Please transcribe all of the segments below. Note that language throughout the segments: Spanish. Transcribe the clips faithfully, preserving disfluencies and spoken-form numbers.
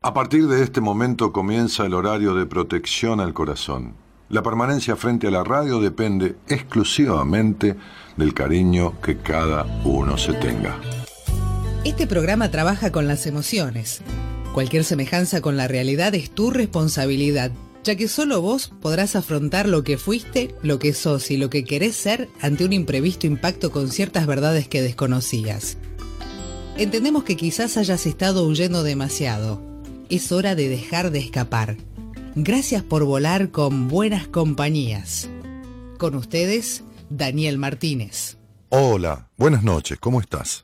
A partir de este momento comienza el horario de protección al corazón. La permanencia frente a la radio depende exclusivamente del cariño que cada uno se tenga. Este programa trabaja con las emociones. Cualquier semejanza con la realidad es tu responsabilidad, ya que solo vos podrás afrontar lo que fuiste, lo que sos y lo que querés ser ante un imprevisto impacto con ciertas verdades que desconocías. Entendemos que quizás hayas estado huyendo demasiado. Es hora de dejar de escapar. Gracias por volar con buenas compañías. Con ustedes, Daniel Martínez. Hola, buenas noches, ¿cómo estás?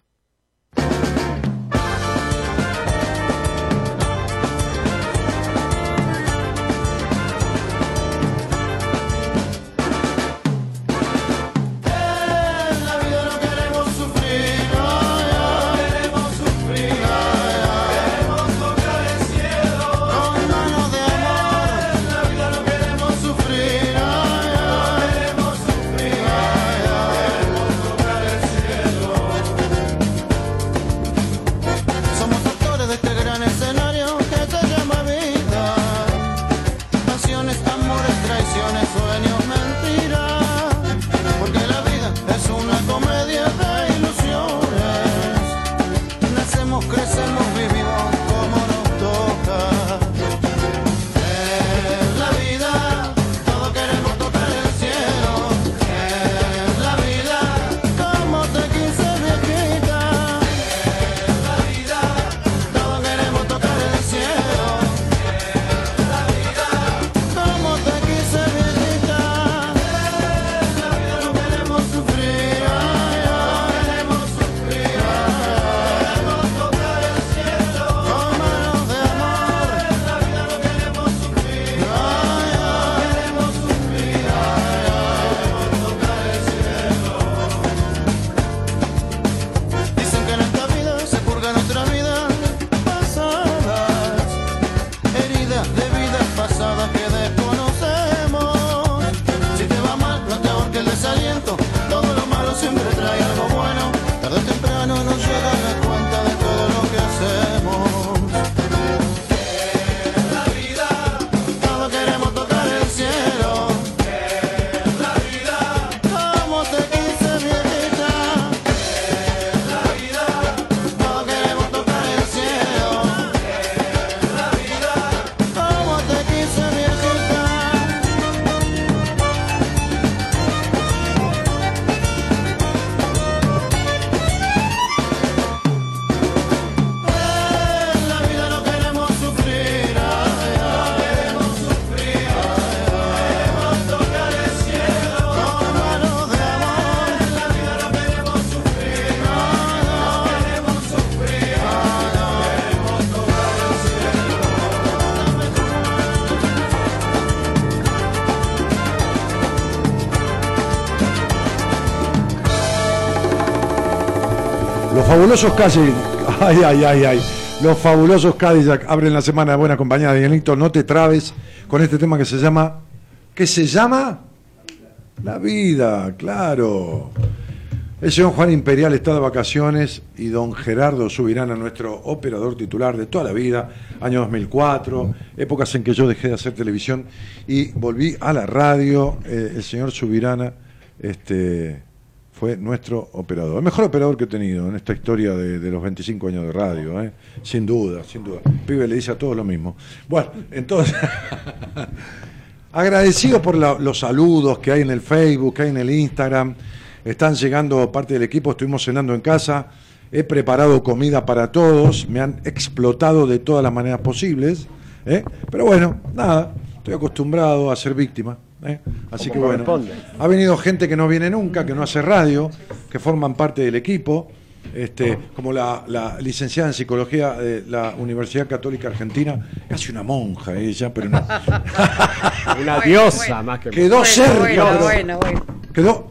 Los fabulosos Cadillac, ay, ay, ay, ay. Los fabulosos Cadillac abren la semana de buena compañía. Danielito, no te trabes con este tema que se llama, ¿qué se llama? La vida, claro. El señor Juan Imperial está de vacaciones y don Gerardo Subirana, nuestro operador titular de toda la vida, año dos mil cuatro, épocas en que yo dejé de hacer televisión y volví a la radio. Eh, el señor Subirana, este... fue nuestro operador, el mejor operador que he tenido en esta historia de, de los veinticinco años de radio, ¿eh? Sin duda, sin duda. El pibe le dice a todos lo mismo. Bueno, entonces, agradecido por la, los saludos que hay en el Facebook, que hay en el Instagram. Están llegando parte del equipo, estuvimos cenando en casa, he preparado comida para todos, me han explotado de todas las maneras posibles, ¿eh? Pero bueno, nada, estoy acostumbrado a ser víctima. ¿Eh? Así que bueno, ha venido gente que no viene nunca, que no hace radio, que forman parte del equipo, este, como la, la licenciada en psicología de la Universidad Católica Argentina, casi una monja ella, pero no. Una diosa más que quedó bueno, cerca, bueno, pero bueno, bueno. quedó.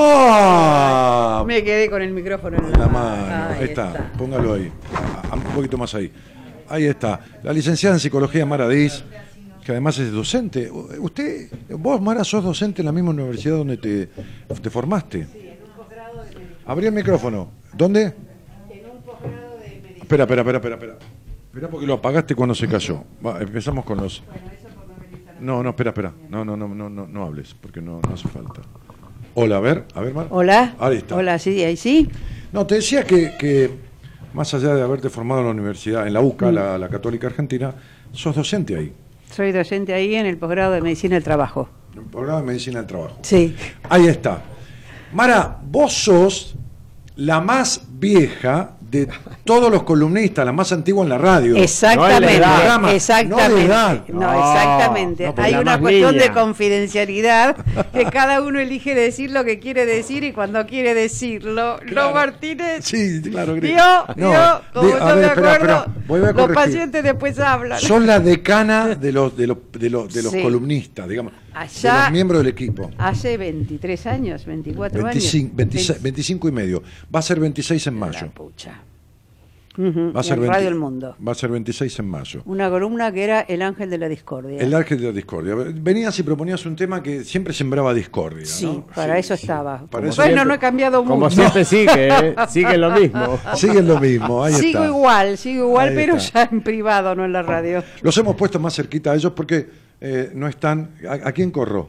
¡Ah! Me quedé con el micrófono en En la, la mano, Ahí ahí está. está. Póngalo ahí, un poquito más ahí. Ahí está, la licenciada en psicología Mara Diz, que además es docente. Usted, vos, Mara, sos docente en la misma universidad donde te, te formaste. Sí, en un posgrado de medicina. Abrí el micrófono. ¿Dónde? En un posgrado de medicina. Espera, espera, espera, espera, espera. Espera porque lo apagaste cuando se cayó. Va, empezamos con los... No, no, espera, espera. No, no, no, no, no, no hables, porque no, no hace falta. Hola, a ver, a ver, Mar. Hola. Ahí está. Hola, sí, ahí sí. No, te decía que, que más allá de haberte formado en la universidad, en la U C A, mm. la, la Católica Argentina, sos docente ahí. Soy docente ahí en el posgrado de Medicina del Trabajo. En el posgrado de Medicina del Trabajo. Sí. Ahí está. Mara, vos sos la más vieja de todos los columnistas, la más antigua en la radio. Exactamente, no programa, exactamente. No, de edad. No, no exactamente. No, Hay una cuestión niña. de confidencialidad que cada uno elige decir lo que quiere decir y cuando quiere decirlo. Claro. Lo Martínez Sí, claro. vio, No, vio, como de- yo a ver, me espera, acuerdo, espera, voy a los corregir. pacientes después hablan. Sos la decana de los, de los, de los, de los Sí. columnistas, digamos. Allá- de los miembros del equipo. Hace veintitrés años, veinticuatro veinticinco, años. veintiséis, veinticinco y medio. Va a ser veintiséis en La mayo. pucha. Ujú, Va a y ser en veinte Radio El Mundo. Va a ser veintiséis en mayo. Una columna que era El Ángel de la Discordia. El ángel de la discordia. Venías y proponías un tema que siempre sembraba discordia, Sí, ¿no? para Sí, eso sí. estaba. Para Como- eso bueno, siempre- no he cambiado mucho. Como siempre sigue, ¿eh? Sigue lo mismo. Siguen lo mismo, ahí sigo está. igual, sigo igual, Ahí pero está. ya en privado, no en la radio. Los hemos puesto más cerquita a ellos porque eh, no están... ¿A, a quién corro?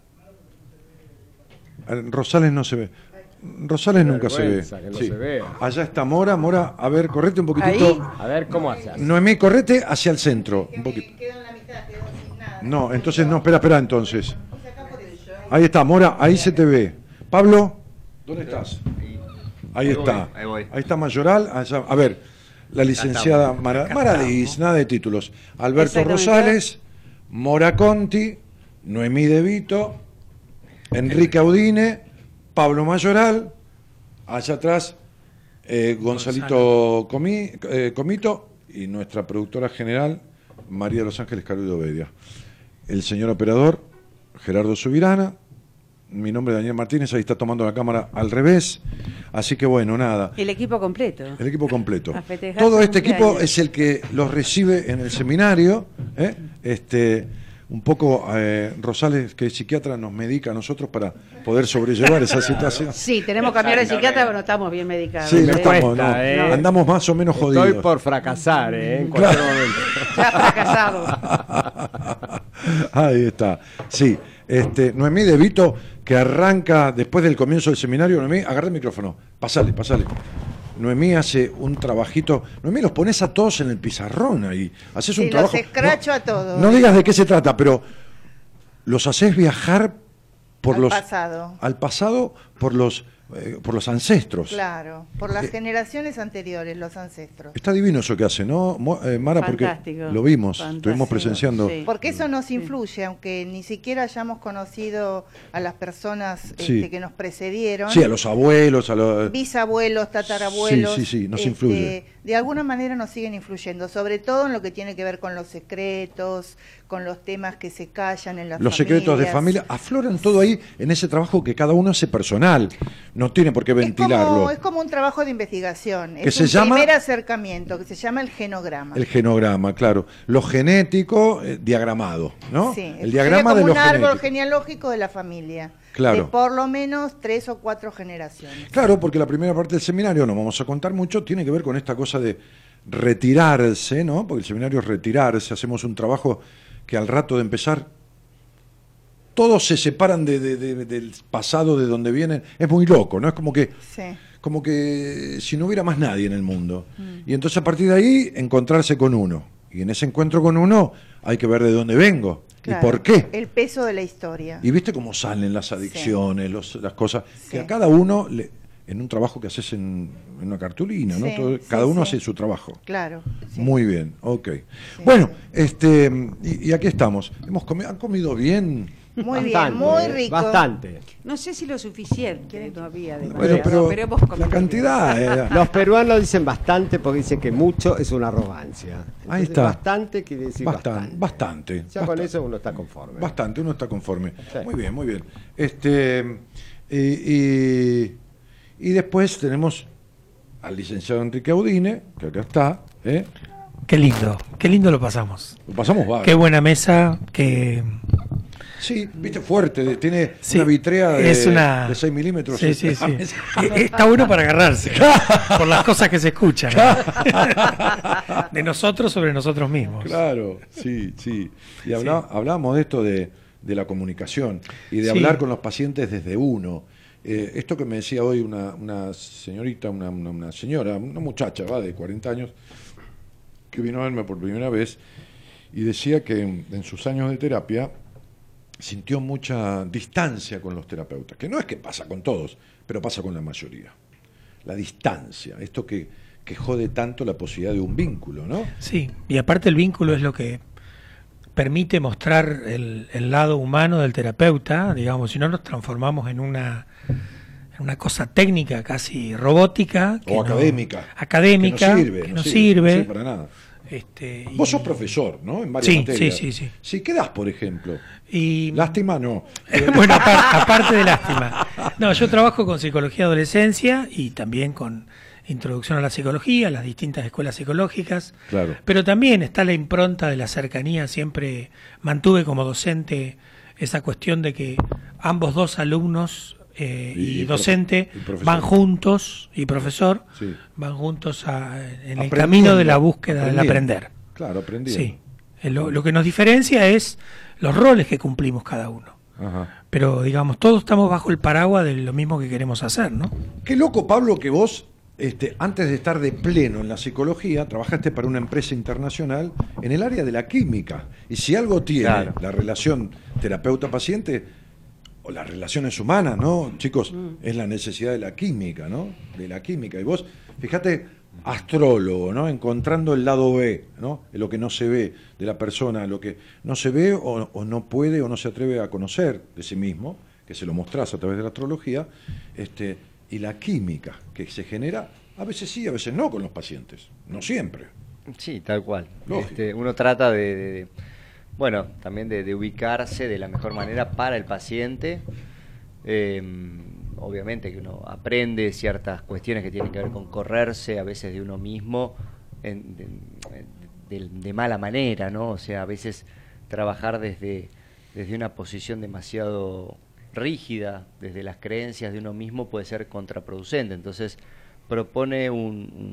A Rosales no se ve. Rosales Qué nunca se ve. vergüenza que no se vea. Allá está Mora. Mora, a ver, correte un poquitito. Ahí. A ver cómo haces. Noemí, correte hacia el centro. Un poquito. No, entonces no, espera, espera entonces. Ahí está, Mora, ahí se te ve. Pablo, ¿dónde estás? Ahí está. Ahí voy. Ahí está Mayoral. Allá- a ver, la licenciada Mara, Maradís, nada de títulos. Alberto Exactamente. Rosales, Mora Conti, Noemí De Vito, Enrique Audine, Pablo Mayoral, allá atrás eh, Gonzalito Comi- eh, Comito y nuestra productora general María de los Ángeles Carudo Bedia. El señor operador Gerardo Subirana, mi nombre es Daniel Martínez, ahí está tomando la cámara al revés, así que bueno, nada. El equipo completo. El equipo completo. A festejar Todo su este equipo cumpleaños. es el que los recibe en el seminario. ¿eh? Este, un poco eh, Rosales, que es psiquiatra, nos medica a nosotros para poder sobrellevar esa situación. Sí, tenemos que cambiar de psiquiatra porque no estamos bien medicados. Sí, ¿eh? no estamos, cuesta, no. ¿eh? Andamos más o menos Estoy jodidos. por fracasar, ¿eh? En cualquier momento. Ya fracasado. Ahí está. Sí, este, Noemí De Vito, que arranca después del comienzo del seminario. Noemí, agarra el micrófono. Pasale, pasale. Noemí hace un trabajito. Noemí, los pones a todos en el pizarrón ahí. Haces Sí, un los trabajo. escracho no, a todos. No digas de qué se trata, pero los haces viajar por Al los pasado. al pasado por los eh, por los ancestros. Claro, por las Eh, generaciones anteriores, los ancestros. Está divino eso que hace, ¿no, Mo- eh, Mara? Fantástico. Porque lo vimos, Fantástico, estuvimos presenciando. sí. Porque eso nos influye, aunque ni siquiera hayamos conocido a las personas Sí. este, que nos precedieron. Sí, a los abuelos, a los Bisabuelos, tatarabuelos. Sí, sí, sí, nos este, influye. De alguna manera nos siguen influyendo, sobre todo en lo que tiene que ver con los secretos, con los temas que se callan en las los familias. secretos de familia, afloran todo ahí en ese trabajo que cada uno hace personal. No tiene por qué Es ventilarlo. como, es como un trabajo de investigación. ¿Que es se un llama? primer acercamiento, que se llama el genograma. El genograma, claro. Lo genético eh, diagramado, ¿no? Sí, El sería diagrama como de lo un árbol genético. genealógico de la familia. Claro. De por lo menos tres o cuatro generaciones. Claro, porque la primera parte del seminario, no vamos a contar mucho, tiene que ver con esta cosa de retirarse, ¿no? Porque el seminario es retirarse, hacemos un trabajo que al rato de empezar todos se separan de, de- de- del pasado, de donde vienen. Es muy loco, ¿no? Es como que, Sí. como que si no hubiera más nadie en el mundo. Y entonces a partir de ahí encontrarse con uno. Y en ese encuentro con uno hay que ver de dónde vengo Claro, y por qué. El peso de la historia. Y viste cómo salen las adicciones, los- las cosas, Sí. que a cada uno, le- en un trabajo que haces en, en una cartulina, ¿no? Sí, Todo- sí, cada uno sí. hace su trabajo. Claro. sí. Muy bien, ok. Bueno, este y, y aquí estamos. Hemos comi- ¿Han comido bien? Muy bien, Bastante, muy ¿eh? rico. Bastante. No sé si lo suficiente todavía. Bueno, demasiado, pero hemos comido la cantidad... eh, Los peruanos dicen bastante porque dicen que mucho es una arrogancia. Ahí Entonces, está. Bastante quiere decir bastante, bastante. bastante. Ya con bastante. eso uno está conforme. Bastante, uno está conforme. Sí. Muy bien, muy bien. Este y, y, y después tenemos al licenciado Enrique Audine, que acá está, ¿eh? Qué lindo, qué lindo lo pasamos. Lo pasamos bárbaro. Qué buena mesa, qué, Sí, viste, fuerte, tiene Sí, una vitrea de, es una- de seis milímetros. Sí, sí, sí. Eh, Está bueno para agarrarse por las cosas que se escuchan. De nosotros sobre nosotros mismos. Claro, sí, sí. Y habla, hablábamos de esto de, de la comunicación y de Sí. hablar con los pacientes desde uno. Eh, esto que me decía hoy una, una señorita, una, una, una señora, una muchacha, va, de cuarenta años, que vino a verme por primera vez y decía que en, en sus años de terapia sintió mucha distancia con los terapeutas, que no es que pasa con todos, pero pasa con la mayoría. La distancia, esto que, que jode tanto la posibilidad de un vínculo, ¿no? Sí, y aparte el vínculo es lo que permite mostrar el, el lado humano del terapeuta, digamos, si no nos transformamos en una, en una cosa técnica, casi robótica. que O no- académica. Académica, Que no sirve. que no sirve. No sirve para nada. Este, y- Vos sos profesor, ¿no? En varias Sí, materias. sí, sí, sí. Sí, ¿qué das, por ejemplo? y Lástima, no. bueno, apar- aparte de lástima. No, yo trabajo con psicología de adolescencia y también con introducción a la psicología, las distintas escuelas psicológicas. Claro. Pero también está la impronta de la cercanía. Siempre mantuve como docente esa cuestión de que ambos dos alumnos eh, Y- y, y docente profe- y profesor. van juntos, y profesor, Sí. van juntos a- en el Aprendiendo, camino de la búsqueda del aprendiendo. aprender. Claro, aprendiendo. Sí. Eh, Lo, lo que nos diferencia es los roles que cumplimos cada uno. Ajá. Pero, digamos, todos estamos bajo el paraguas de lo mismo que queremos hacer, ¿no? Qué loco, Pablo, que vos, este, antes de estar de pleno en la psicología, trabajaste para una empresa internacional en el área de la química. Y si algo tiene Claro. la relación terapeuta-paciente, o las relaciones humanas, ¿no? Chicos, es la necesidad de la química, ¿no? De la química. Y vos, fíjate, astrólogo, ¿no? Encontrando el lado B, ¿no? Lo que no se ve de la persona, lo que no se ve o, o no puede o no se atreve a conocer de sí mismo, que se lo mostrás a través de la astrología, este, y la química que se genera, a veces sí, a veces no con los pacientes, no siempre. Sí, tal cual. Lógico. Este, uno trata de, de- de- bueno, también de, de ubicarse de la mejor manera para el paciente. Eh, obviamente que uno aprende ciertas cuestiones que tienen que ver con correrse a veces de uno mismo en- de, de- de mala manera, ¿no? O sea, a veces trabajar desde, desde una posición demasiado rígida, desde las creencias de uno mismo, puede ser contraproducente. Entonces propone un,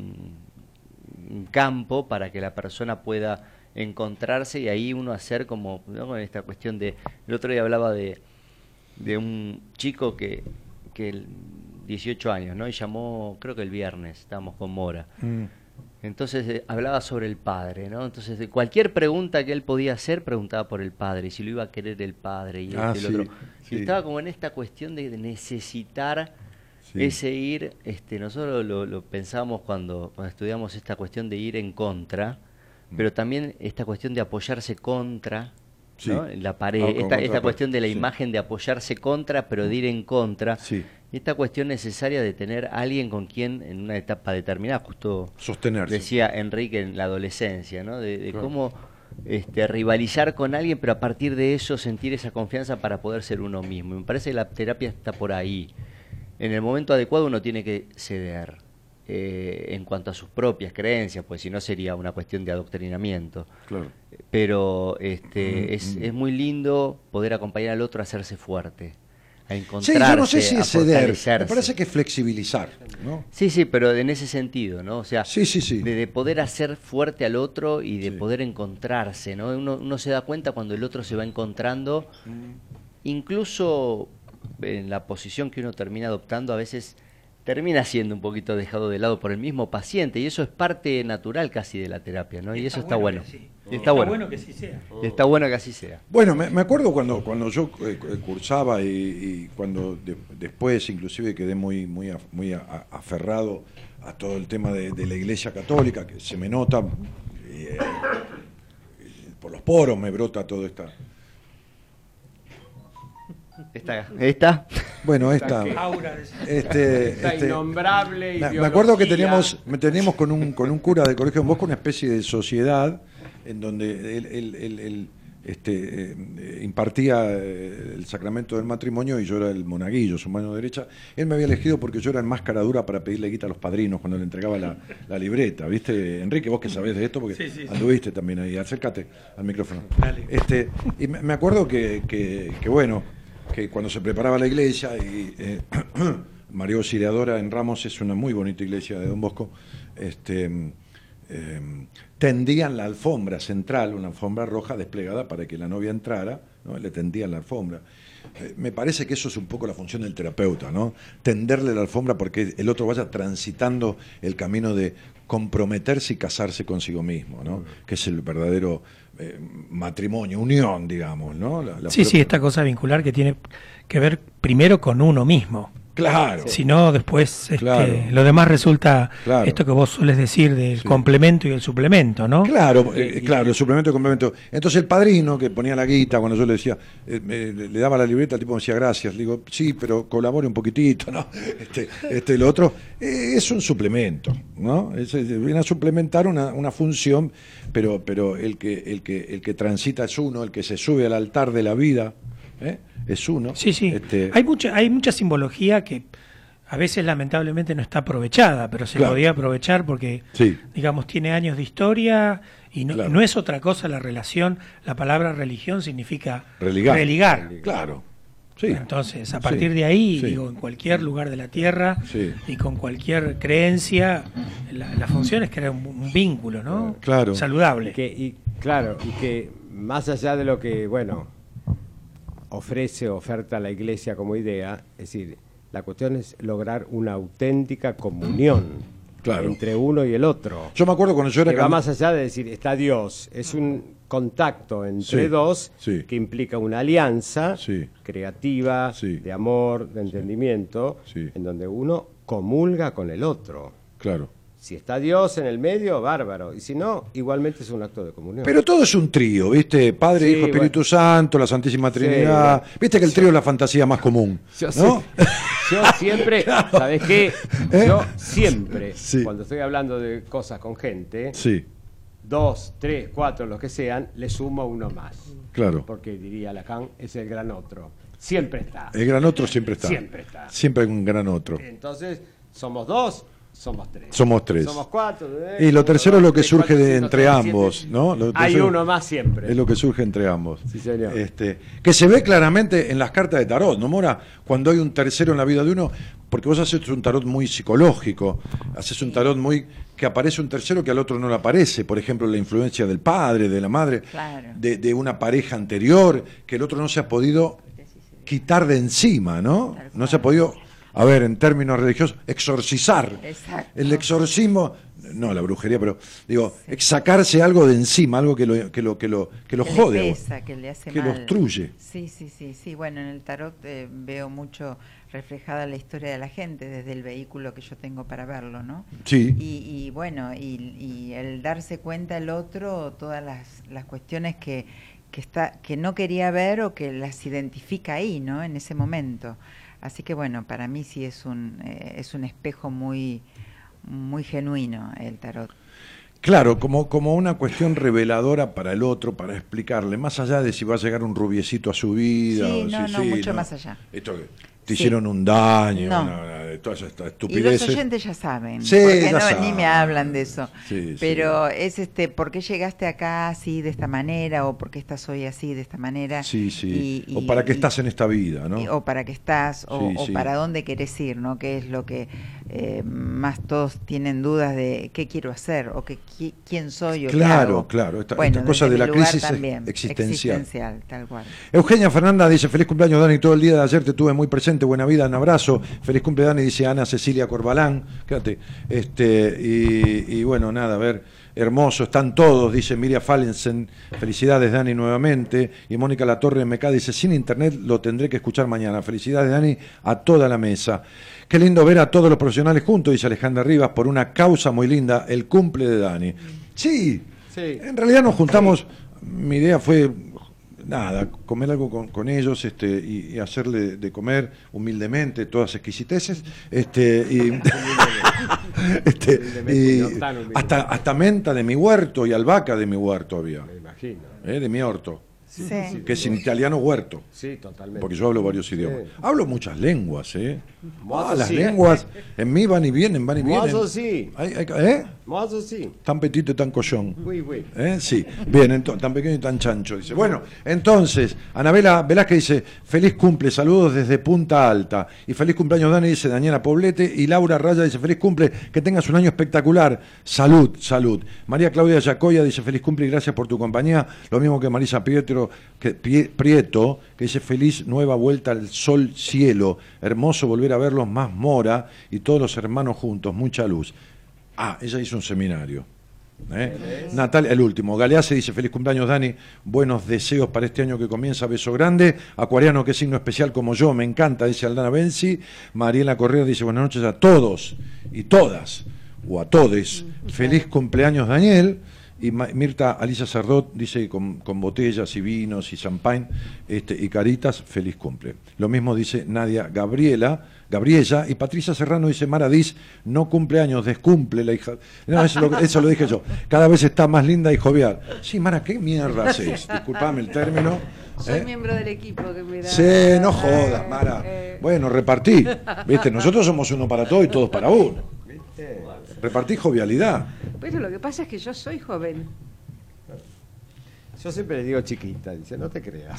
un- un campo para que la persona pueda encontrarse y ahí uno hacer como, ¿no? Con esta cuestión de, el otro día hablaba de, de un chico que, que el- dieciocho años, ¿no? Y llamó, creo que el viernes, estábamos con Mora. Entonces eh, hablaba sobre el padre, ¿no? Entonces de cualquier pregunta que él podía hacer, preguntaba por el padre, y si lo iba a querer el padre y Ah, este y sí, el otro. sí. Y estaba como en esta cuestión de de necesitar Sí. ese ir, este, nosotros lo, lo pensamos cuando, cuando estudiamos esta cuestión de ir en contra, pero también esta cuestión de apoyarse contra, Sí. ¿no? La pared, Ah, con esta, esta contraparte, cuestión de la sí. imagen de apoyarse contra, pero de ir en contra. Sí. Y esta cuestión necesaria de tener a alguien con quien en una etapa determinada, justo Sostenerse. decía Enrique en la adolescencia, ¿no? De, de Claro. cómo este, rivalizar con alguien, pero a partir de eso sentir esa confianza para poder ser uno mismo. Y me parece que la terapia está por ahí. En el momento adecuado uno tiene que ceder eh, en cuanto a sus propias creencias, pues si no sería una cuestión de adoctrinamiento. Claro. Pero este, Mm, es, mm. es muy lindo poder acompañar al otro a hacerse fuerte, a Sí, encontrarse, yo no sé si a es ceder, me fortalecerse. parece que es flexibilizar, ¿no? Sí, sí, pero en ese sentido, ¿no? O sea, Sí, sí, sí. de, de poder hacer fuerte al otro y de Sí. poder encontrarse, ¿no? Uno, uno se da cuenta cuando el otro se va encontrando, incluso en la posición que uno termina adoptando, a veces termina siendo un poquito dejado de lado por el mismo paciente, y eso es parte natural casi de la terapia, ¿no? Y eso está bueno. que sí. Y está bueno. que sí sea. Y está bueno que así sea. Bueno, me, me acuerdo cuando, cuando yo eh, eh, cursaba y, y cuando de- después inclusive quedé muy, muy, af- muy a- a- aferrado a todo el tema de, de la Iglesia Católica, que se me nota, eh, por los poros me brota todo esta... Esta, esta. Bueno, esta... Aura de- Este, Esta este, innombrable me, me acuerdo que ideología. teníamos, me teníamos con un con un cura de colegio en Bosco una especie de sociedad en donde el, el- el- el- este, eh, impartía eh, el sacramento del matrimonio y yo era el monaguillo, su mano derecha. Él me había elegido porque yo era en más cara dura para pedirle guita a los padrinos cuando le entregaba la, la libreta, ¿viste? Enrique, vos que sabés de esto, porque sí, sí, sí. anduviste también ahí, acércate al micrófono. Dale. Este, y me me acuerdo que, que, que, bueno, que cuando se preparaba la iglesia, y eh, María Auxiliadora en Ramos es una muy bonita iglesia de Don Bosco, este... Eh, tendían la alfombra central, una alfombra roja desplegada para que la novia entrara, ¿no? Le tendían la alfombra. Eh, me parece que eso es un poco la función del terapeuta, ¿no? Tenderle la alfombra porque el otro vaya transitando el camino de comprometerse y casarse consigo mismo, ¿no? Que es el verdadero eh, matrimonio, unión, digamos, ¿no? La, la sí, propia... sí, esta cosa vincular que tiene que ver primero con uno mismo. Claro. Si no, después este, Claro. lo demás resulta Claro. esto que vos sueles decir del Sí. complemento y el suplemento, ¿no? Claro, eh, claro, el suplemento y complemento. Entonces el padrino que ponía la guita, cuando yo le decía, eh, me- le daba la libreta, el tipo me decía gracias, le digo, sí, pero colabore un poquitito, ¿no? Este, este y lo otro, eh, es un suplemento, ¿no? Es, es- viene a suplementar una, una función, pero, pero el que, el que, el que transita es uno, el que se sube al altar de la vida, ¿eh? Es uno. Sí, sí. Este, Hay mucha, hay mucha simbología que a veces lamentablemente no está aprovechada, pero se Claro. podía aprovechar porque, Sí. digamos, tiene años de historia y no, Claro. no es otra cosa la relación. La palabra religión significa Religar. religar. Claro. Sí. Entonces, a Sí. partir de ahí, Sí. digo, en cualquier lugar de la Tierra Sí. y con cualquier creencia, la, la función es crear un, un vínculo, ¿no? Claro. Saludable. Y que, y, claro, y que más allá de lo que, bueno, ofrece, oferta la Iglesia como idea, es decir, la cuestión es lograr una auténtica comunión Claro. entre uno y el otro. Yo me acuerdo cuando yo era Que va can- más allá de decir, está Dios, es un contacto entre Sí, dos sí. que implica una alianza Sí. creativa, Sí. de amor, de entendimiento, Sí. en donde uno comulga con el otro. Claro. Si está Dios en el medio, bárbaro. Y si no, igualmente es un acto de comunión. Pero todo es un trío, ¿viste? Padre, Sí, Hijo, Espíritu bueno. Santo, la Santísima Trinidad. bueno. ¿Viste que el trío es la fantasía más común? Yo, ¿No? sí- yo siempre, ¿sabes qué? ¿Eh? Yo siempre, Sí. cuando estoy hablando de cosas con gente, Sí, dos, tres, cuatro, los que sean, le sumo uno más. claro. Porque diría Lacan, es el gran otro. Siempre está. El gran otro siempre está. Siempre está. Siempre hay un gran otro. Entonces, somos dos, somos tres. Somos tres. Somos cuatro. ¿eh? Y lo Uno, tercero es dos, lo que tres, surge cuatro, de cinco, entre seis, ambos, siete. ¿no? Lo Hay tercero uno más siempre. Es lo que surge entre ambos. Sí, señor. Este, que se ve claramente en las cartas de tarot, ¿no, Mora? Cuando hay un tercero en la vida de uno, porque vos haces un tarot muy psicológico, haces un tarot muy que aparece un tercero que al otro no le aparece, por ejemplo, la influencia del padre, de la madre, Claro. de, de una pareja anterior, que el otro no se ha podido quitar de encima, ¿no? Tal No se ha cual. podido, a ver, en términos religiosos, exorcizar. Exacto. El exorcismo, no la brujería, pero digo, sacarse algo de encima, algo que lo que lo que lo que lo Que jode, le a vos, pesa, que le hace que lo mal. obstruye. Sí, sí, sí, sí. Bueno, en el tarot eh, veo mucho reflejada la historia de la gente desde el vehículo que yo tengo para verlo, ¿no? Sí. Y, y bueno, y, y el darse cuenta el otro, todas las, las cuestiones que, que está que no quería ver o que las identifica ahí, ¿no? En ese momento. Así que bueno, para mí sí es un eh, es un espejo muy muy genuino el tarot. Claro, como, como una cuestión reveladora para el otro, para explicarle, más allá de si va a llegar un rubiecito a su vida. Sí, o no, si- no, sí, mucho más allá. Esto que te Sí. hicieron un daño, No. una- una- de todas estas Y los estupideces. oyentes ya saben, Sí, porque ya no, saben. ni me hablan de eso. Sí, sí. Pero es este, ¿por qué llegaste acá así de esta manera o por qué estás hoy así de esta manera? Sí, sí. Y- o y- para qué y- estás en esta vida, ¿no? y- o para qué estás o, Sí, o sí. para dónde querés ir, ¿no? Que es lo que eh, más todos tienen dudas de qué quiero hacer o que, qui- quién soy o qué Claro, hago. claro, esta- Bueno, esta cosa desde de la mi lugar crisis también, existencial. existencial, tal cual. Eugenia Fernanda dice, feliz cumpleaños Dani, todo el día de ayer te tuve muy presente, buena vida, un abrazo, feliz cumple Dani, dice Ana Cecilia Corbalán, quédate, este, y, y bueno, nada, a ver, hermoso, están todos, dice Miriam Fallensen, felicidades Dani nuevamente, y Mónica Latorre M K dice, sin internet lo tendré que escuchar mañana, felicidades Dani a toda la mesa. Qué lindo ver a todos los profesionales juntos, dice Alejandra Rivas, por una causa muy linda, el cumple de Dani. Sí, Sí. en realidad nos juntamos, mi idea fue, nada, comer algo con, con ellos este, y, y hacerle de comer humildemente, todas exquisiteces, este, y, este, y no tan humilde. hasta, hasta menta de mi huerto y albahaca de mi huerto había, Me imagino. eh, de mi orto. Sí, Sí. sí, que es sí. en italiano huerto. Sí, totalmente. Porque yo hablo varios idiomas. Sí. Hablo muchas lenguas, ¿eh? Mozo Ah, las sí. lenguas en mí van y vienen, van y vienen. Mozo sí. Ay, ay, ¿Eh? Mozo sí. Tan petito y tan collón. Oui, oui. ¿Eh? Sí, bien, ento- tan pequeño y tan chancho. Dice. Bueno, entonces, Anabela Velázquez dice, feliz cumple, saludos desde Punta Alta. Y feliz cumpleaños Dani, dice Daniela Poblete. Y Laura Raya dice, feliz cumple, que tengas un año espectacular. Salud, salud. María Claudia Yacoya dice, feliz cumple y gracias por tu compañía. Lo mismo que Marisa Pietro, que, Pie- Prieto, que dice, feliz nueva vuelta al sol cielo. Hermoso volver a verlos más Mora y todos los hermanos juntos, mucha luz. Ah, ella hizo un seminario. ¿Eh? Natalia, el último. Galease dice, feliz cumpleaños Dani, buenos deseos para este año que comienza, beso grande. Acuariano, que signo especial como yo, me encanta, dice Aldana Benzi. Mariela Correa dice, buenas noches a todos y todas, o a todes, feliz cumpleaños Daniel. Y Ma- Mirta Alicia Sardot dice con, con botellas y vinos y champagne este, y caritas, feliz cumple. Lo mismo dice Nadia Gabriela, Gabriela, y Patricia Serrano dice, Maradís, no cumpleaños, descumple la hija. No, eso lo, eso lo dije yo. Cada vez está más linda y jovial. Sí, Mara, ¿qué mierda haces? Disculpame el término. Soy ¿eh? miembro del equipo que me da. Sí, no jodas, Mara. Eh, Bueno, repartí. ¿Viste? Nosotros somos uno para todos y todos para uno. ¿Viste? Repartí jovialidad. Pero lo que pasa es que yo soy joven. Yo siempre le digo chiquita, dice, no te creas.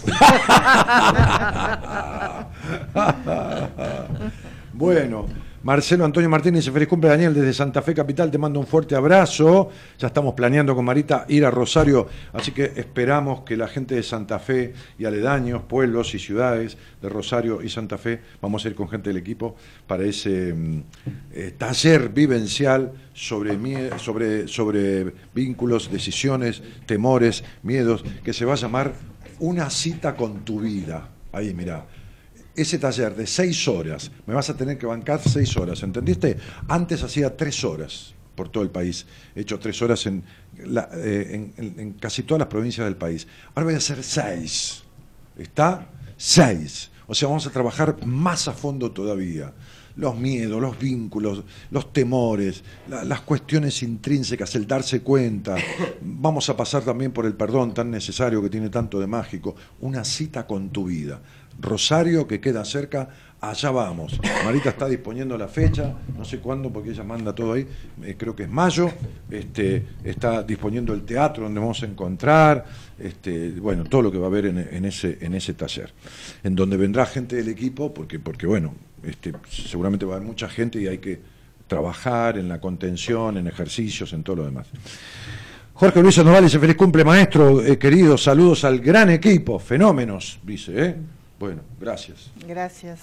Bueno, Marcelo Antonio Martínez dice, feliz cumple Daniel desde Santa Fe Capital, te mando un fuerte abrazo. Ya estamos planeando con Marita ir a Rosario, así que esperamos que la gente de Santa Fe y aledaños, pueblos y ciudades de Rosario y Santa Fe, vamos a ir con gente del equipo para ese mm, eh, taller vivencial sobre, mie- sobre, sobre vínculos, decisiones, temores, miedos, que se va a llamar Una cita con tu vida. Ahí, mirá. Ese taller de seis horas, me vas a tener que bancar seis horas, ¿entendiste? Antes hacía tres horas por todo el país, he hecho tres horas en, la- eh, en- en- en casi todas las provincias del país. Ahora voy a hacer seis, ¿está? Seis. O sea, vamos a trabajar más a fondo todavía. Los miedos, los vínculos, los temores, la- las cuestiones intrínsecas, el darse cuenta. Vamos a pasar también por el perdón tan necesario que tiene tanto de mágico. Una cita con tu vida. Rosario, que queda cerca, allá vamos. Marita está disponiendo la fecha, no sé cuándo porque ella manda todo ahí, eh, creo que es mayo, este, está disponiendo el teatro donde vamos a encontrar, este, bueno, todo lo que va a haber en, en ese, en ese taller, en donde vendrá gente del equipo, porque, porque bueno, este, seguramente va a haber mucha gente y hay que trabajar en la contención, en ejercicios, en todo lo demás. Jorge Luis Sandoval dice, feliz cumple maestro, eh, querido, saludos al gran equipo, fenómenos, dice, ¿eh? Bueno, gracias. Gracias.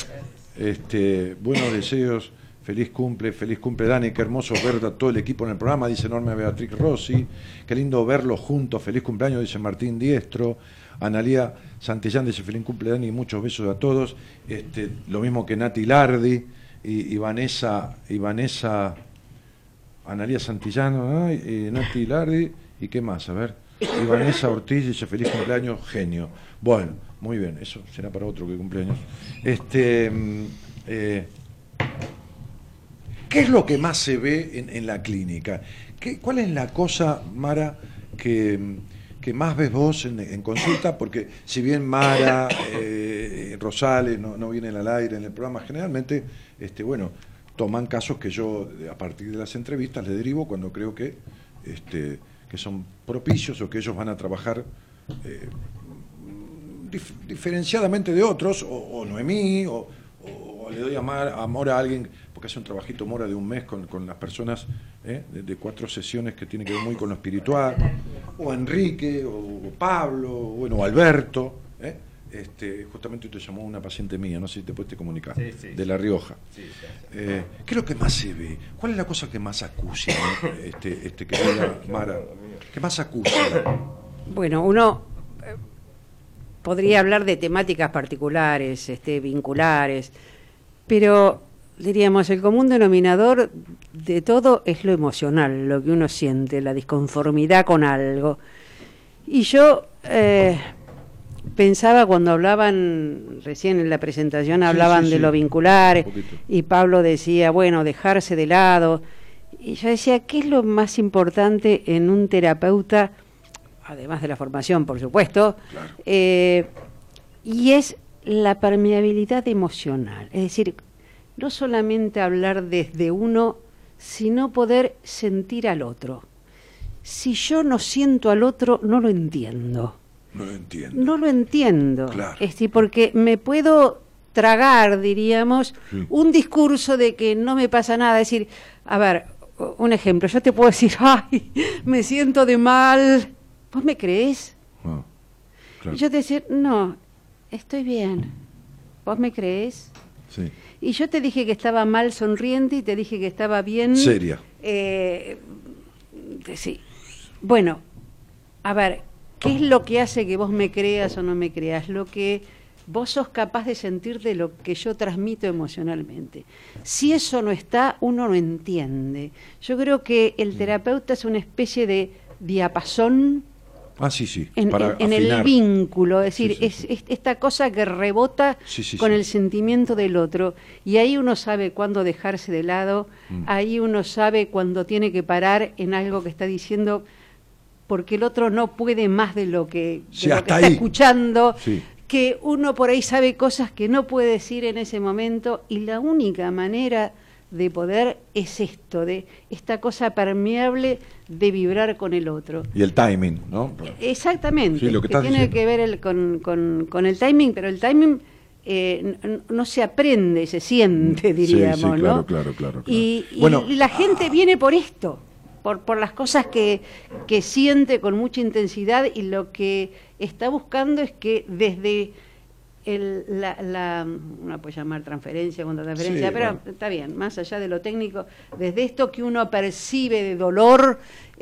Este, buenos deseos, feliz cumple, feliz cumple Dani, qué hermoso ver a todo el equipo en el programa, dice Norma Beatriz Rossi, qué lindo verlos juntos, feliz cumpleaños, dice Martín Diestro, Analía Santillán dice, feliz cumple Dani, muchos besos a todos, este, lo mismo que Nati Lardi y, y Vanessa, y Vanessa, Analía Santillán, ay, y Nati Lardi, y qué más, a ver, y Vanessa Ortiz dice, feliz cumpleaños, genio. Bueno, muy bien, eso será para otro que cumpleaños. Este, mm, eh, ¿qué es lo que más se ve en, en la clínica? ¿Qué, ¿Cuál es la cosa, Mara, que, que más ves vos en, en consulta? Porque si bien Mara, eh, Rosales no, no vienen al aire en el programa, generalmente, este, bueno, toman casos que yo, a partir de las entrevistas, les derivo cuando creo que, este, que son propicios o que ellos van a trabajar eh, dif diferenciadamente de otros, o, o Noemí, o, o le doy amar, amor a alguien, porque hace un trabajito Mora de un mes con, con las personas, ¿eh? de, de cuatro sesiones que tiene que ver muy con lo espiritual, o Enrique, o, o Pablo, o, bueno, o Alberto, ¿eh? Este, justamente te llamó una paciente mía, no sé si te puedes comunicar, Sí, sí, de La Rioja. Sí, sí, sí. Eh, ¿Qué es lo que más se ve? ¿Cuál es la cosa que más acucia, ¿no? este, este, querida Mara? ¿Qué más acucia? Bueno, uno eh, podría hablar de temáticas particulares, este, vinculares, pero diríamos, el común denominador de todo es lo emocional, lo que uno siente, la disconformidad con algo. Y yo eh, pensaba cuando hablaban, recién en la presentación hablaban sí, sí, de sí. lo vincular, Un poquito. y Pablo decía, bueno, dejarse de lado. Y yo decía, ¿qué es lo más importante en un terapeuta además de la formación, por supuesto, Claro. eh, y es la permeabilidad emocional. Es decir, no solamente hablar desde uno, sino poder sentir al otro. Si yo no siento al otro, no lo entiendo. No lo entiendo. No lo entiendo. Claro. Es decir, porque me puedo tragar, diríamos, Sí. un discurso de que no me pasa nada. Es decir, a ver, un ejemplo, yo te puedo decir, ay, me siento de mal. ¿Vos me creés? Ah, claro. Y yo te decir, no, estoy bien. ¿Vos me creés? Sí. Y yo te dije que estaba mal sonriente y te dije que estaba bien... Seria. Eh, sí. Bueno, a ver, ¿qué es lo que hace que vos me creas o no me creas? Lo que vos sos capaz de sentir de lo que yo transmito emocionalmente. Si eso no está, uno no entiende. Yo creo que el terapeuta es una especie de diapasón Ah, sí, sí. en, para en- en el afinar. vínculo, es decir, Sí, sí, es, sí. es esta cosa que rebota Sí, sí, con sí. el sentimiento del otro, y ahí uno sabe cuándo dejarse de lado, Mm. ahí uno sabe cuándo tiene que parar en algo que está diciendo, porque el otro no puede más de lo que, de Sí, lo que hasta está ahí. escuchando, Sí. que uno por ahí sabe cosas que no puede decir en ese momento, y la única manera de poder es esto, de esta cosa permeable de vibrar con el otro. Y el timing, ¿no? Exactamente, Sí, lo que que estás tiene diciendo. que ver el- con, con- con el timing, pero el timing eh, n- no se aprende, se siente, Sí, diríamos, sí, claro, ¿no? claro, claro, claro. Y, y Bueno, la gente viene por esto, por, por las cosas que, que siente con mucha intensidad, y lo que está buscando es que desde el, la, la, uno puede llamar transferencia, contratransferencia, Sí, pero bueno. está bien, más allá de lo técnico, desde esto que uno percibe de dolor,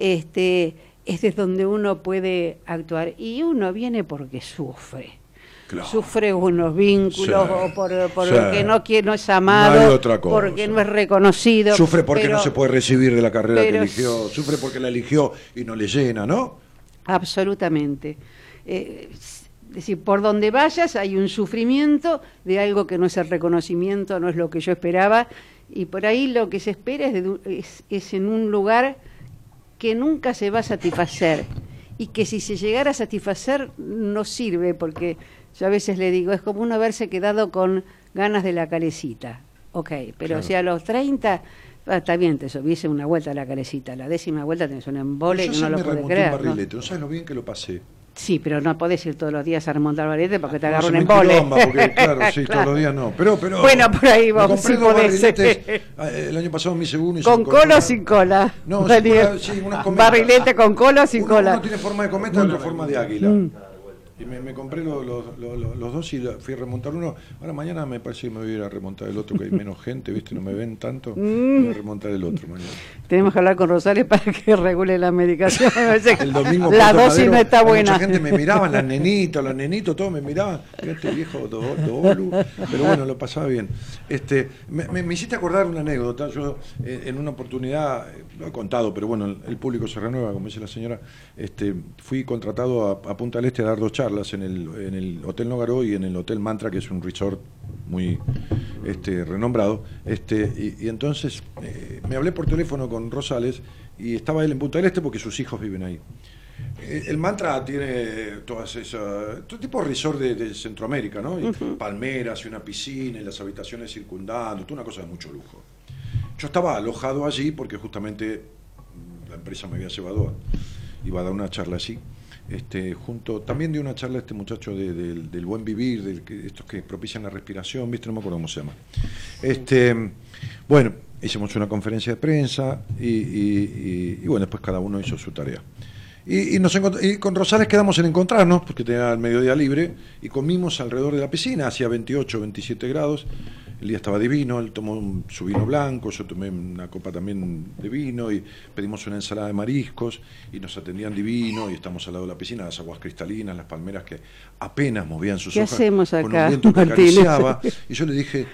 este, es desde donde uno puede actuar. Y uno viene porque sufre. Claro. Sufre unos vínculos, Sí, o por, por sí. el que no, quiere, no es No amado, hay otra cosa. porque no es reconocido. Sufre porque pero- no se puede recibir de la carrera que pero- eligió. Sufre porque la eligió y no le llena, ¿no? Absolutamente. Eh, es decir, por donde vayas hay un sufrimiento de algo que no es el reconocimiento, no es lo que yo esperaba, y por ahí lo que se espera es, de du- es, es en un lugar que nunca se va a satisfacer, y que si se llegara a satisfacer no sirve, porque yo a veces le digo, es como uno haberse quedado con ganas de la calecita. Ok, pero Claro. si a los treinta, ah, está bien, te subís una vuelta a la calecita, la décima vuelta tenés un embole Yo que sí no lo me podés remonté creer, un ¿no? barrilete, no sabes lo bien que lo pasé. Sí, pero no podés ir todos los días a remontar barrilete porque te No, agarra se un me embole. enquilomba, porque, claro, sí, todos Claro. los días no. Pero, pero, Bueno, por ahí me vos compré sí dos podés. barriletes. Eh, El año pasado me hice uno y se ¿Con me cortó cola o una- sin cola? No, sin Daniel. cola, sí, unas cometas. Barrilete con cola o sin Uno- cola. Uno tiene forma de cometa y otro forma de águila. Mm. Y me, me compré los, los, los, los- los dos y la- fui a remontar uno. Ahora mañana me parece que me voy a ir a remontar el otro, que hay menos gente, ¿viste? No me ven tanto. Me voy a remontar el otro mañana. Tenemos que hablar con Rosales para que regule la medicación. Me parece que El domingo la Puerto dosis Madero, no está hay buena. Mucha gente me miraba, las nenitas, los nenitos, todos me miraban. Mira este viejo do, Dolu. Pero bueno, lo pasaba bien. Este, me, me- me hiciste acordar una anécdota. Yo, eh, en una oportunidad, eh, lo he contado, pero bueno, el, el público se renueva, como dice la señora. Este, fui contratado a, a Punta del Este a dar dos charlas en el, en el Hotel Nogaró y en el Hotel Mantra, que es un resort muy este, renombrado. Este, y, y entonces eh, me hablé por teléfono con Rosales y estaba él en Punta del Este porque sus hijos viven ahí. Eh, El Mantra tiene todas esas, todo tipo de resort de, de Centroamérica, ¿no? Y palmeras y una piscina y las habitaciones circundando, toda una cosa de mucho lujo. Yo estaba alojado allí porque justamente mm, la empresa me había llevado a, iba a dar una charla allí. Este, junto, también dio una charla este muchacho de, del- del buen vivir, del que, estos que propician la respiración, ¿viste? No me acuerdo cómo se llama. Este, bueno, hicimos una conferencia de prensa y, y- y- y bueno, después cada uno hizo su tarea. Y, y, nos encont- y con Rosales quedamos en encontrarnos, porque tenía el mediodía libre, y comimos alrededor de la piscina, hacía veintiocho, veintisiete grados, el día estaba divino, él tomó un- su vino blanco, yo tomé una copa también de vino, y pedimos una ensalada de mariscos, y nos atendían divino, y estamos al lado de la piscina, las aguas cristalinas, las palmeras que apenas movían sus ¿Qué hojas, hacemos con acá, un viento que Martínez? acariciaba, y yo le dije...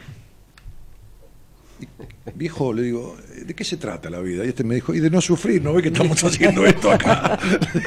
Viejo, le digo, ¿de qué se trata la vida? Y este me dijo, y de no sufrir, ¿no ve que estamos haciendo esto acá?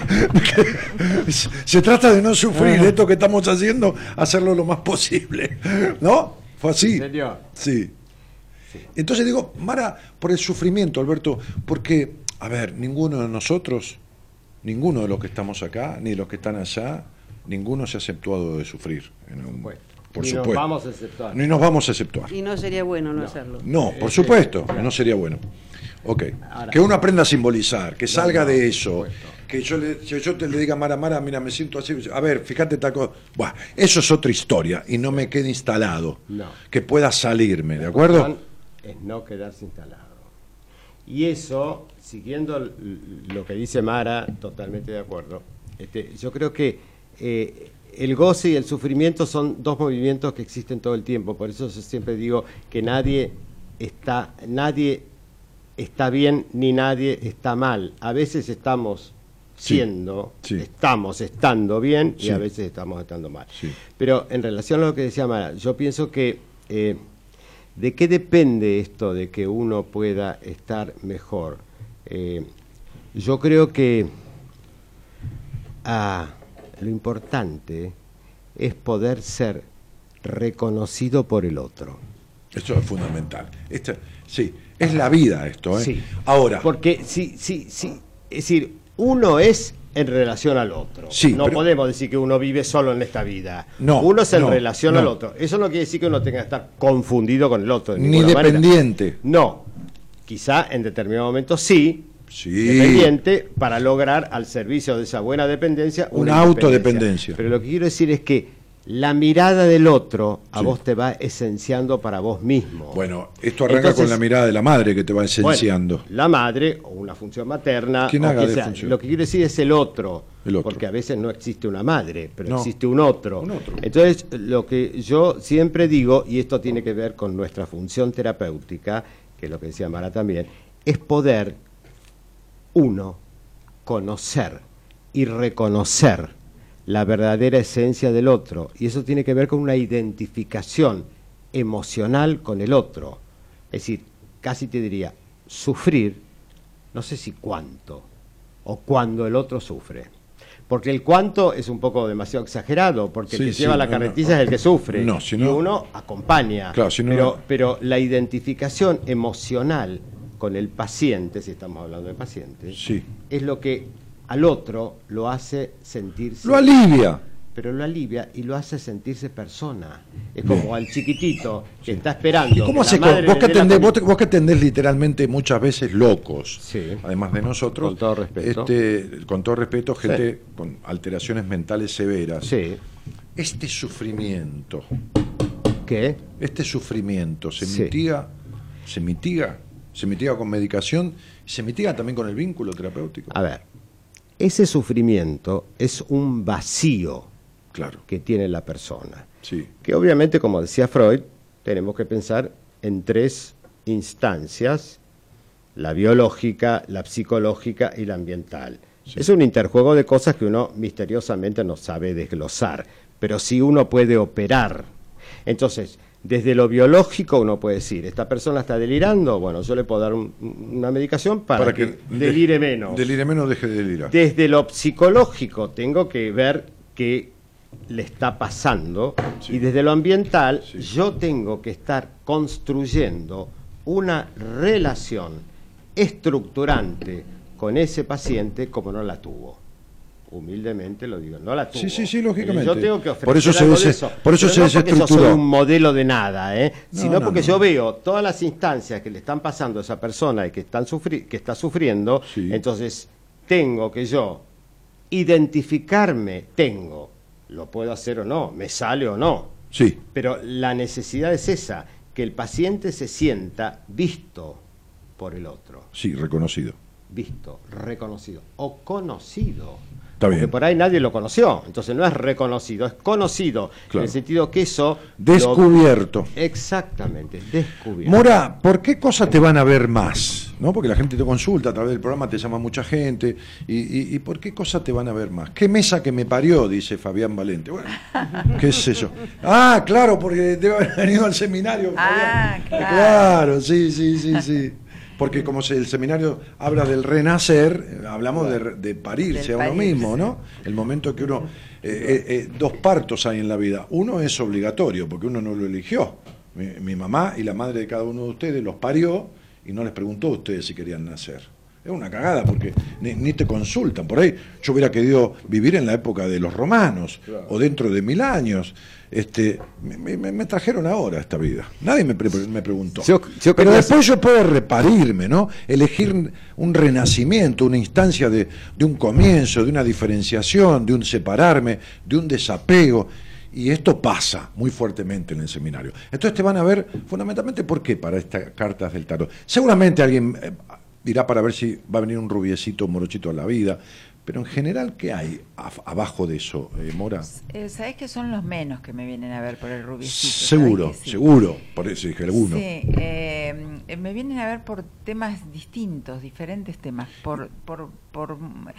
Se trata de no sufrir, esto que estamos haciendo, hacerlo lo más posible. ¿No? Fue así. ¿En serio? Sí. Entonces digo, Mara, por el sufrimiento, Alberto, porque, a ver, ninguno de nosotros ninguno de los que estamos acá, ni de los que están allá, ninguno se ha exceptuado de sufrir. En un, Bueno, por ni supuesto. nos vamos a exceptuar. Ni nos vamos a exceptuar. Y no sería bueno no, hacerlo. No, por supuesto, no sería bueno. Ok. Ahora- Que uno aprenda a simbolizar, que salga no, de por eso. supuesto. Que yo, le, yo, yo te le diga, Mara, Mara, mira, me siento así. A ver, fíjate tal cosa. Buah, eso es otra historia y no me quede instalado. No. Que pueda salirme, ¿de acuerdo? Es no quedarse instalado. Y eso, siguiendo l- lo que dice Mara, totalmente de acuerdo. Este, yo creo que eh, el goce y el sufrimiento son dos movimientos que existen todo el tiempo. Por eso yo siempre digo que nadie está, nadie está bien ni nadie está mal. A veces estamos Sí, siendo, sí. estamos estando bien y Sí. a veces estamos estando mal. Sí. Pero en relación a lo que decía Mara, yo pienso que eh, ¿de qué depende esto de que uno pueda estar mejor? Eh, yo creo que ah, lo importante es poder ser reconocido por el otro. Eso es fundamental. Esto, sí, es la vida esto, ¿eh? Sí. Ahora, Porque sí, sí, sí, es decir, uno es en relación al otro. Sí, no pero- podemos decir que uno vive solo en esta vida. No, uno es en no, relación no. al otro. Eso no quiere decir que uno tenga que estar confundido con el otro. de ni ninguna manera. dependiente. No, quizá en determinado momento sí, Sí. dependiente, para lograr al servicio de esa buena dependencia Una independencia. autodependencia. Pero lo que quiero decir es que la mirada del otro a Sí. vos te va esenciando para vos mismo. Bueno, esto arranca Entonces- con la mirada de la madre que te va esenciando. Bueno, la madre o una función materna. ¿Quién o haga que de sea. función? Lo que quiero decir es el otro, El otro. porque a veces no existe una madre, pero No. existe un otro. Un otro. Entonces, lo que yo siempre digo, y esto tiene que ver con nuestra función terapéutica, que es lo que decía Mara también, es poder, uno, conocer y reconocer la verdadera esencia del otro, y eso tiene que ver con una identificación emocional con el otro. Es decir, casi te diría, sufrir, no sé si cuánto, o cuando el otro sufre. Porque el cuánto es un poco demasiado exagerado, porque Sí, el que sí, lleva la no, carretilla no. es el que sufre, No, si y no- uno acompaña. Claro, si no- pero, pero la identificación emocional con el paciente, si estamos hablando de pacientes, Sí. es lo que al otro lo hace sentirse... Lo alivia. Pero lo alivia y lo hace sentirse persona. Es como al chiquitito que está esperando. ¿Y cómo que hace la con- madre vos le que dé la atendés, vos, comida. te- vos que atendés literalmente muchas veces locos, Sí. además de nosotros, Con todo respeto. este, con todo respeto, gente con alteraciones mentales severas. Sí. Este sufrimiento, ¿Qué? este sufrimiento se Sí. mitiga, se mitiga, se mitiga con medicación, se mitiga también con el vínculo terapéutico. A ver, ese sufrimiento es un vacío Claro, que tiene la persona. sí, Que obviamente, como decía Freud, tenemos que pensar en tres instancias: la biológica, la psicológica y la ambiental. Sí. Es un interjuego de cosas que uno misteriosamente no sabe desglosar, pero sí uno puede operar. Entonces, desde lo biológico uno puede decir, esta persona está delirando, bueno, yo le puedo dar un- una medicación para, que, delire de- menos. Delire menos, deje de delirar. Desde lo psicológico tengo que ver qué le está pasando, Sí. y desde lo ambiental Sí. yo tengo que estar construyendo una relación estructurante con ese paciente como no la tuvo. Humildemente lo digo, no la tuvo. Sí, sí, sí, lógicamente. Yo tengo que ofrecer Por eso se algo de dese- eso. por eso Pero se no porque yo desestructuró. soy un modelo de nada, ¿eh? No, sino no, porque no. yo veo todas las instancias que le están pasando a esa persona y que, están sufri- que está sufriendo, Sí. entonces tengo que yo identificarme, tengo, lo puedo hacer o no, me sale o no, Sí, pero la necesidad es esa, que el paciente se sienta visto por el otro, sí, reconocido. visto, reconocido o conocido. Está Porque bien. por ahí nadie lo conoció, entonces no es reconocido, es conocido, Claro. en el sentido que eso... Descubierto. lo- exactamente, descubierto. Mora, ¿por qué cosas te van a ver más? ¿No? Porque la gente te consulta, a través del programa te llama mucha gente. ¿Y, y, y por qué cosas te van a ver más? ¿Qué mesa que me parió? Dice Fabián Valente. Bueno, qué sé yo. Ah, claro, porque debe haber venido al seminario. Ah, Fabián. claro. Claro, sí, sí, sí, sí. Porque como se- el seminario habla del renacer, eh, hablamos de, re- de parirse Del a uno parirse. mismo, ¿no? El momento que uno... eh, eh, eh, dos partos hay en la vida. Uno es obligatorio, porque uno no lo eligió. Mi, mi mamá y la madre de cada uno de ustedes los parió y no les preguntó a ustedes si querían nacer. Es una cagada porque ni, ni te consultan. Por ahí yo hubiera querido vivir en la época de los romanos, claro, o dentro de mil años. Este, me, me, me trajeron ahora esta vida. Nadie me, pre, me preguntó. Yo, yo Pero después yo puedo reparirme, ¿no? Elegir un renacimiento, una instancia de, de un comienzo, de una diferenciación, de un separarme, de un desapego. Y esto pasa muy fuertemente en el seminario. Entonces te van a ver fundamentalmente por qué para estas cartas del tarot. Seguramente alguien eh, dirá para ver si va a venir un rubiecito, un morochito a la vida. Pero en general, ¿qué hay abajo de eso, eh, Mora? Eh, ¿Sabés que son los menos que me vienen a ver por el rubiecito? Seguro, sí, seguro, por eso dije alguno. Sí, eh, me vienen a ver por temas distintos, diferentes temas, por por, por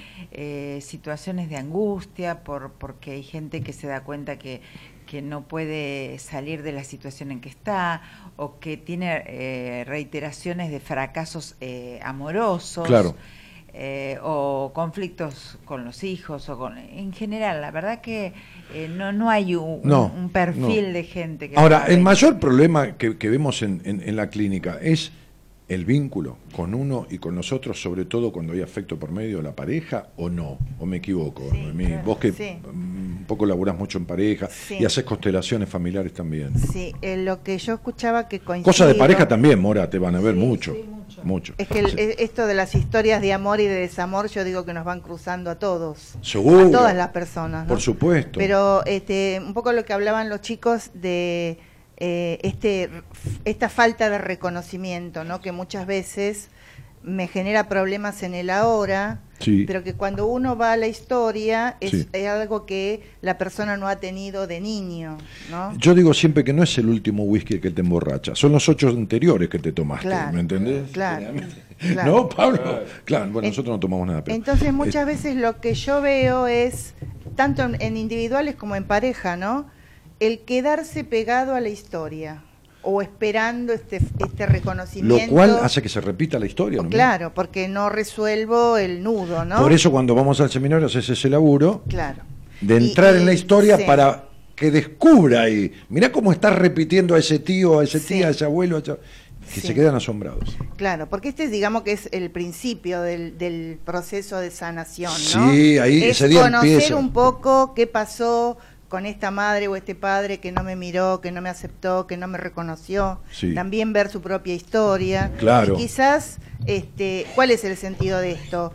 eh, situaciones de angustia, por porque hay gente que se da cuenta que, que no puede salir de la situación en que está, o que tiene eh, reiteraciones de fracasos eh, amorosos. Claro. Eh, o conflictos con los hijos o con, en general, la verdad que eh, no no hay un, no, un perfil no. de gente que ahora el mayor problema que, que vemos en, en, en la clínica es el vínculo con uno y con nosotros, sobre todo cuando hay afecto por medio de la pareja, o no, o me equivoco. Sí, Noemí, claro, vos que sí. un poco laburás mucho en pareja, sí, y haces constelaciones familiares también. Sí, eh, lo que yo escuchaba que coincide. Cosas de pareja también, Mora, te van a ver sí, mucho, sí, mucho. mucho. Es que el, Sí. esto de las historias de amor y de desamor, yo digo que nos van cruzando a todos. Seguro. A todas las personas, ¿no? Por supuesto. Pero este, un poco lo que hablaban los chicos de eh, este esta falta de reconocimiento, ¿no? Que muchas veces me genera problemas en el ahora, sí, pero que cuando uno va a la historia es, sí, es algo que la persona no ha tenido de niño, ¿no? Yo digo siempre que no es el último whisky que te emborracha, son los ocho anteriores que te tomaste, Claro, ¿me entendés? claro, claro. ¿No, Pablo? Claro, bueno, nosotros no tomamos nada. Pero, Entonces muchas eh, veces lo que yo veo es, tanto en, en individuales como en pareja, ¿no? El quedarse pegado a la historia o esperando este este reconocimiento. Lo cual hace que se repita la historia, ¿no? Claro, porque no resuelvo el nudo, ¿no? Por eso cuando vamos al seminario haces ese laburo, claro, de entrar Y- en la y- historia sí. para que descubra ahí. Mirá cómo estás repitiendo a ese tío, a ese Sí. tía, a ese abuelo, a ese- que Sí. se quedan asombrados. Claro, porque este digamos que es el principio del, del proceso de sanación, ¿no? Sí, ahí es ese día conocer empieza. un poco qué pasó con esta madre o este padre que no me miró, que no me aceptó, que no me reconoció. Sí. También ver su propia historia. Claro. Y quizás, este, ¿cuál es el sentido de esto?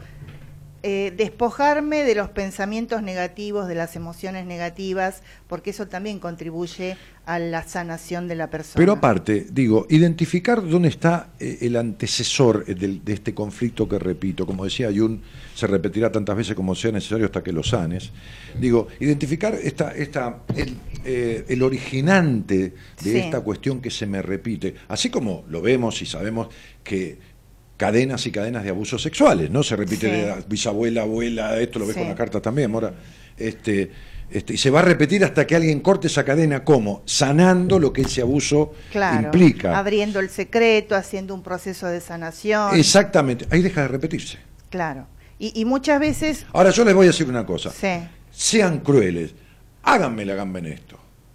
Eh, despojarme de los pensamientos negativos, de las emociones negativas, porque eso también contribuye a la sanación de la persona. Pero aparte, digo, identificar dónde está eh, el antecesor eh, del- de este conflicto que repito, como decía Jung, se repetirá tantas veces como sea necesario hasta que lo sanes. Digo, identificar esta, esta, el, eh, el originante de Sí. esta cuestión que se me repite, así como lo vemos y sabemos que cadenas y cadenas de abusos sexuales, ¿no? Se repite Sí. de la bisabuela, abuela, esto lo ves Sí. con la carta también, Mora. Este, este, y se va a repetir hasta que alguien corte esa cadena, ¿cómo? Sanando lo que ese abuso Claro, implica. abriendo el secreto, haciendo un proceso de sanación. Exactamente, ahí deja de repetirse. Claro. Y, y muchas veces, Ahora yo les voy a decir una cosa, sí, sean crueles, háganme la gamba en esto.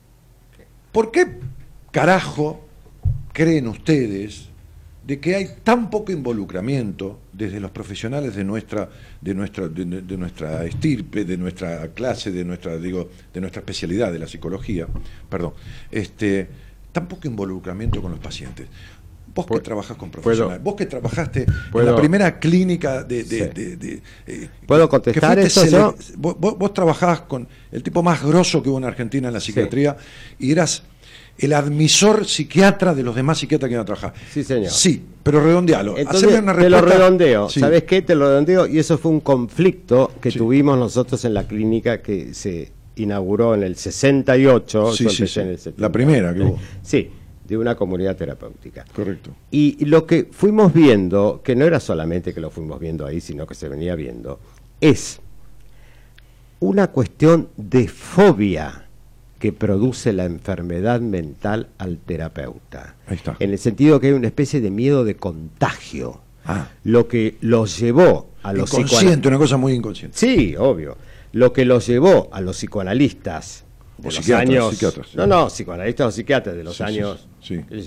¿Por qué carajo creen ustedes de que hay tan poco involucramiento desde los profesionales de nuestra de nuestra de, de nuestra estirpe, de nuestra clase, de nuestra digo, de nuestra especialidad de la psicología, perdón, este tan poco involucramiento con los pacientes? Vos que Pu- trabajás con ¿puedo? profesionales, vos que trabajaste en ¿Puedo? la primera clínica de... de- Sí. de- de- eh, ¿Puedo que contestar fuiste eso sele- yo? Vos, vos- vos trabajabas con el tipo más grosso que hubo en Argentina en la psiquiatría y eras el admisor psiquiatra de los demás psiquiatras que iban a trabajar. Sí, señor. Sí, pero redondealo. Entonces, Haceme una te lo respuesta- redondeo. Sí. ¿Sabes qué? Te lo redondeo. Y eso fue un conflicto que Sí. tuvimos nosotros en la clínica que se inauguró en el sesenta y ocho. Sí, yo sí, empecé sí. en el setenta. La primera que hubo. Sí, de una comunidad terapéutica. Correcto. Y lo que fuimos viendo, que no era solamente que lo fuimos viendo ahí, sino que se venía viendo, es una cuestión de fobia que produce la enfermedad mental al terapeuta. Ahí está. En el sentido que hay una especie de miedo de contagio. Ah. Lo que los llevó a los Inconsciente, psicoanalistas. una cosa muy inconsciente. Sí, obvio. Lo que los llevó a los psicoanalistas de O los psiquiatras, años. psiquiatras, sí. No, no, psicoanalistas o psiquiatras de los Sí, sí, años. sí. qué sé yo,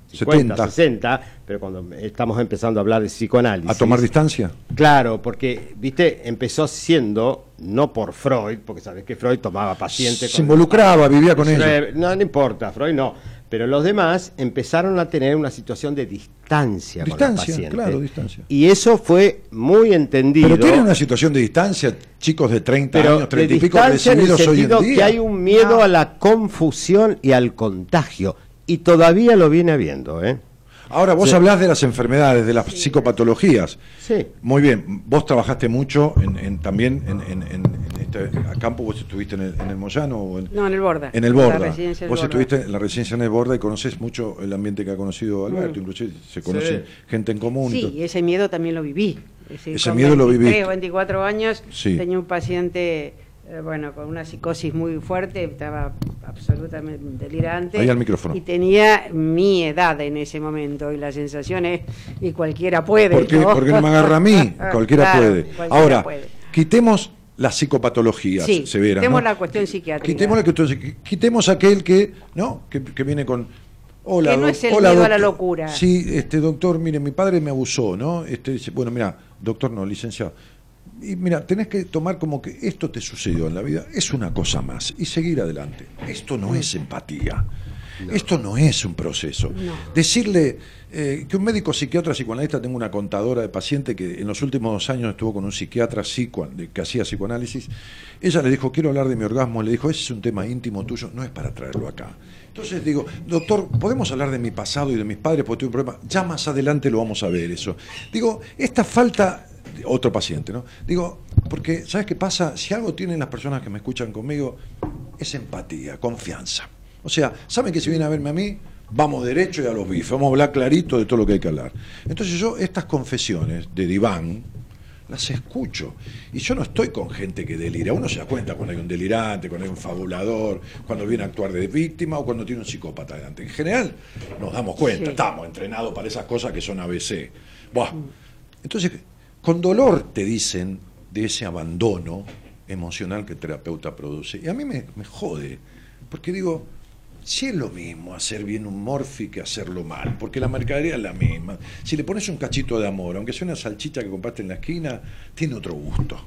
cincuenta, setenta. sesenta, pero cuando estamos empezando a hablar de psicoanálisis. ¿A tomar distancia? Claro, porque, viste, empezó siendo, no por Freud, porque sabes que Freud tomaba pacientes. Se involucraba, vivía con ellos. No, no importa, Freud no. Pero los demás empezaron a tener una situación de distancia, Distancia, con el paciente. claro, distancia. Y eso fue muy entendido. Pero tienen una situación de distancia, chicos de treinta pero años, treinta de y pico, distancia en el recibidos hoy en sentido día. que hay un miedo No. a la confusión y al contagio. Y todavía lo viene habiendo, ¿eh? Ahora, vos Sí. hablás de las enfermedades, de las psicopatologías. Sí. Muy bien, vos trabajaste mucho en, en- también en, en, en, en este campo, vos estuviste en el, en el Moyano o en, No, en el Borda. en el La Borda. residencia del Vos Borda. estuviste en la residencia en el Borda y conocés mucho el ambiente que ha conocido Alberto, Mm. inclusive se conoce Sí. gente en común. Sí, y ese miedo también lo viví. Es decir, Ese con miedo lo veintitrés viví. o veinticuatro años Sí. tenía un paciente, eh, bueno, con una psicosis muy fuerte, estaba absolutamente delirante. Ahí al micrófono. Y tenía mi edad en ese momento, y la sensación es, y cualquiera puede. ¿Por qué, ¿no? por qué no me agarra a mí? Cualquiera Claro, puede. cualquiera Ahora, puede. quitemos las psicopatologías Sí, severas. quitemos ¿no? la cuestión psiquiátrica. Quitemos, la cuestión- quitemos aquel que, ¿no? que, que viene con... Hola, Que no doc- es el hola, miedo a la doctor. locura. Sí, este doctor, mire, mi padre me abusó, ¿no? Este dice, bueno, mira, doctor no, licenciado. Y mira, tenés que tomar como que esto te sucedió en la vida, es una cosa más, y seguir adelante. Esto no es empatía. Esto no es un proceso. No. Decirle eh, que un médico psiquiatra psicoanalista, tengo una contadora de paciente que en los últimos dos años estuvo con un psiquiatra psico, de- que hacía psicoanálisis, ella le dijo, quiero hablar de mi orgasmo, le dijo, ese es un tema íntimo tuyo, no es para traerlo acá. Entonces digo, doctor, ¿podemos hablar de mi pasado y de mis padres porque tuve un problema? Ya más adelante lo vamos a ver eso. Digo, esta falta... Otro paciente, ¿no? Digo, porque, ¿sabes qué pasa? Si algo tienen las personas que me escuchan conmigo, es empatía, confianza. O sea, ¿saben que si vienen a verme a mí? Vamos derecho y a los bifes, vamos a hablar clarito de todo lo que hay que hablar. Entonces yo estas confesiones de diván las escucho. Y yo no estoy con gente que delira. Uno se da cuenta cuando hay un delirante, cuando hay un fabulador, cuando viene a actuar de víctima o cuando tiene un psicópata delante. En general nos damos cuenta, Sí. estamos entrenados para esas cosas que son A B C. Buah. Entonces, con dolor te dicen de ese abandono emocional que el terapeuta produce. Y a mí me, me jode, porque digo, si es lo mismo hacer bien un morfi que hacerlo mal, porque la mercadería es la misma. Si le pones un cachito de amor, aunque sea una salchicha que compraste en la esquina, tiene otro gusto.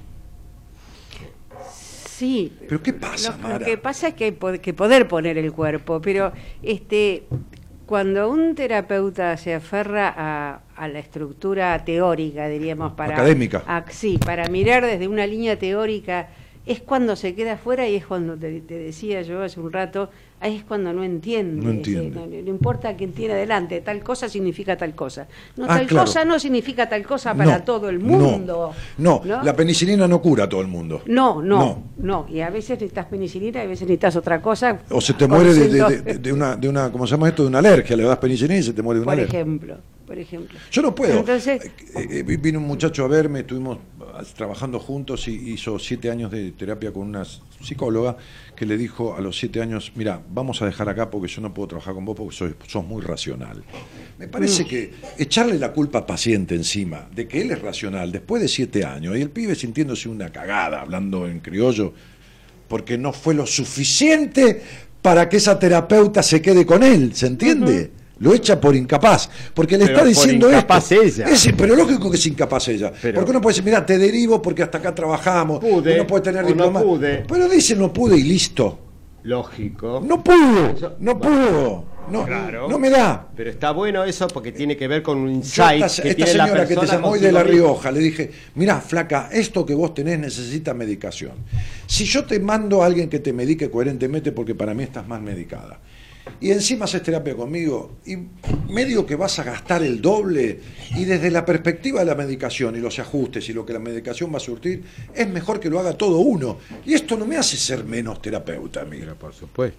Sí. ¿Pero qué pasa, Lo, Mara? lo que pasa es que hay po- que poder poner el cuerpo, pero este cuando un terapeuta se aferra a, a la estructura teórica, diríamos, para... Académica. a- sí, para mirar desde una línea teórica, es cuando se queda afuera y es cuando, te, te decía yo hace un rato, ahí es cuando no entiende. No entiende. Eh, No, no importa quién tiene adelante, tal cosa significa tal cosa. No, Ah, tal claro. cosa no significa tal cosa para No, todo el no, mundo. No, la penicilina no cura a todo el mundo. No, no, No. no, y a veces necesitas penicilina y a veces necesitas otra cosa. O se te con muere de, de- síntomas. de- de una, de una, ¿cómo se llama esto? De una alergia, le das penicilina y se te muere de una Por alergia. ejemplo, por ejemplo. Yo no puedo. Entonces, Eh, eh, vino un muchacho a verme, estuvimos trabajando juntos y hizo siete años de terapia con una psicóloga que le dijo a los siete años, mira, vamos a dejar acá porque yo no puedo trabajar con vos porque sos, sos muy racional. Me parece que echarle la culpa al paciente encima de que él es racional después de siete años y el pibe sintiéndose una cagada, hablando en criollo, porque no fue lo suficiente para que esa terapeuta se quede con él, ¿se entiende? Lo echa por incapaz, porque le Pero está por diciendo incapaz esto. ella. Es- pero lógico que es incapaz ella. Pero- porque uno puede decir, mira, te derivo porque hasta acá trabajamos, Pude, uno puede tener o no diploma. pude. Pero dice no pude y listo. Lógico. No pudo, no pudo, no, Claro. no me da. Pero está bueno eso porque tiene que ver con un Yo insight esta, que esta tiene la señora que persona te llamó hoy consigo de La misma. Rioja, le dije, mirá, flaca, esto que vos tenés necesita medicación. Si yo te mando a alguien que te medique coherentemente porque para mí estás más medicada, y encima haces terapia conmigo, y medio que vas a gastar el doble, y desde la perspectiva de la medicación y los ajustes y lo que la medicación va a surtir, es mejor que lo haga todo uno. Y esto no me hace ser menos terapeuta, amigo. Pero por supuesto.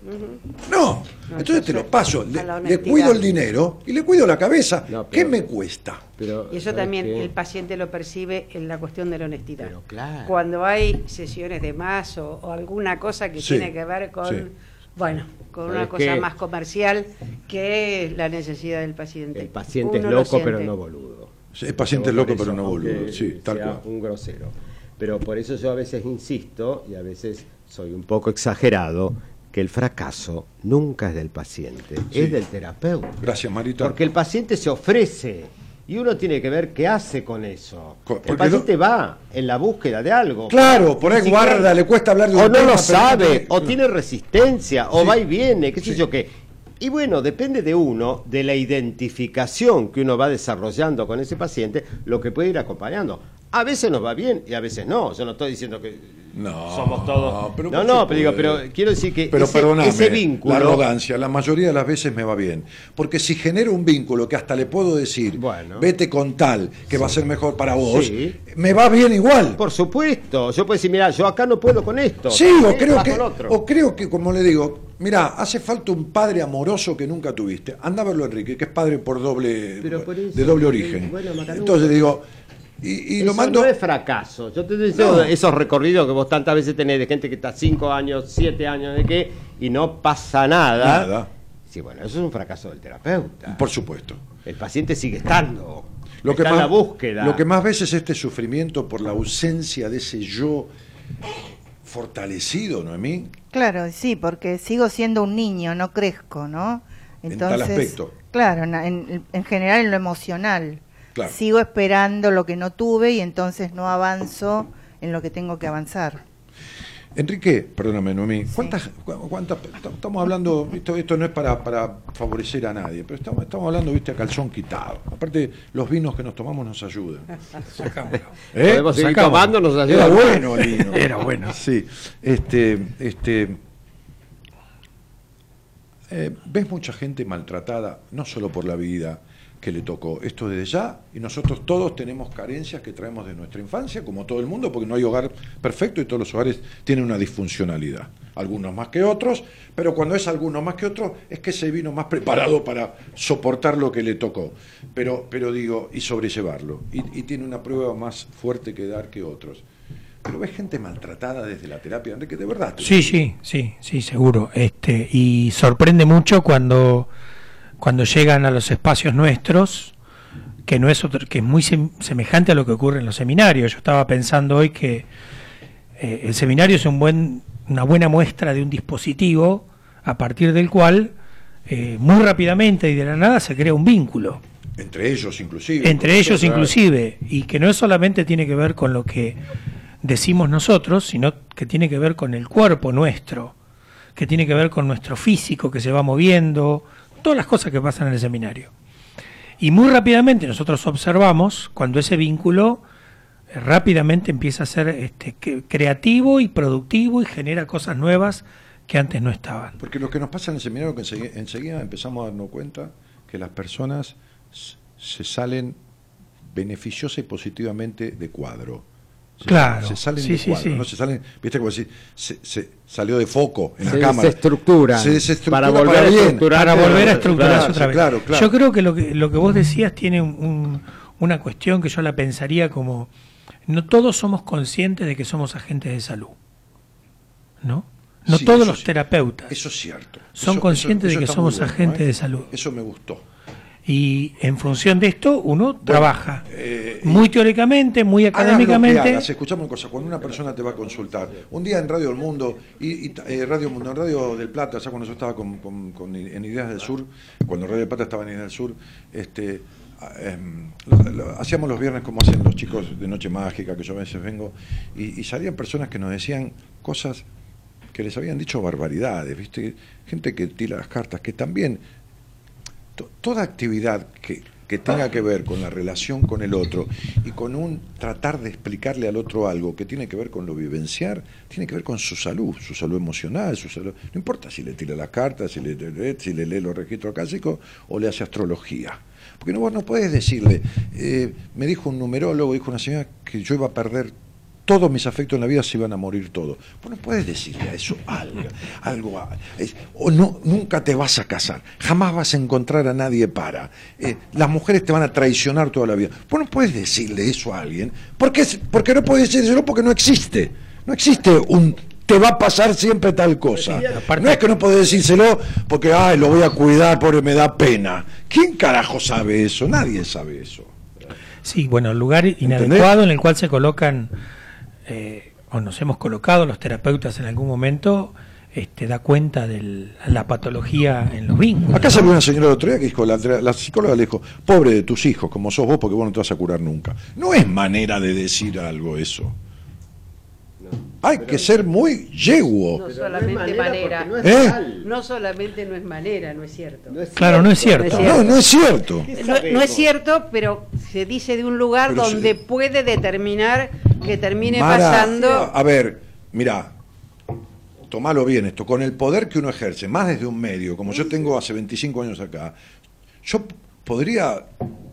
No, No, entonces yo te lo sé, paso, a le, la le honestidad. cuido el dinero y le cuido la cabeza. No, ¿Qué pero- me cuesta? Pero, y eso ¿sabes también qué? el paciente lo percibe en la cuestión de la honestidad. Pero claro. Cuando hay sesiones de más o, o alguna cosa que Sí, tiene que ver con, sí. bueno, con una ¿Sabes cosa qué? más comercial que la necesidad del paciente. El paciente Uno es lo loco, pero siente. no boludo. El paciente es Por loco, eso, pero no aunque boludo. Sí, tal sea cual. un grosero. Pero por eso yo a veces insisto, y a veces soy un poco exagerado, que el fracaso nunca es del paciente, Sí. es del terapeuta. Gracias, Marita. Porque el paciente se ofrece y uno tiene que ver qué hace con eso. Co- El porque paciente lo- va en la búsqueda de algo. Claro, por ahí Ni siquiera- guarda, le cuesta hablar de un O no tema, lo pero sabe, tiene- o tiene resistencia, o Sí. va y viene, qué sé Sí. yo qué. Y bueno, depende de uno, de la identificación que uno va desarrollando con ese paciente, lo que puede ir acompañando. A veces nos va bien y a veces no. Yo no estoy diciendo que No, somos todos. pero no, por no, pero digo, supuesto. pero quiero decir que Pero ese, perdóname, ese vínculo. la arrogancia, la mayoría de las veces me va bien. Porque si genero un vínculo que hasta le puedo decir, Bueno. vete con tal, que va a ser mejor para vos, Sí. me va bien igual. Por supuesto, yo puedo decir, mira, yo acá no puedo con esto. Sí, ¿sabes o qué? creo, Vas que, con otro. o creo que, como le digo, mira, hace falta un padre amoroso que nunca tuviste. Anda a verlo, Enrique, que es padre por doble, Pero por eso, de doble eh, origen. bueno, Macanudo. Entonces digo, y, y lo Eso mando... no es fracaso. Yo te estoy diciendo No. esos recorridos que vos tantas veces tenés de gente que está cinco años, siete años de qué, y no pasa nada. Nada. Sí, bueno, eso es un fracaso del terapeuta. Por supuesto. El paciente sigue estando. Lo que, está más, en la búsqueda. lo que más veces este sufrimiento por la ausencia de ese yo fortalecido, Noemí, Claro, sí, porque sigo siendo un niño, no crezco, ¿no? En tal aspecto. Claro, en, en, en general en lo emocional. Claro. Sigo esperando lo que no tuve y entonces no avanzo en lo que tengo que avanzar. Enrique, perdóname, Noemí, ¿cuántas, cu- cuántas, estamos hablando, esto, esto no es para, para favorecer a nadie, pero estamos, estamos hablando, viste, a calzón quitado. Aparte, los vinos que nos tomamos nos ayudan. Sacámoslo. ¿Eh? Podemos seguir Sacamos. tomando, nos ayuda. Era bueno el vino. Era bueno. Sí. Este, este, eh, ves mucha gente maltratada, no solo por la vida que le tocó, esto desde ya, y nosotros todos tenemos carencias que traemos de nuestra infancia, como todo el mundo, porque no hay hogar perfecto y todos los hogares tienen una disfuncionalidad, algunos más que otros, pero cuando es alguno más que otro, es que se vino más preparado para soportar lo que le tocó, pero, pero digo, y sobrellevarlo, y, y tiene una prueba más fuerte que dar que otros. Pero ves gente maltratada desde la terapia, Enrique, de verdad. te Sí, digo. sí, sí, sí, seguro. Este, y sorprende mucho cuando, cuando llegan a los espacios nuestros, que no es otro, que es muy sem- semejante a lo que ocurre en los seminarios. Yo estaba pensando hoy que eh, el seminario es un buen, una buena muestra de un dispositivo a partir del cual eh, muy rápidamente y de la nada se crea un vínculo. Entre ellos, inclusive. Entre ellos inclusive, y que no solamente tiene que ver con lo que decimos nosotros, sino que tiene que ver con el cuerpo nuestro, que tiene que ver con nuestro físico que se va moviendo, todas las cosas que pasan en el seminario. Y muy rápidamente nosotros observamos cuando ese vínculo eh, rápidamente empieza a ser este, que- creativo y productivo y genera cosas nuevas que antes no estaban. Porque lo que nos pasa en el seminario, que enseguida, enseguida empezamos a darnos cuenta que las personas s- se salen beneficiosa y positivamente de cuadro. Se, Claro, se salen sí, de sí, cuadro, sí. no se salen, viste como decir, se, se salió de foco en Se la cámara. desestructuran. Se desestructura Para volver a bien. estructurar. Para volver a Claro, estructurarse claro, otra vez. claro, claro. Yo creo que lo que lo que vos decías tiene un- un- una cuestión que yo la pensaría como no todos somos conscientes de que somos agentes de salud, ¿no? No Sí, todos eso los sí. terapeutas Eso es cierto. son Eso- conscientes eso- de eso que está muy somos bueno, agentes ¿eh? de salud. Eso me gustó. Y en función de esto uno trabaja eh, muy teóricamente, muy Hagas lo que académicamente. hagas, escuchame una cosa, cuando una persona te va a consultar, un día en Radio del Mundo, y, y, eh, Radio Mundo, en Radio del Plata, ya cuando yo estaba con, con- con- en Ideas del Sur, cuando Radio del Plata estaba en Ideas del Sur, este, eh, lo- lo- hacíamos los viernes como hacen los chicos de Noche Mágica, que yo a veces vengo, y, y salían personas que nos decían cosas que les habían dicho barbaridades, ¿viste? Gente que tira las cartas, que también to- toda actividad que, que tenga que ver con la relación con el otro y con un tratar de explicarle al otro algo que tiene que ver con lo vivenciar, tiene que ver con su salud, su salud emocional, su salud. No importa si le tira las cartas, si le, le- si le lee los registros clásicos o le hace astrología. Porque no, vos no puedes decirle, eh, me dijo un numerólogo, dijo una señora que yo iba a perder todos mis afectos en la vida, se iban a morir todos. Vos no puedes decirle a eso algo, algo a- es- o no, nunca te vas a casar, jamás vas a encontrar a nadie para. Eh, las mujeres te van a traicionar toda la vida. Vos no puedes decirle eso a alguien, porque, es- porque no puedes decírselo porque no existe. No existe un te va a pasar siempre tal cosa. No es que no podés decírselo porque ay, lo voy a cuidar porque me da pena. ¿Quién carajo sabe eso? Nadie sabe eso. Sí, bueno, el lugar inadecuado en el cual se colocan, eh, o nos hemos colocado los terapeutas en algún momento, este, da cuenta de la patología en los vínculos. Acá salió una señora el otro día que dijo, la, la psicóloga le dijo, pobre de tus hijos, como sos vos, porque vos no te vas a curar nunca. No es manera de decir algo eso. Hay que ser muy yeguo. No solamente manera, No, es ¿Eh? no solamente no es manera, no es cierto. No es Claro, no es cierto. No, no es cierto. No, no es cierto, pero se dice de un lugar Pero donde se- puede determinar que termine Mara, pasando. a ver, mirá, tomalo bien esto, con el poder que uno ejerce, más desde un medio, como yo tengo hace veinticinco años acá, yo podría,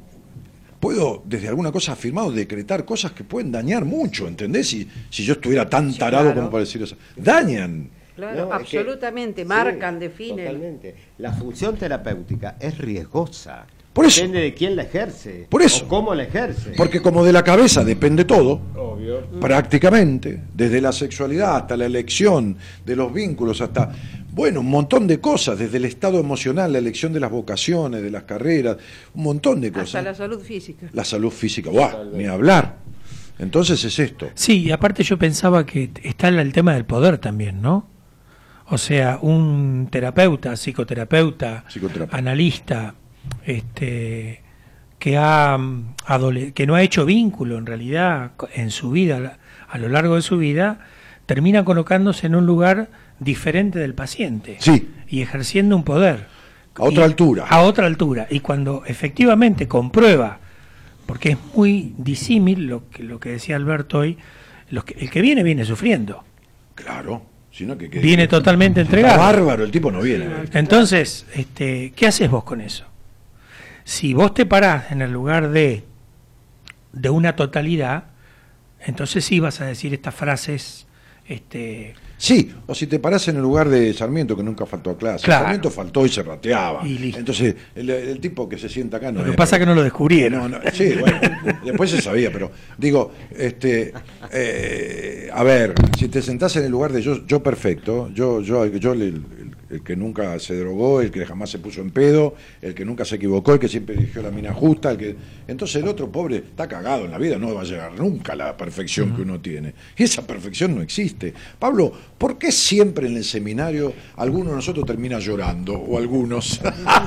puedo desde alguna cosa afirmado decretar cosas que pueden dañar mucho, ¿entendés? Si, si yo estuviera tan Sí, tarado claro. como para decir eso. Dañan. Claro, No, es que- absolutamente, marcan, Sí, definen. Totalmente. La función terapéutica es riesgosa. Por eso. Depende de quién la ejerce. Por eso. O cómo la ejerce. Porque como de la cabeza depende todo, Obvio. prácticamente, desde la sexualidad hasta la elección de los vínculos, hasta, bueno, un montón de cosas, desde el estado emocional, la elección de las vocaciones, de las carreras, un montón de cosas. Hasta la salud física. La salud física, ¡buah! Ni hablar. Entonces es esto. Sí, y aparte yo pensaba que está el tema del poder también, ¿no? O sea, un terapeuta, psicoterapeuta, Psicoterapeuta. analista, este, que ha mm, adole- que no ha hecho vínculo en realidad co- en su vida, a lo largo de su vida, termina colocándose en un lugar diferente del paciente Sí. y ejerciendo un poder. A otra Y- altura. A otra altura. Y cuando efectivamente comprueba, porque es muy disímil lo que, lo que decía Alberto hoy, los que- el que viene, viene sufriendo. Claro. Sino que, que- Viene totalmente Está entregado. bárbaro, el tipo no viene. Entonces, este, ¿qué haces vos con eso? Si vos te parás en el lugar de, de una totalidad, entonces sí vas a decir estas frases, este, Sí, o si te parás en el lugar de Sarmiento, que nunca faltó a clase. Claro. Sarmiento faltó y se rateaba. Y listo. Entonces, el, el tipo que se sienta acá no lo que es, pasa es que no lo No, descubrieron. no, sí, bueno, después se sabía, pero digo, este, eh, a ver, si te sentás en el lugar de yo, yo perfecto, yo, yo, yo el, el- el que nunca se drogó, el que jamás se puso en pedo, el que nunca se equivocó, el que siempre eligió la mina justa, el que, entonces el otro pobre está cagado en la vida, no va a llegar nunca a la perfección que uno tiene. Y esa perfección no existe. Pablo, ¿por qué siempre en el seminario alguno de nosotros termina llorando o algunos?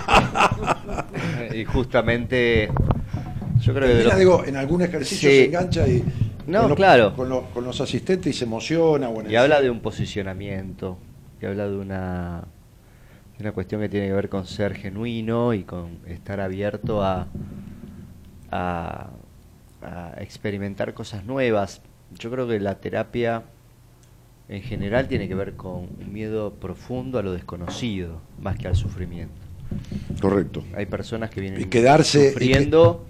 Y justamente, yo creo que... de Termina, lo- digo, en algún ejercicio Sí. se engancha y No, con, los- claro. con, los, con los asistentes y se emociona. O en el- Y habla de un posicionamiento, y habla de una, de una cuestión que tiene que ver con ser genuino y con estar abierto a, a, a experimentar cosas nuevas. Yo creo que la terapia en general tiene que ver con un miedo profundo a lo desconocido, más que al sufrimiento. Correcto. Hay personas que vienen Y quedarse- sufriendo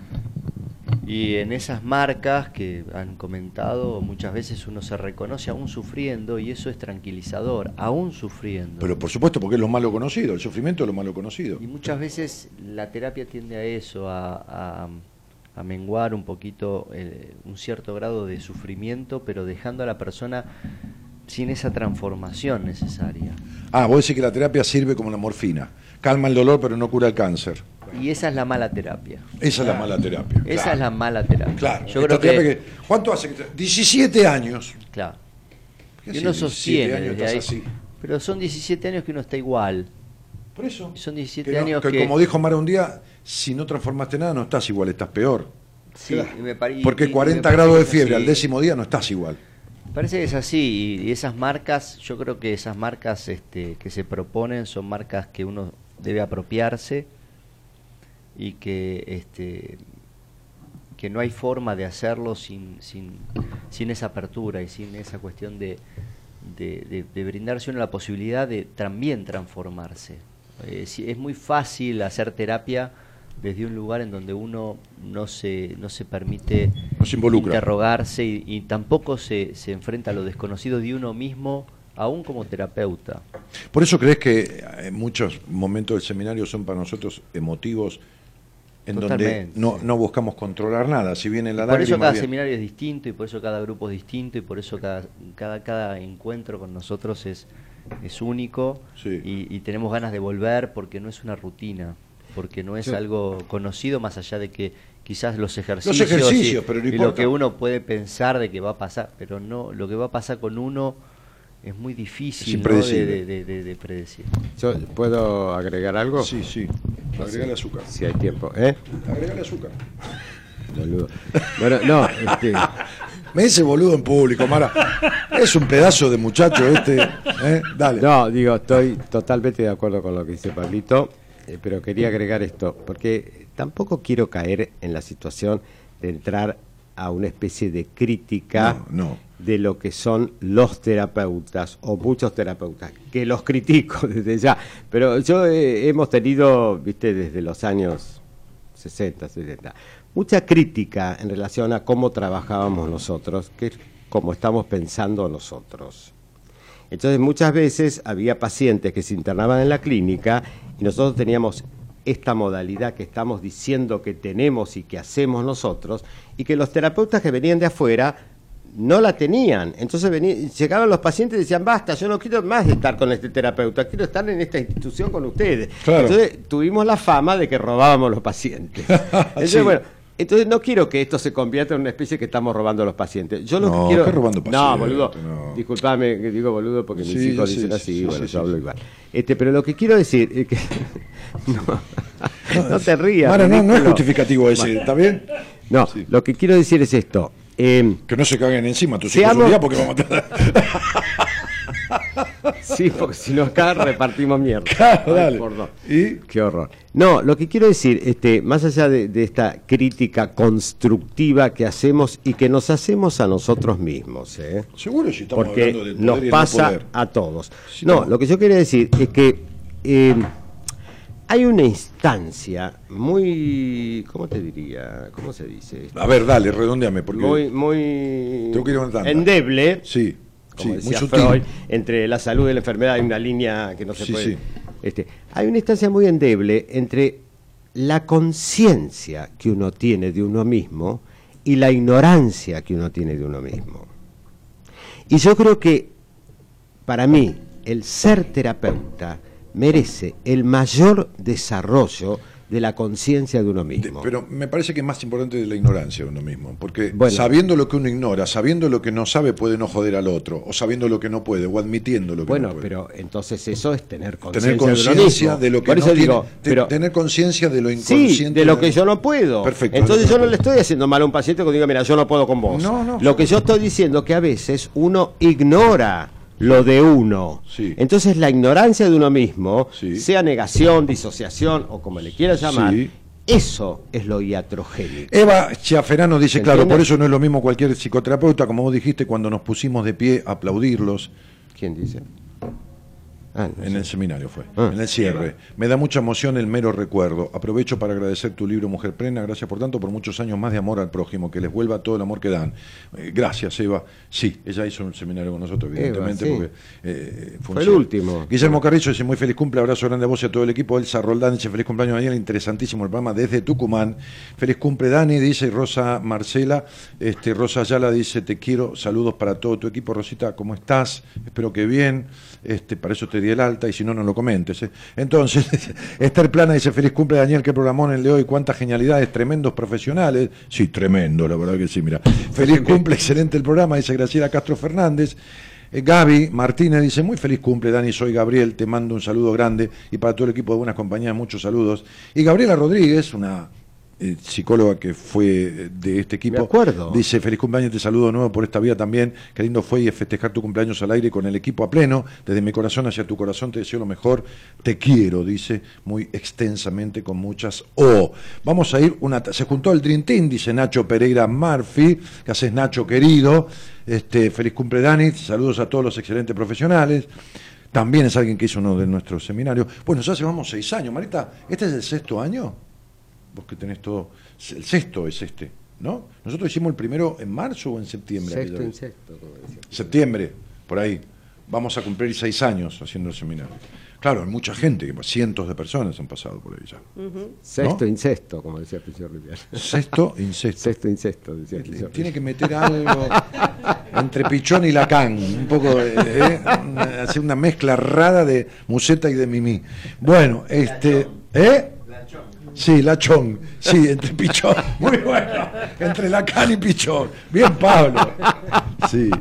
y en esas marcas que han comentado muchas veces uno se reconoce aún sufriendo y eso es tranquilizador, aún sufriendo. Pero por supuesto, porque es lo malo conocido, el sufrimiento es lo malo conocido. Y muchas veces la terapia tiende a eso, a, a, a menguar un poquito eh, un cierto grado de sufrimiento, pero dejando a la persona sin esa transformación necesaria. Ah, vos decís que la terapia sirve como la morfina. Calma el dolor, pero no cura el cáncer. Y esa es la mala terapia. Esa es la mala terapia. Esa claro. es la mala terapia. Claro. Yo Esta creo que, terapia que- ¿Cuánto hace que te- diecisiete años. claro. ¿Qué Y hace uno diecisiete sostiene años desde estás ahí. así? Pero son diecisiete años que uno está igual. Por eso. Son diecisiete Que no- años que que... como dijo Mara un día, si no transformaste nada, no estás igual, estás peor. Sí, y me pare- y- Porque y- y cuarenta me grados de parece que es fiebre al así. décimo día no estás igual. Parece que es así, y, y esas marcas, yo creo que esas marcas este, que se proponen son marcas que uno debe apropiarse y que este que no hay forma de hacerlo sin, sin, sin esa apertura y sin esa cuestión de, de, de, de brindarse uno la posibilidad de también transformarse. Eh, si- es muy fácil hacer terapia desde un lugar en donde uno no se, no se permite No se involucra. interrogarse y, y tampoco se, se enfrenta a lo desconocido de uno mismo, aún como terapeuta. Por eso crees que en muchos momentos del seminario son para nosotros emotivos, en donde Totalmente, no, sí. no buscamos controlar nada. Si viene la Por eso lágrima, cada bien. seminario es distinto y por eso cada grupo es distinto y por eso cada cada, cada encuentro con nosotros es, es único Sí. y, y tenemos ganas de volver porque no es una rutina, porque no es Sí. algo conocido más allá de que quizás los ejercicios, Los ejercicios, y, pero no y lo importa. que uno puede pensar de que va a pasar, pero no, lo que va a pasar con uno es muy difícil, Es ¿no? de, impredecible. de, de, de predecir. Yo, ¿puedo agregar algo? Sí, sí. Agregale azúcar. Si hay tiempo. ¿Eh? Agregale azúcar. Boludo. Bueno, no, este, Me dice boludo en público, Mara. Es un pedazo de muchacho este. ¿eh? Dale. no, digo, estoy totalmente de acuerdo con lo que dice Pablito, eh, pero quería agregar esto, porque tampoco quiero caer en la situación de entrar a una especie de crítica No, no. de lo que son los terapeutas o muchos terapeutas, que los critico desde ya, pero yo eh, hemos tenido, viste, desde los años sesenta, setenta, mucha crítica en relación a cómo trabajábamos nosotros, que es como estamos pensando nosotros. Entonces muchas veces había pacientes que se internaban en la clínica y nosotros teníamos esta modalidad que estamos diciendo que tenemos y que hacemos nosotros, y que los terapeutas que venían de afuera no la tenían. Entonces venían, llegaban los pacientes y decían, basta, yo no quiero más estar con este terapeuta, quiero estar en esta institución con ustedes. Claro. Entonces tuvimos la fama de que robábamos los pacientes. Entonces, Sí. bueno, entonces no quiero que esto se convierta en una especie que estamos robando a los pacientes. Yo lo No, que quiero... ¿qué robando No, pacientes? boludo, No. disculpame que digo boludo porque mis Sí, hijos sí, dicen sí, así, sí, bueno, sí, yo hablo sí. igual. Este, pero lo que quiero decir es que... no, no te rías. Mara, no, no es ridículo. justificativo ese, ¿está bien? No, Sí. lo que quiero decir es esto. Eh, Que no se caguen encima tus Seamos- hijos un día porque vamos a estar... sí, porque si no acá repartimos mierda. Claro, Ay, dale. por Dios. ¿Y? Qué horror. No, lo que quiero decir, este, más allá de, de esta crítica constructiva que hacemos y que nos hacemos a nosotros mismos, ¿eh? Seguro si estamos porque hablando del poder nos y el no pasa poder. a todos. Sí, no, no. lo que yo quería decir es que eh, hay una instancia muy, ¿cómo te diría? ¿Cómo se dice? A ver, dale, redondeame, porque... Muy, muy Tengo que ir a una tanda. endeble, Sí, como sí, muy decía sutil. Freud, entre la salud y la enfermedad hay una línea que no se Sí, puede... sí. Este, hay una instancia muy endeble entre la conciencia que uno tiene de uno mismo y la ignorancia que uno tiene de uno mismo. Y yo creo que, para mí, el ser terapeuta merece el mayor desarrollo de la conciencia de uno De- mismo. Pero me parece que es más importante de la ignorancia de uno mismo, porque Bueno. sabiendo lo que uno ignora, sabiendo lo que no sabe, puede no joder al otro, o sabiendo lo que no puede, o admitiendo lo que Bueno, no puede. pero entonces eso es tener Tener conciencia conciencia de, de uno lo mismo. que Por no eso tiene, digo, te- pero tener conciencia de lo sí, inconsciente. de lo que yo no puedo. Perfecto. Entonces no te yo no le preocupes. estoy haciendo mal a un paciente cuando diga, mira, yo no puedo con vos. No, no, lo que yo estoy diciendo es que a veces uno ignora lo de uno. Sí. Entonces la ignorancia de uno mismo, Sí. sea negación, disociación o como le quieras llamar, Sí. eso es lo iatrogénico. Eva Chiaferano dice, ¿Se claro, entiende? por eso no es lo mismo cualquier psicoterapeuta, como vos dijiste, cuando nos pusimos de pie a aplaudirlos. ¿Quién dice? Ah, no En sé. el seminario fue, Ah. en el cierre. Me da mucha emoción el mero recuerdo. Aprovecho para agradecer tu libro Mujer Plena. Gracias por tanto, por muchos años más de amor al prójimo, que les vuelva todo el amor que dan. Eh, gracias, Eva. Sí, ella hizo un seminario con nosotros, evidentemente, sí. porque eh, fue, un Fue el cierre. último. Guillermo Carrizo dice, muy feliz cumple, abrazo grande a vos y a todo el equipo. Elsa Roldán dice, feliz cumpleaños, Daniel, interesantísimo el programa desde Tucumán. Feliz cumple, Dani, dice Rosa Marcela. Este, Rosa Ayala dice, te quiero, saludos para todo tu equipo. Rosita, ¿cómo estás? Espero que bien. Este, para eso te di el alta y si no, no lo comentes. ¿eh? Entonces, Esther Plana dice, feliz cumple, Daniel, qué programón el de hoy, cuántas genialidades, tremendos profesionales. Sí, tremendo, la verdad que sí, mira. Feliz cumple, excelente el programa, dice Graciela Castro Fernández. Eh, Gaby Martínez dice, muy feliz cumple, Dani, soy Gabriel, te mando un saludo grande y para todo el equipo de Buenas Compañías, muchos saludos. Y Gabriela Rodríguez, una eh, psicóloga que fue de este equipo, Me acuerdo. dice, feliz cumpleaños, te saludo de nuevo por esta vía también, qué lindo fue festejar tu cumpleaños al aire con el equipo a pleno, desde mi corazón hacia tu corazón te deseo lo mejor, te quiero, dice muy extensamente con muchas O. Vamos a ir, una se juntó el Dream Team, dice Nacho Pereira Murphy, que haces Nacho querido, este, feliz cumple Dani, saludos a todos los excelentes profesionales. También es alguien que hizo uno de nuestros seminarios. Bueno, ya llevamos seis años. Marita, ¿este es el sexto año? Vos que tenés todo. El sexto es este, ¿no? Nosotros hicimos el primero en marzo o en septiembre. Sexto, aquella vez? insecto, como decía. Septiembre, por ahí. Vamos a cumplir seis años haciendo el seminario. Claro, hay mucha gente, cientos de personas han pasado por ahí ya. Sexto ¿No? incesto, como decía Pizarro Riviera. Sexto, incesto. Sexto incesto, decía Pizarro Tiene que meter algo entre Pichón y Lacan, un poco de, ¿eh? Una- hacer una mezcla rara de Musetta y de Mimí. Bueno, este, ¿eh? Sí, Lachón, sí, entre Pichón, muy bueno, entre Lacan y Pichón. Bien, Pablo. Sí,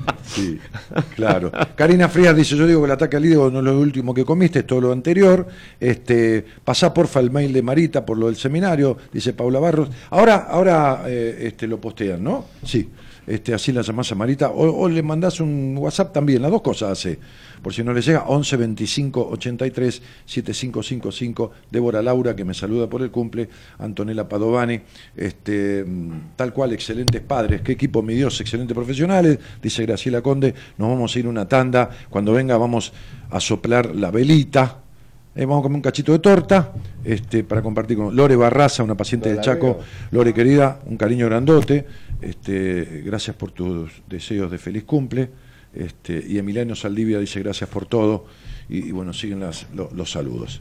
Sí, claro. Karina Frías dice, yo digo que el ataque al hígado no es lo último que comiste, es todo lo anterior. Este, pasá porfa el mail de Marita por lo del seminario, dice Paula Barros. Ahora, ahora eh, este, lo postean, ¿no? Sí. Este, así la llamás a Marita, o, o le mandás un WhatsApp también, las dos cosas hace, por si no le llega, once veinticinco ochenta y tres setenta y cinco cincuenta y cinco, Débora Laura, que me saluda por el cumple, Antonella Padovani, este, tal cual, excelentes padres, qué equipo mi Dios, excelentes profesionales, dice Graciela Conde, nos vamos a ir una tanda, cuando venga vamos a soplar la velita, Eh, vamos a comer un cachito de torta este, para compartir con Lore Barraza, una paciente del Chaco. Lore querida, un cariño grandote, este, gracias por tus deseos de feliz cumple, este, y Emiliano Saldivia dice gracias por todo, y, y bueno, siguen las, lo, los saludos.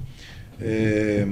Eh,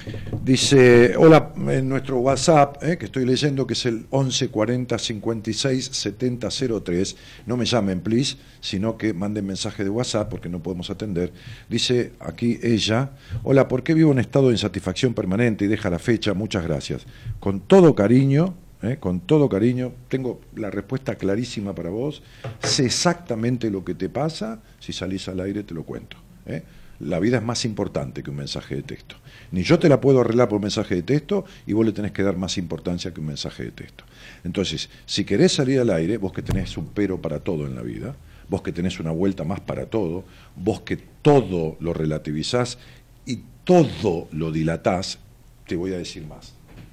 dice, hola, en nuestro WhatsApp, eh, que estoy leyendo, que es el once cuarenta cincuenta y seis setenta cero tres, no me llamen, please, sino que manden mensaje de WhatsApp, porque no podemos atender. Dice aquí ella, hola, ¿por qué vivo en estado de insatisfacción permanente? Y deja la fecha, muchas gracias. Con todo cariño, eh, con todo cariño, tengo la respuesta clarísima para vos, sé exactamente lo que te pasa, si salís al aire te lo cuento, eh. La vida es más importante que un mensaje de texto. Ni yo te la puedo arreglar por mensaje de texto y vos le tenés que dar más importancia que un mensaje de texto. Entonces, si querés salir al aire, vos que tenés un pero para todo en la vida, vos que tenés una vuelta más para todo, vos que todo lo relativizás y todo lo dilatás, te voy a decir más.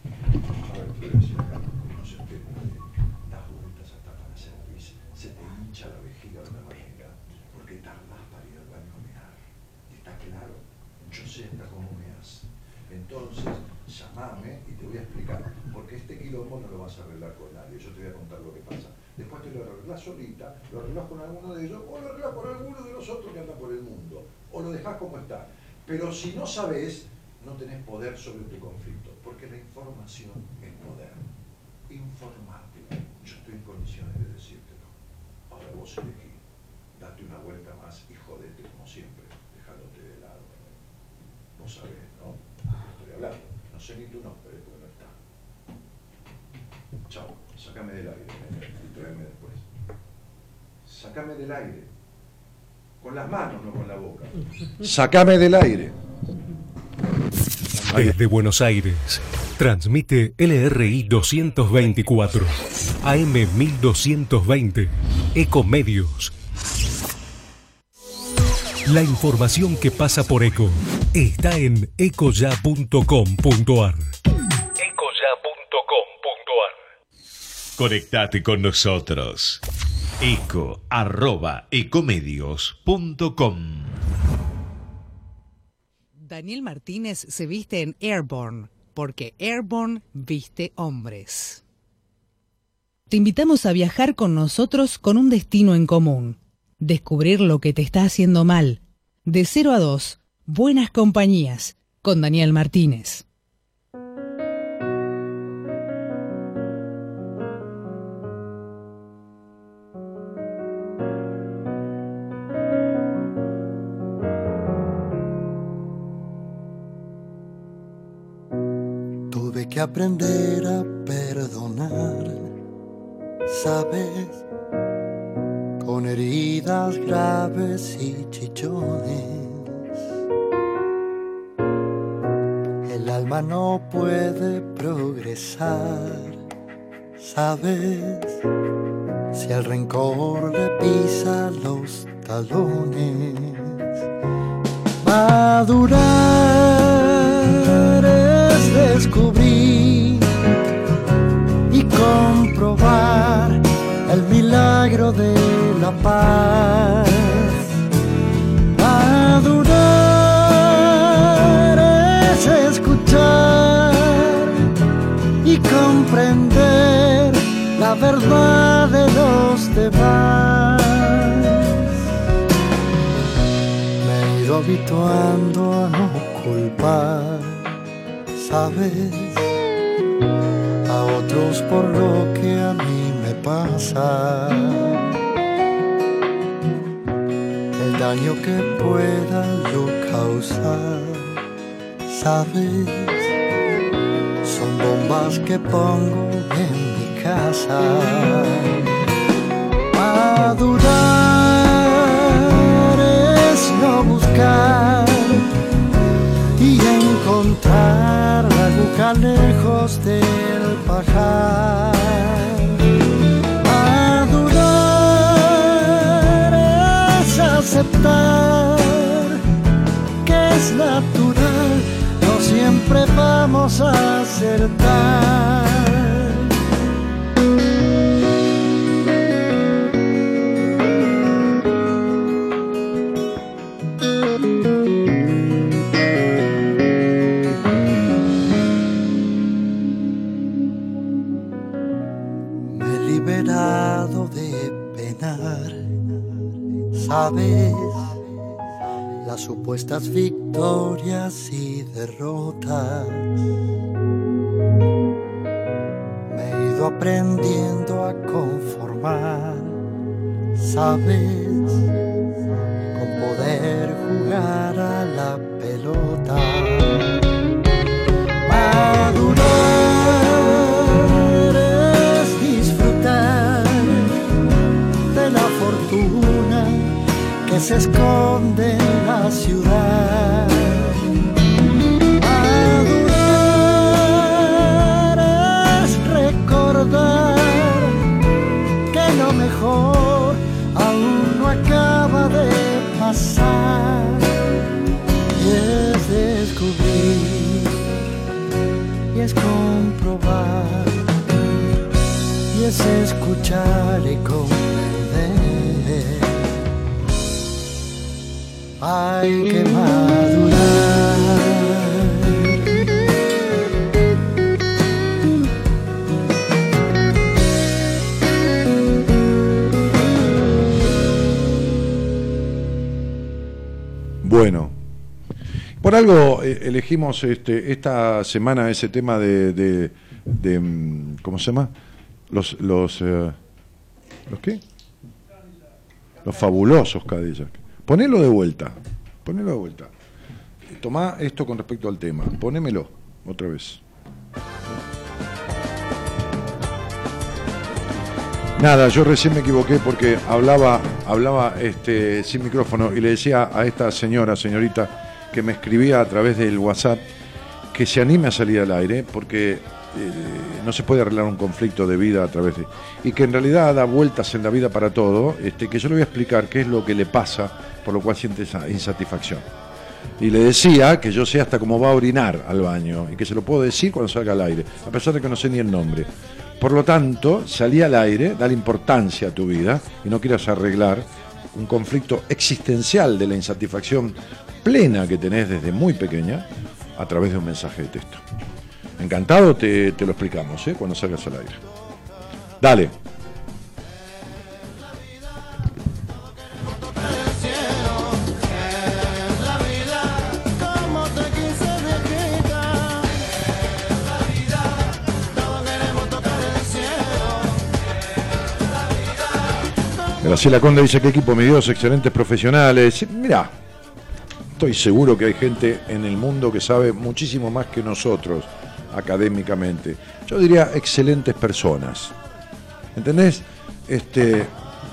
A ver, te voy a decir acá, no se entera nadie. Das vueltas hasta para hacer pis, se te hincha la vejiga de una manera, porque tardás para ir al baño a mirar. ¿Está claro? Yo sé hasta cómo me hace. Entonces, llamame y te voy a explicar, porque este quilombo no lo vas a arreglar con nadie, yo te voy a contar lo que pasa. Después te lo arreglás solita, lo arreglás con alguno de ellos, o lo arreglás con alguno de los otros que andan por el mundo, o lo dejás como está. Pero si no sabés, no tenés poder sobre tu conflicto, porque la información es poder. Informate. Yo estoy en condiciones de decírtelo. Ahora vos elegí, date una vuelta más y jodete como siempre, dejándote de lado. Vos sabés, ¿no? Estoy hablando. No sé ni tu nombre, porque no está. Chao. Sácame del aire, ¿eh? Y tráeme después. Sácame del aire. Con las manos, no con la boca. Sácame del aire. Desde Buenos Aires, transmite L R I doscientos veinticuatro, A M mil doscientos veinte, Ecomedios. La información que pasa por Eco está en ecoya punto com punto ar. ecoya punto com punto ar. Conectate con nosotros. Eco arroba ecomedios punto com. Daniel Martínez se viste en Airborne, porque Airborne viste hombres. Te invitamos a viajar con nosotros con un destino en común. Descubrir lo que te está haciendo mal. De cero a dos, Buenas Compañías, con Daniel Martínez. Tuve que aprender a perdonar, ¿sabes? Con heridas graves y chichones. El alma no puede progresar, ¿sabes? Si el rencor le pisa los talones. Madurar es descubrir y comprobar el milagro de la paz. Madurar es escuchar y comprender la verdad de los demás. Me he ido habituando a no culpar, ¿sabes? A otros por lo que a mí me pasa. El daño que pueda yo causar, ¿sabes? Son bombas que pongo en mi casa. Madurar es no buscar y encontrar la aguja lejos del pajar. Madurar es aceptar que es natural, no siempre vamos a acertar. Sabes, las supuestas victorias y derrotas, me he ido aprendiendo a conformar. Sabes, con poder jugar a la pelota. Madurar es disfrutar de la fortuna que se esconde en la ciudad. Madurar es recordar que lo mejor aún no acaba de pasar, y es descubrir, y es comprobar, y es escuchar y comprender. Hay que madurar. Bueno, por algo eh, elegimos este, esta semana ese tema de, de, de ¿cómo se llama? Los los eh, ¿los qué? Los fabulosos Cadillac. Ponelo de vuelta, ponelo de vuelta. Tomá esto con respecto al tema, ponémelo otra vez. Nada, yo recién me equivoqué porque hablaba, hablaba este, sin micrófono y le decía a esta señora, señorita, que me escribía a través del WhatsApp que se anime a salir al aire porque eh, no se puede arreglar un conflicto de vida a través de... Y que en realidad da vueltas en la vida para todo, este, que yo le voy a explicar qué es lo que le pasa por lo cual siente esa insatisfacción. Y le decía que yo sé hasta cómo va a orinar al baño y que se lo puedo decir cuando salga al aire, a pesar de que no sé ni el nombre. Por lo tanto, salí al aire, dale importancia a tu vida y no quieras arreglar un conflicto existencial de la insatisfacción plena que tenés desde muy pequeña a través de un mensaje de texto. Encantado, te, te lo explicamos, ¿eh? Cuando salgas al aire. Dale. Graciela Conde dice que equipo me dio, excelentes profesionales. Mirá, estoy seguro que hay gente en el mundo que sabe muchísimo más que nosotros académicamente. Yo diría excelentes personas. ¿Entendés? Este,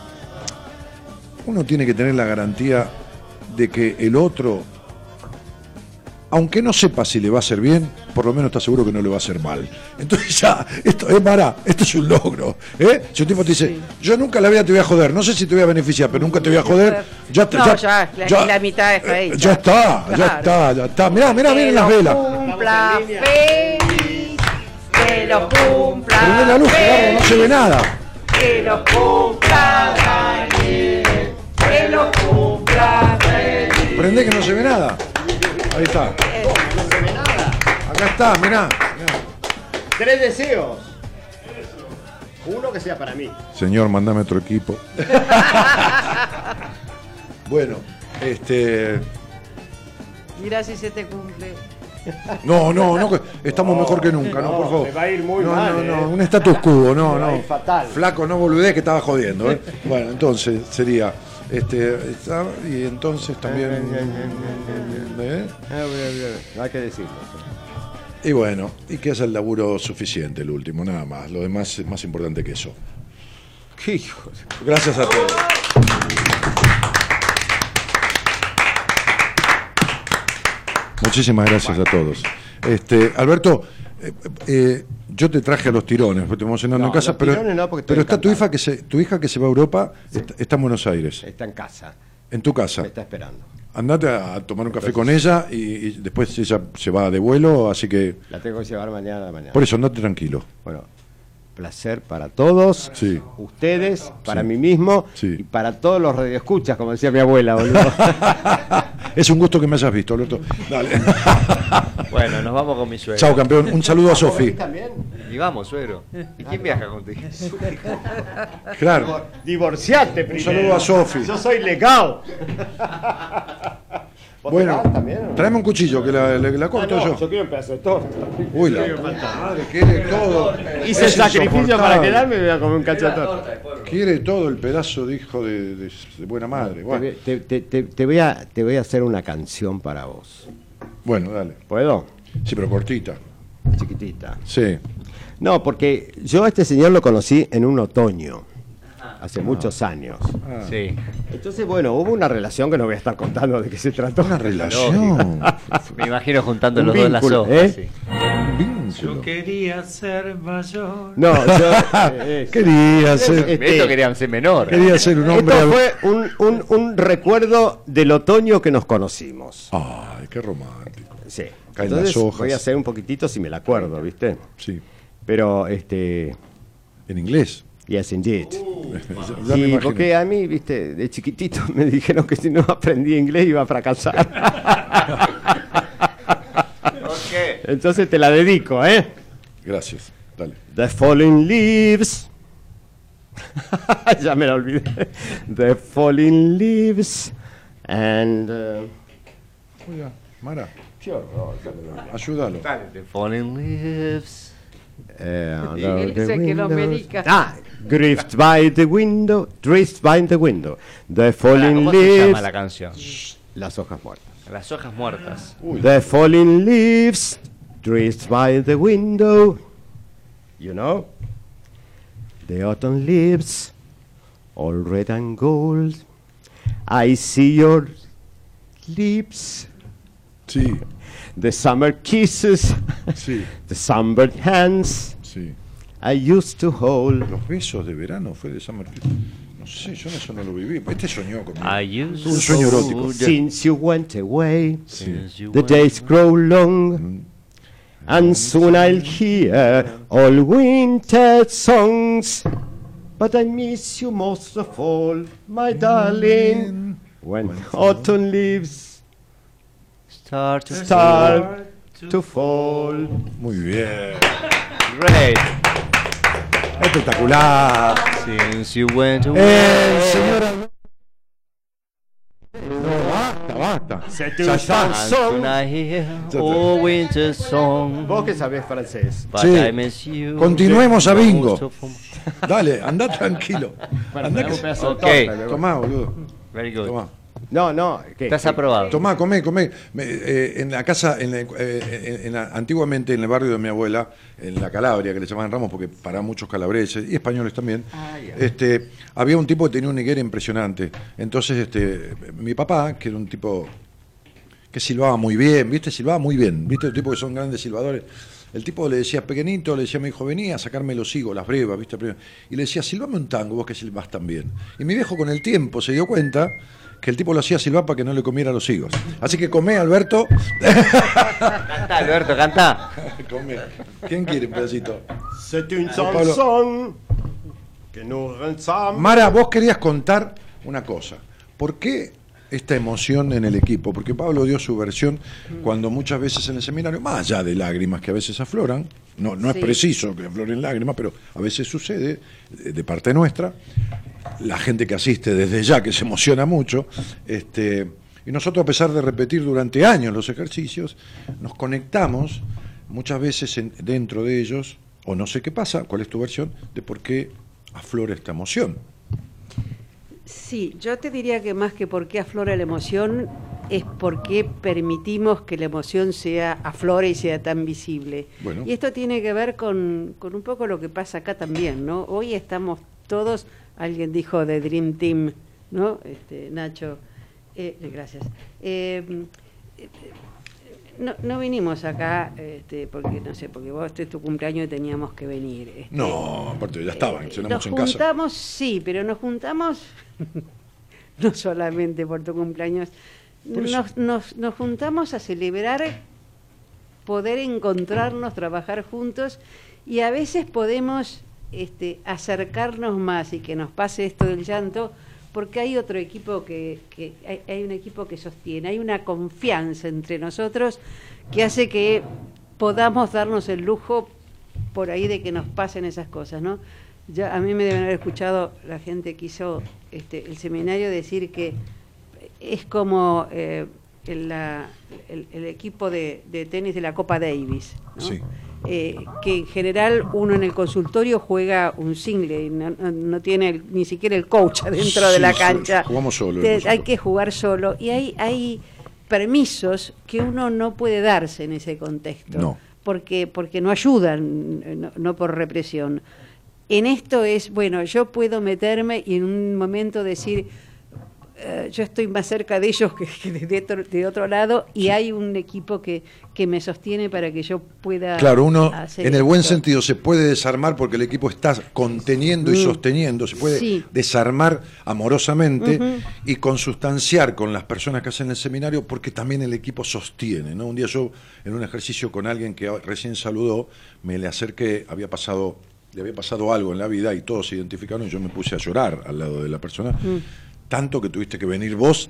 uno tiene que tener la garantía de que el otro, aunque no sepa si le va a hacer bien, por lo menos está seguro que no le va a hacer mal. Entonces ya, esto es para, esto es un logro. ¿eh? Si un tipo te dice, sí, yo nunca la vida te voy a joder, no sé si te voy a beneficiar, pero nunca te voy a joder, ya, no, ya, ya, la, ya, la mitad está ahí. Ya, ya está, claro, ya está, ya está. Mirá, mirá, miren las velas. Cumpla feliz, que lo cumpla. Prende la luz, Gerardo, no se ve nada. Que lo cumpla Daniel, que lo cumpla feliz. Prende que no se ve nada. Ahí está. No se ve nada. Acá está, mirá. mirá. Tres deseos. Uno que sea para mí. Señor, mandame otro equipo. Bueno, este... Mirá si se te cumple. No, no, no, estamos no, mejor que nunca, no, no, por favor. Me va a ir muy no, mal. No, no, eh. un status quo, no, no. Fatal. Flaco, no boludez que estaba jodiendo, ¿eh? Bueno, entonces sería... Este, y entonces también... ¿eh? Hay que decirlo. Y bueno, y que haya el laburo suficiente, el último, nada más. Lo demás es más importante que eso. Gracias a todos. Muchísimas gracias a todos. Este, Alberto, eh, eh, yo te traje a los tirones, porque te emocionando No, en casa, los pero, tirones no, porque estoy pero está tu encantado. hija que se, tu hija que se va a Europa, Sí. está, está en Buenos Aires, Está en casa, en tu casa. me está esperando. Andate a, a tomar un café con ella y, y después ella se va de vuelo, así que La tengo que llevar mañana a la mañana. por eso andate tranquilo. Bueno, placer para todos, Sí. ustedes, para Sí. mí mismo Sí. y para todos los radioescuchas, como decía mi abuela, boludo. Es un gusto que me hayas visto, Alberto. Dale. Bueno, nos vamos con mi suegro. Chao, campeón. Un saludo a Sofi. ¿También? Y vamos, suegro. ¿Y quién viaja contigo? Claro. Divorciate Un primero. saludo a Sofi. Yo soy legado. ¿Vos Bueno, te vas también? tráeme un cuchillo que la, la, la Ah, corto no, yo. yo quiero un pedazo de torta. Uy, la madre, quiere todo. Hice el Es sacrificio para insoportable. quedarme y me voy a comer un cacho de torta. Quiere todo el pedazo de hijo de, de- de buena madre. Bueno, Te, te- te- te voy a, te voy a hacer una canción para vos. bueno, dale. ¿Puedo? Sí, pero cortita. Chiquitita. Sí. No, porque yo a este señor lo conocí en un otoño, hace muchos años. Ah, Sí. Entonces, bueno, hubo una relación que no voy a estar contando de qué se trató. Una relación. Me imagino juntando Un los dos las vínculo, hojas. ¿eh? Sí. Un vínculo. Yo quería ser mayor. No, yo... eh, Quería ser, Este- Esto quería ser menor. quería ser un hombre. Esto fue un, un- un recuerdo del otoño que nos conocimos. Ay, qué romántico. Sí. Caen Entonces las hojas. voy a hacer un poquitito si me la acuerdo, ¿viste? Sí. Pero, este... En inglés. Yes, indeed. Ya- ya me Sí, imagino. porque a mí, viste, de chiquitito me dijeron que si no aprendí inglés iba a fracasar. Ok. Entonces te la dedico, ¿eh? Gracias. Dale. The falling leaves. Ya me la olvidé. The falling leaves. And. Uh, Oiga, Mara, qué horror, ya me lo olvidé. ayúdalo. The falling leaves. Eh, Sí, under él the dice que lo windows. medica. Ah, drift by the window, drift by the window. The falling ¿Cómo se leaves. llama la canción? Las hojas muertas. Las hojas muertas. The falling leaves drift by the window. You know? The autumn leaves, all red and gold. I see your lips. Sí, The summer kisses, sí, the sunburned hands sí. I used to hold. Los besos de verano fue de San Martín. No sé, yo eso no lo viví. Este soñó conmigo. I used Un sueño to erótico. hold Since you went away, Sí. Since you the went days grow long, and soon I'll hear all winter songs. But I miss you most of all, my darling, when autumn leaves Start to start to fall. Muy bien. Great. Espectacular. Since you went away. El señor Alberto. No, basta, basta. C'est Ya une está. And soon I hear all winter song. Vos que sabés francés. But Sí. I miss you. Continuemos a bingo. most of all. Dale, anda tranquilo. Bueno, Andá me da que- un pedazo de Ok. torta, luego. Tomá, boludo. Very good. Tomá. No, no. ¿qué? Estás ¿Qué? aprobado. Tomá, comé, comé. Me- eh, en la casa, en la- eh, en- en la- antiguamente en el barrio de mi abuela, en la Calabria, que le llamaban Ramos, porque para muchos calabreses y españoles también, este, había un tipo que tenía un higuera impresionante. Entonces, este, mi papá, que era un tipo que silbaba muy bien, ¿viste? Silbaba muy bien, ¿viste? El tipo que son grandes silbadores. El tipo le decía, pequeñito, le decía a mi hijo, venía a sacarme los higos, las brevas, ¿viste? Y le decía, silbame un tango, vos que silbás tan bien. Y mi viejo con el tiempo se dio cuenta que el tipo lo hacía silbar para que no le comiera los higos. Así que comé, Alberto. Canta, Alberto, canta. Comé. ¿Quién quiere un pedacito? C'est une Pablo. chanson que nous ressemble. Mara, vos querías contar una cosa. ¿Por qué esta emoción en el equipo? Porque Pablo dio su versión cuando muchas veces en el seminario, más allá de lágrimas que a veces afloran, no, no Sí. es preciso que afloren lágrimas, pero a veces sucede de, de parte nuestra, la gente que asiste desde ya, que se emociona mucho, este, y nosotros a pesar de repetir durante años los ejercicios, nos conectamos muchas veces en- dentro de ellos, o no sé qué pasa, cuál es tu versión, de por qué aflora esta emoción. Sí, yo te diría que más que por qué aflora la emoción, es por qué permitimos que la emoción sea aflore y sea tan visible. Bueno. Y esto tiene que ver con, con un poco lo que pasa acá también, ¿no? Hoy estamos todos, alguien dijo de Dream Team, ¿no? Este, Nacho, eh, gracias. Eh, no, no vinimos acá, este, porque no sé, porque vos este es tu cumpleaños y teníamos que venir. Este, No, aparte ya estaban, eh, cenamos nos en casa. juntamos, sí, pero nos juntamos no solamente por tu cumpleaños, Por eso. nos, nos, nos juntamos a celebrar poder encontrarnos, trabajar juntos, y a veces podemos este, acercarnos más y que nos pase esto del llanto, porque hay otro equipo que, que hay, hay un equipo que sostiene, hay una confianza entre nosotros que hace que podamos darnos el lujo por ahí de que nos pasen esas cosas, ¿no? Ya a mí me deben haber escuchado la gente que hizo este, el seminario decir que es como eh, el, la, el, el equipo de, de tenis de la Copa Davis, ¿no? Sí. Eh, que en general uno en el consultorio juega un single, no, no, no tiene el, ni siquiera el coach adentro Sí, de la sí, cancha. jugamos solo Te- nosotros. hay que jugar solo y hay, hay permisos que uno no puede darse en ese contexto, No. porque, porque no ayudan, no, no por represión. En esto es, bueno, yo puedo meterme y en un momento decir, eh, yo estoy más cerca de ellos que, que de, otro, de otro lado, y hay un equipo que, que me sostiene para que yo pueda Claro, uno hacer en el buen esto. sentido se puede desarmar porque el equipo está conteniendo y Mm. sosteniendo, se puede Sí. desarmar amorosamente Ujú. y consustanciar con las personas que hacen el seminario porque también el equipo sostiene, ¿no? Un día yo en un ejercicio con alguien que recién saludó, me le acerqué, había pasado, le había pasado algo en la vida y todos se identificaron y yo me puse a llorar al lado de la persona, tanto que tuviste que venir vos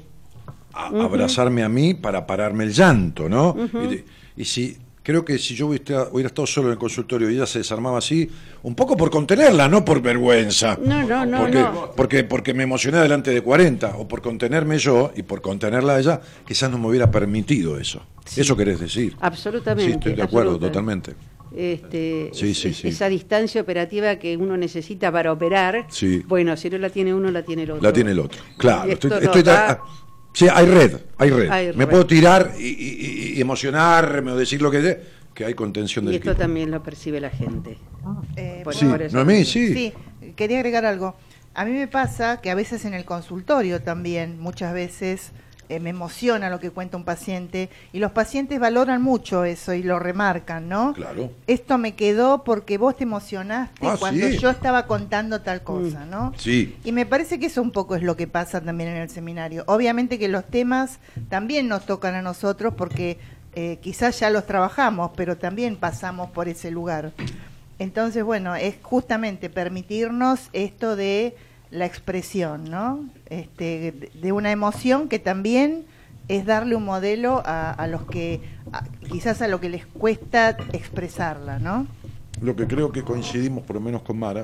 a Ujú. abrazarme a mí para pararme el llanto, ¿no? Ujú. y, de- y si creo que si yo hubiera, hubiera estado solo en el consultorio y ella se desarmaba así, un poco por contenerla, no por vergüenza. No, no, no, porque, no. Porque, porque me emocioné delante de cuarenta, o por contenerme yo y por contenerla a ella, quizás no me hubiera permitido eso. Eso querés decir. Absolutamente. Sí, estoy de acuerdo, absoluta. totalmente. Este, Sí, sí, es- sí. Esa distancia operativa que uno necesita para operar, Sí. bueno, si no la tiene uno, la tiene el otro. La tiene el otro. Claro. Y esto Estoy, nos estoy- da- ah, sí, hay red, hay red. Hay me red. puedo tirar y, y- y emocionarme o decir lo que sé, que hay contención Y del esto equipo. también lo percibe la gente. Eh, Por- Sí, por eso. Noemí, sí. Sí, quería agregar algo. A mí me pasa que a veces en el consultorio también, muchas veces eh, me emociona lo que cuenta un paciente y los pacientes valoran mucho eso y lo remarcan, ¿no? Claro. Esto me quedó porque vos te emocionaste Ah, cuando sí. yo estaba contando tal cosa, ¿no? Sí. Y me parece que eso un poco es lo que pasa también en el seminario. Obviamente que los temas también nos tocan a nosotros porque eh, quizás ya los trabajamos, pero también pasamos por ese lugar. Entonces, bueno, es justamente permitirnos esto de la expresión, ¿no? Este, de- de una emoción que también es darle un modelo a, a los que, a- quizás a lo que les cuesta expresarla, ¿no? Lo que creo que coincidimos, por lo menos con Mara,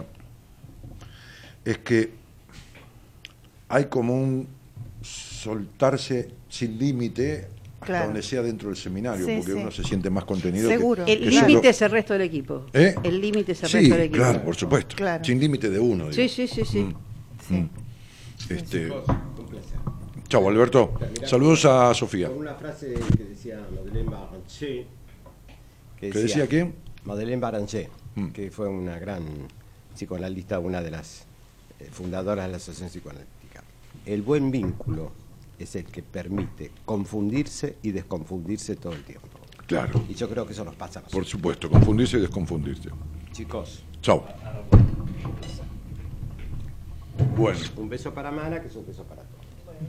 es que hay como un soltarse sin límite hasta Claro. donde sea dentro del seminario, Sí, porque sí. uno se siente más contenido. Seguro. Que, El que límite solo- es el resto del equipo. ¿Eh? El límite es el Sí, resto del equipo. claro, por supuesto. Claro. Sin límite de uno. Sí, digo. sí, sí, sí. Mm, Sí. mm. Este, chau, Alberto. Saludos a Sofía. Con una frase que decía Madeleine Baranché. ¿Qué decía quién? Madeleine Baranché, Mm. que fue una gran psicoanalista, una de las eh, fundadoras de la Asociación Psicoanalítica. El buen vínculo es el que permite confundirse y desconfundirse todo el tiempo. Claro, Y yo creo que eso nos pasa a por nosotros. supuesto, confundirse y desconfundirse. Chicos, Chau. Bueno, un beso para Mara, que es un beso para todos.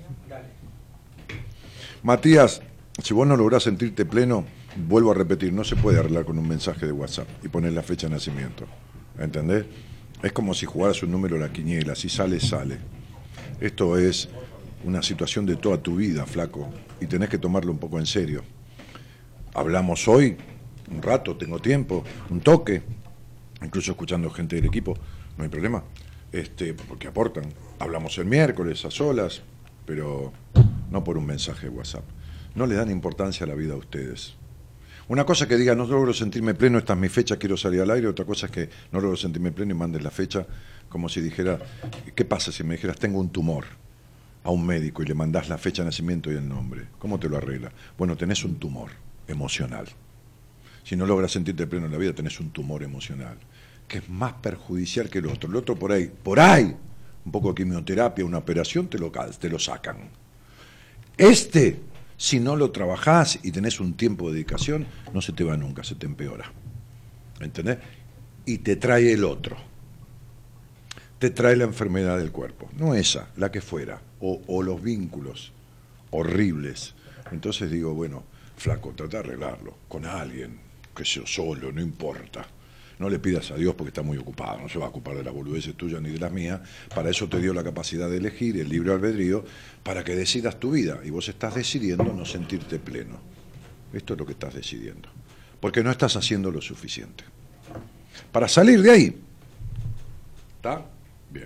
Matías, si vos no lográs sentirte pleno, vuelvo a repetir, no se puede arreglar con un mensaje de WhatsApp y poner la fecha de nacimiento. ¿Entendés? Es como si jugaras un número a la quiniela, si sale, sale. Esto es una situación de toda tu vida, flaco, y tenés que tomarlo un poco en serio. Hablamos hoy, un rato, tengo tiempo, un toque, incluso escuchando gente del equipo, no hay problema, este, porque aportan. Hablamos el miércoles a solas, pero no por un mensaje de WhatsApp. No le dan importancia a la vida a ustedes. Una cosa que diga, no logro sentirme pleno, esta es mi fecha, quiero salir al aire. Otra cosa es que no logro sentirme pleno y mandes la fecha como si dijera, ¿qué pasa si me dijeras, tengo un tumor a un médico y le mandás la fecha de nacimiento y el nombre? ¿Cómo te lo arregla? Bueno, tenés un tumor emocional. Si no logras sentirte pleno en la vida, tenés un tumor emocional, que es más perjudicial que el otro. El otro por ahí, por ahí, un poco de quimioterapia, una operación, te lo, cal- te lo sacan. Este, Si no lo trabajás y tenés un tiempo de dedicación, no se te va nunca, se te empeora. ¿Entendés? Y te trae el otro. Te trae la enfermedad del cuerpo. No esa, la que fuera. O, o los vínculos horribles. Entonces digo, bueno, flaco, trata de arreglarlo con alguien, que sea solo, no importa. No le pidas a Dios porque está muy ocupado, no se va a ocupar de las boludeces tuyas ni de las mías. Para eso te dio la capacidad de elegir, el libre albedrío, para que decidas tu vida. Y vos estás decidiendo no sentirte pleno. Esto es lo que estás decidiendo. Porque no estás haciendo lo suficiente. Para salir de ahí. ¿Está? Bien.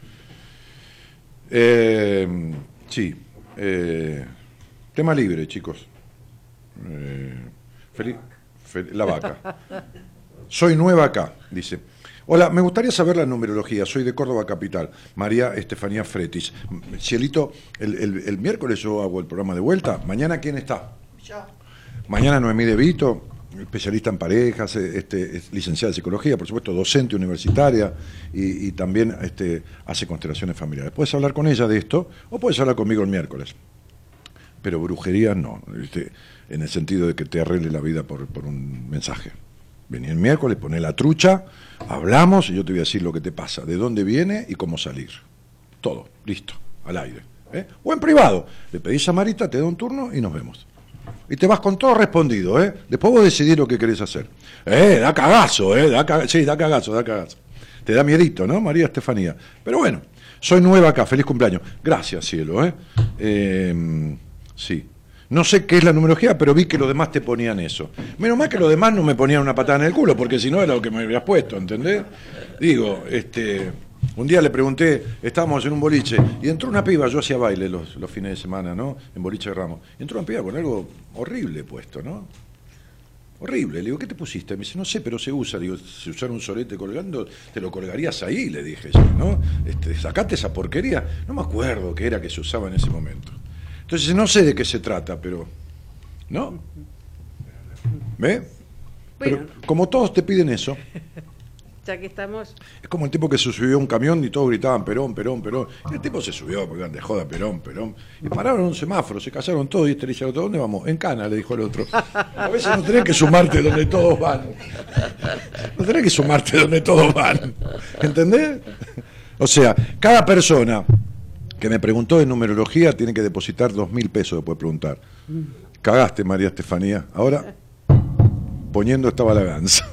Eh, sí. Eh, tema libre, chicos. Eh, feliz, fel- la vaca. Soy nueva acá, dice. Hola, me gustaría saber la numerología. Soy de Córdoba Capital. María Estefanía Fretis. Cielito, el, el, el miércoles yo hago el programa de vuelta. ¿Mañana quién está? Yo. Mañana Noemí De Vito, especialista en parejas, este, es licenciada en psicología, por supuesto, docente universitaria y, y también este, hace constelaciones familiares. Puedes hablar con ella de esto o puedes hablar conmigo el miércoles. Pero brujería no, este, en el sentido de que te arregle la vida por, por un mensaje. Vení el miércoles, poné la trucha, hablamos y yo te voy a decir lo que te pasa, de dónde viene y cómo salir. Todo, listo, al aire. ¿eh? O en privado, le pedís a Marita, te da un turno y nos vemos. Y te vas con todo respondido, ¿eh? Después vos decidís lo que querés hacer. Eh, da cagazo, ¿eh? Da cagazo, sí, da cagazo, da cagazo. Te da miedito, ¿no, María Estefanía? Pero bueno, soy nueva acá, feliz cumpleaños. Gracias, cielo, ¿eh? eh sí. No sé qué es la numerología, pero vi que los demás te ponían eso. Menos mal que los demás no me ponían una patada en el culo, porque si no era lo que me habías puesto, ¿entendés? Digo, este... Un día le pregunté, estábamos en un boliche, y entró una piba, yo hacía baile los, los fines de semana, ¿no? En Boliche de Ramos. Y entró una piba con algo horrible puesto, ¿no? Horrible. Le digo, ¿qué te pusiste? Me dice, no sé, pero se usa. Digo, si usara un solete colgando, te lo colgarías ahí, le dije yo, ¿no? Este, sacate esa porquería. No me acuerdo qué era que se usaba en ese momento. Entonces, no sé de qué se trata, pero... ¿No? ¿Ve? Pero Bueno. como todos te piden eso... Ya que estamos... Es como el tipo que se subió a un camión y todos gritaban Perón, Perón, Perón. Y el tipo se subió porque iban de joda, Perón, Perón. Y pararon en un semáforo, se casaron todos y este le dice al otro, ¿dónde vamos? En Cana, le dijo el otro. A veces no tenés que sumarte donde todos van. No tenés que sumarte donde todos van. ¿Entendés? O sea, cada persona que me preguntó de numerología tiene que depositar dos mil pesos después de preguntar. Cagaste, María Estefanía. Ahora, poniendo esta balaganza.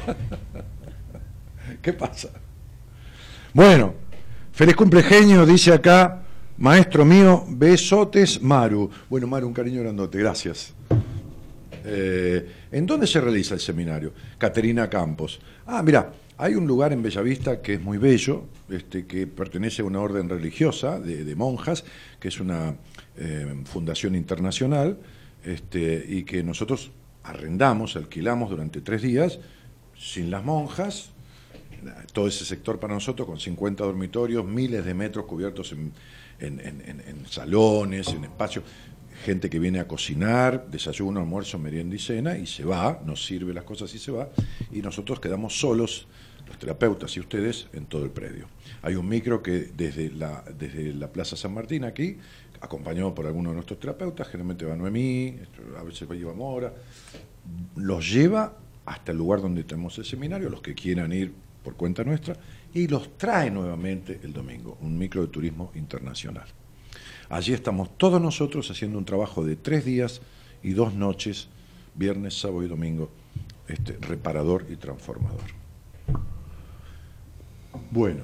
¿Qué pasa? Bueno, feliz cumpleaños, dice acá, maestro mío, besotes, Maru. Bueno, Maru, un cariño grandote, gracias. Eh, ¿En dónde se realiza el seminario? Caterina Campos. Ah, mira, hay un lugar en Bellavista que es muy bello, este, que pertenece a una orden religiosa de, de monjas, que es una eh, fundación internacional, este, y que nosotros arrendamos, alquilamos durante tres días, sin las monjas, todo ese sector para nosotros con cincuenta dormitorios, miles de metros cubiertos en, en, en, en salones, en espacios, gente que viene a cocinar, desayuno, almuerzo, merienda y cena, y se va, nos sirve las cosas y se va, y nosotros quedamos solos, los terapeutas y ustedes, en todo el predio. Hay un micro que desde la, desde la Plaza San Martín aquí, acompañado por algunos de nuestros terapeutas, generalmente va Noemí, a veces va Mora, los lleva hasta el lugar donde tenemos el seminario, los que quieran ir por cuenta nuestra, y los trae nuevamente el domingo, un micro de turismo internacional. Allí estamos todos nosotros haciendo un trabajo de tres días y dos noches, viernes, sábado y domingo, este, reparador y transformador. Bueno,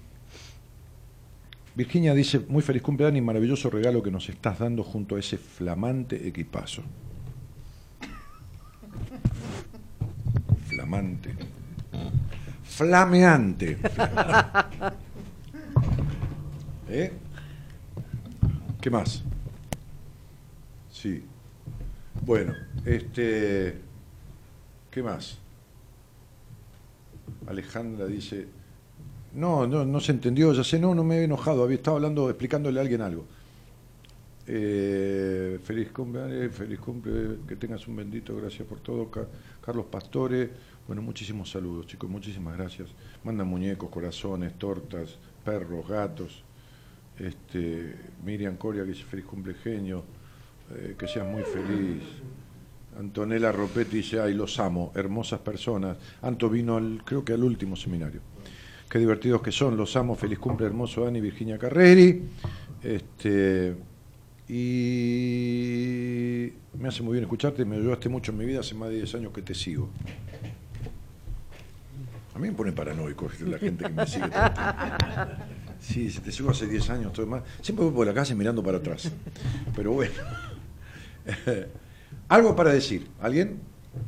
Virginia dice, muy feliz cumpleaños y maravilloso regalo que nos estás dando junto a ese flamante equipazo. Flamante. Flameante. ¿Eh? ¿Qué más? Sí. Bueno, este... ¿Qué más? Alejandra dice... No, no, no se entendió, ya sé, no, no me he enojado, había estado hablando, explicándole a alguien algo. Eh, feliz cumple, feliz cumple, que tengas un bendito, gracias por todo, Carlos Pastore. Bueno, muchísimos saludos, chicos, muchísimas gracias. Mandan muñecos, corazones, tortas, perros, gatos. Este, Miriam Coria, que dice feliz cumpleaños. eh, que seas muy feliz. Antonella Ropetti dice, ay, los amo, hermosas personas. Anto vino, al, creo que al último seminario. Qué divertidos que son, los amo, feliz cumple, hermoso Dani, Virginia Carreri. Este, y me hace muy bien escucharte, me ayudaste mucho en mi vida, hace más de diez años que te sigo. A mí me pone paranoico la gente que me sigue. Sí, si te sigo hace diez años, todo más. Siempre voy por la calle mirando para atrás. Pero bueno. ¿Algo para decir? ¿Alguien?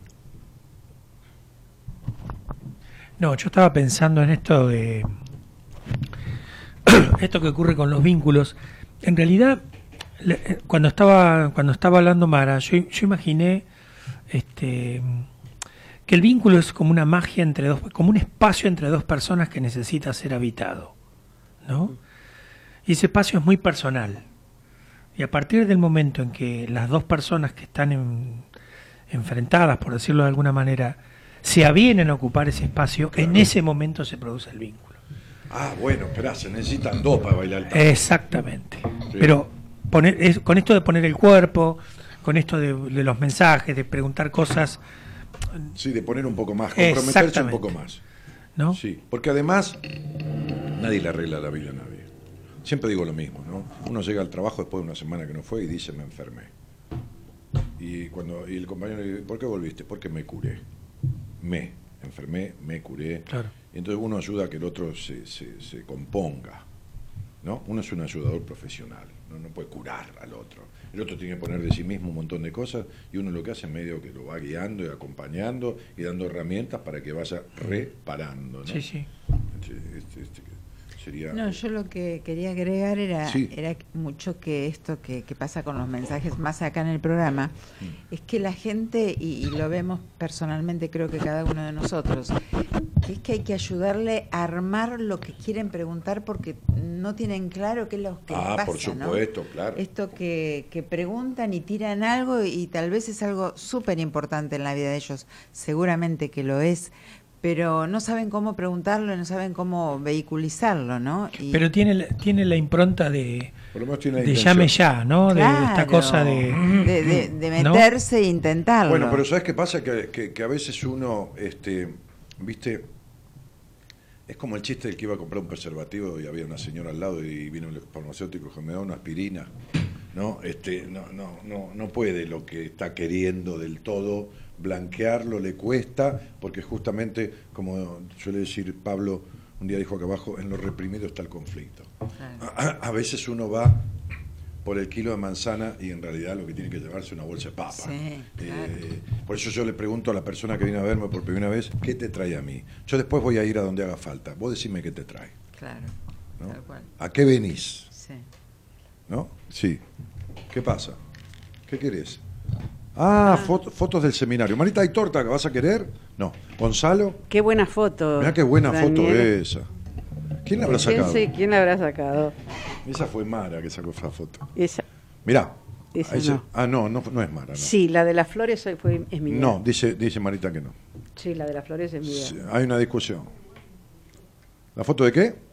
No, yo estaba pensando en esto de esto que ocurre con los vínculos. En realidad, cuando estaba cuando estaba hablando Mara, yo, yo imaginé este que el vínculo es como una magia entre dos, como un espacio entre dos personas que necesita ser habitado, ¿no? Y ese espacio es muy personal. Y a partir del momento en que las dos personas que están en, enfrentadas, por decirlo de alguna manera, se avienen a ocupar ese espacio, claro, en ese momento se produce el vínculo. Ah, bueno, esperá, se necesitan dos para bailar el tango. Exactamente. Sí. Pero poner, es, con esto de poner el cuerpo, con esto de, de los mensajes, de preguntar cosas... Sí, de poner un poco más, comprometerse un poco más. ¿No? Sí, porque además nadie le arregla la vida a nadie. Siempre digo lo mismo, ¿no? Uno llega al trabajo después de una semana que no fue y dice, me enfermé. Y cuando y el compañero le dice, ¿por qué volviste? Porque me curé. Me enfermé, me curé. Claro. Y entonces uno ayuda a que el otro se, se, se componga, ¿no? Uno es un ayudador profesional, ¿no? No puede curar al otro. El otro tiene que poner de sí mismo un montón de cosas y uno lo que hace es medio que lo va guiando y acompañando y dando herramientas para que vaya reparando, ¿no? Sí, sí. Este, este, este, sería... No, yo lo que quería agregar era, sí. era mucho que esto que, que pasa con los mensajes más acá en el programa, mm. es que la gente, y, y lo vemos personalmente creo que cada uno de nosotros, que es que hay que ayudarle a armar lo que quieren preguntar porque no tienen claro qué es lo que ah, les pasa, por supuesto, ¿no? claro. Esto que, que preguntan y tiran algo y tal vez es algo súper importante en la vida de ellos, seguramente que lo es, pero no saben cómo preguntarlo, no saben cómo vehiculizarlo, ¿no? Y pero tiene, tiene la impronta de, por lo menos tiene la de llame ya, ¿no? Claro, de esta cosa de... De, de, de meterse ¿no? e intentarlo. Bueno, pero ¿sabes qué pasa? Que, que, que a veces uno, este, viste, es como el chiste del que iba a comprar un preservativo y había una señora al lado y vino el farmacéutico que me da una aspirina, ¿no? Este, no, no, no, no puede lo que está queriendo del todo blanquearlo, le cuesta, porque justamente, como suele decir Pablo, un día dijo acá abajo, en lo reprimido está el conflicto. Claro. A, a veces uno va por el kilo de manzana y en realidad lo que tiene que llevarse es una bolsa de papa. Sí, claro. eh, por eso yo le pregunto a la persona que viene a verme por primera vez, ¿qué te trae a mí? Yo después voy a ir a donde haga falta. Vos decime qué te trae. Claro, ¿no? tal cual. ¿A qué venís? Sí. ¿No? Sí. ¿Qué pasa? ¿Qué querés? Ah, ah. Foto, fotos del seminario. Marita, ¿hay torta que vas a querer? No. ¿Gonzalo? Qué buena foto. Mirá qué buena Daniel. foto esa. ¿Quién la habrá sacado? ¿Quién, ¿Quién la habrá sacado? Esa fue Mara que sacó esa foto. Esa. Mirá. Esa Ese, no. Ah, no, no, no es Mara. No. Sí, la de las flores fue, es mía. No, dice, dice Marita que no. Sí, la de las flores es mía. Sí, hay una discusión. ¿La foto de qué?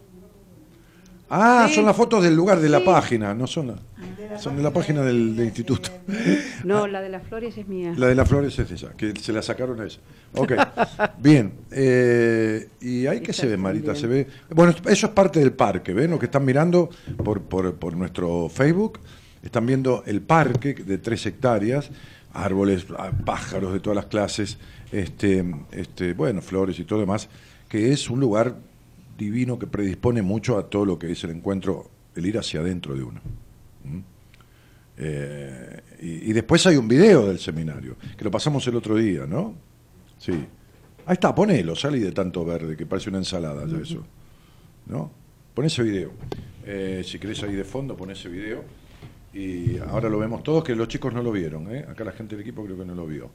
Ah, sí. Son las fotos del lugar de sí. la página, no son las... Son de la página del, del instituto. No, la de las flores es mía. La de las flores es esa, que se la sacaron a ella. Ok, bien. Eh, ¿Y ahí qué se ve, Marita? Se ve. Bueno, eso es parte del parque, ¿ven? Lo que están mirando por, por, por nuestro Facebook, están viendo el parque de tres hectáreas, árboles, pájaros de todas las clases, este, este, bueno, flores y todo demás, que es un lugar divino que predispone mucho a todo lo que es el encuentro, el ir hacia adentro de uno. ¿Mm? Eh, y, y después hay un video del seminario, que lo pasamos el otro día, ¿no? Sí. Ahí está, ponelo, salí de tanto verde, que parece una ensalada ya eso. ¿No? Pon ese video. Eh, si querés ahí de fondo, pon ese video. Y ahora lo vemos todos, que los chicos no lo vieron, ¿eh? Acá la gente del equipo creo que no lo vio.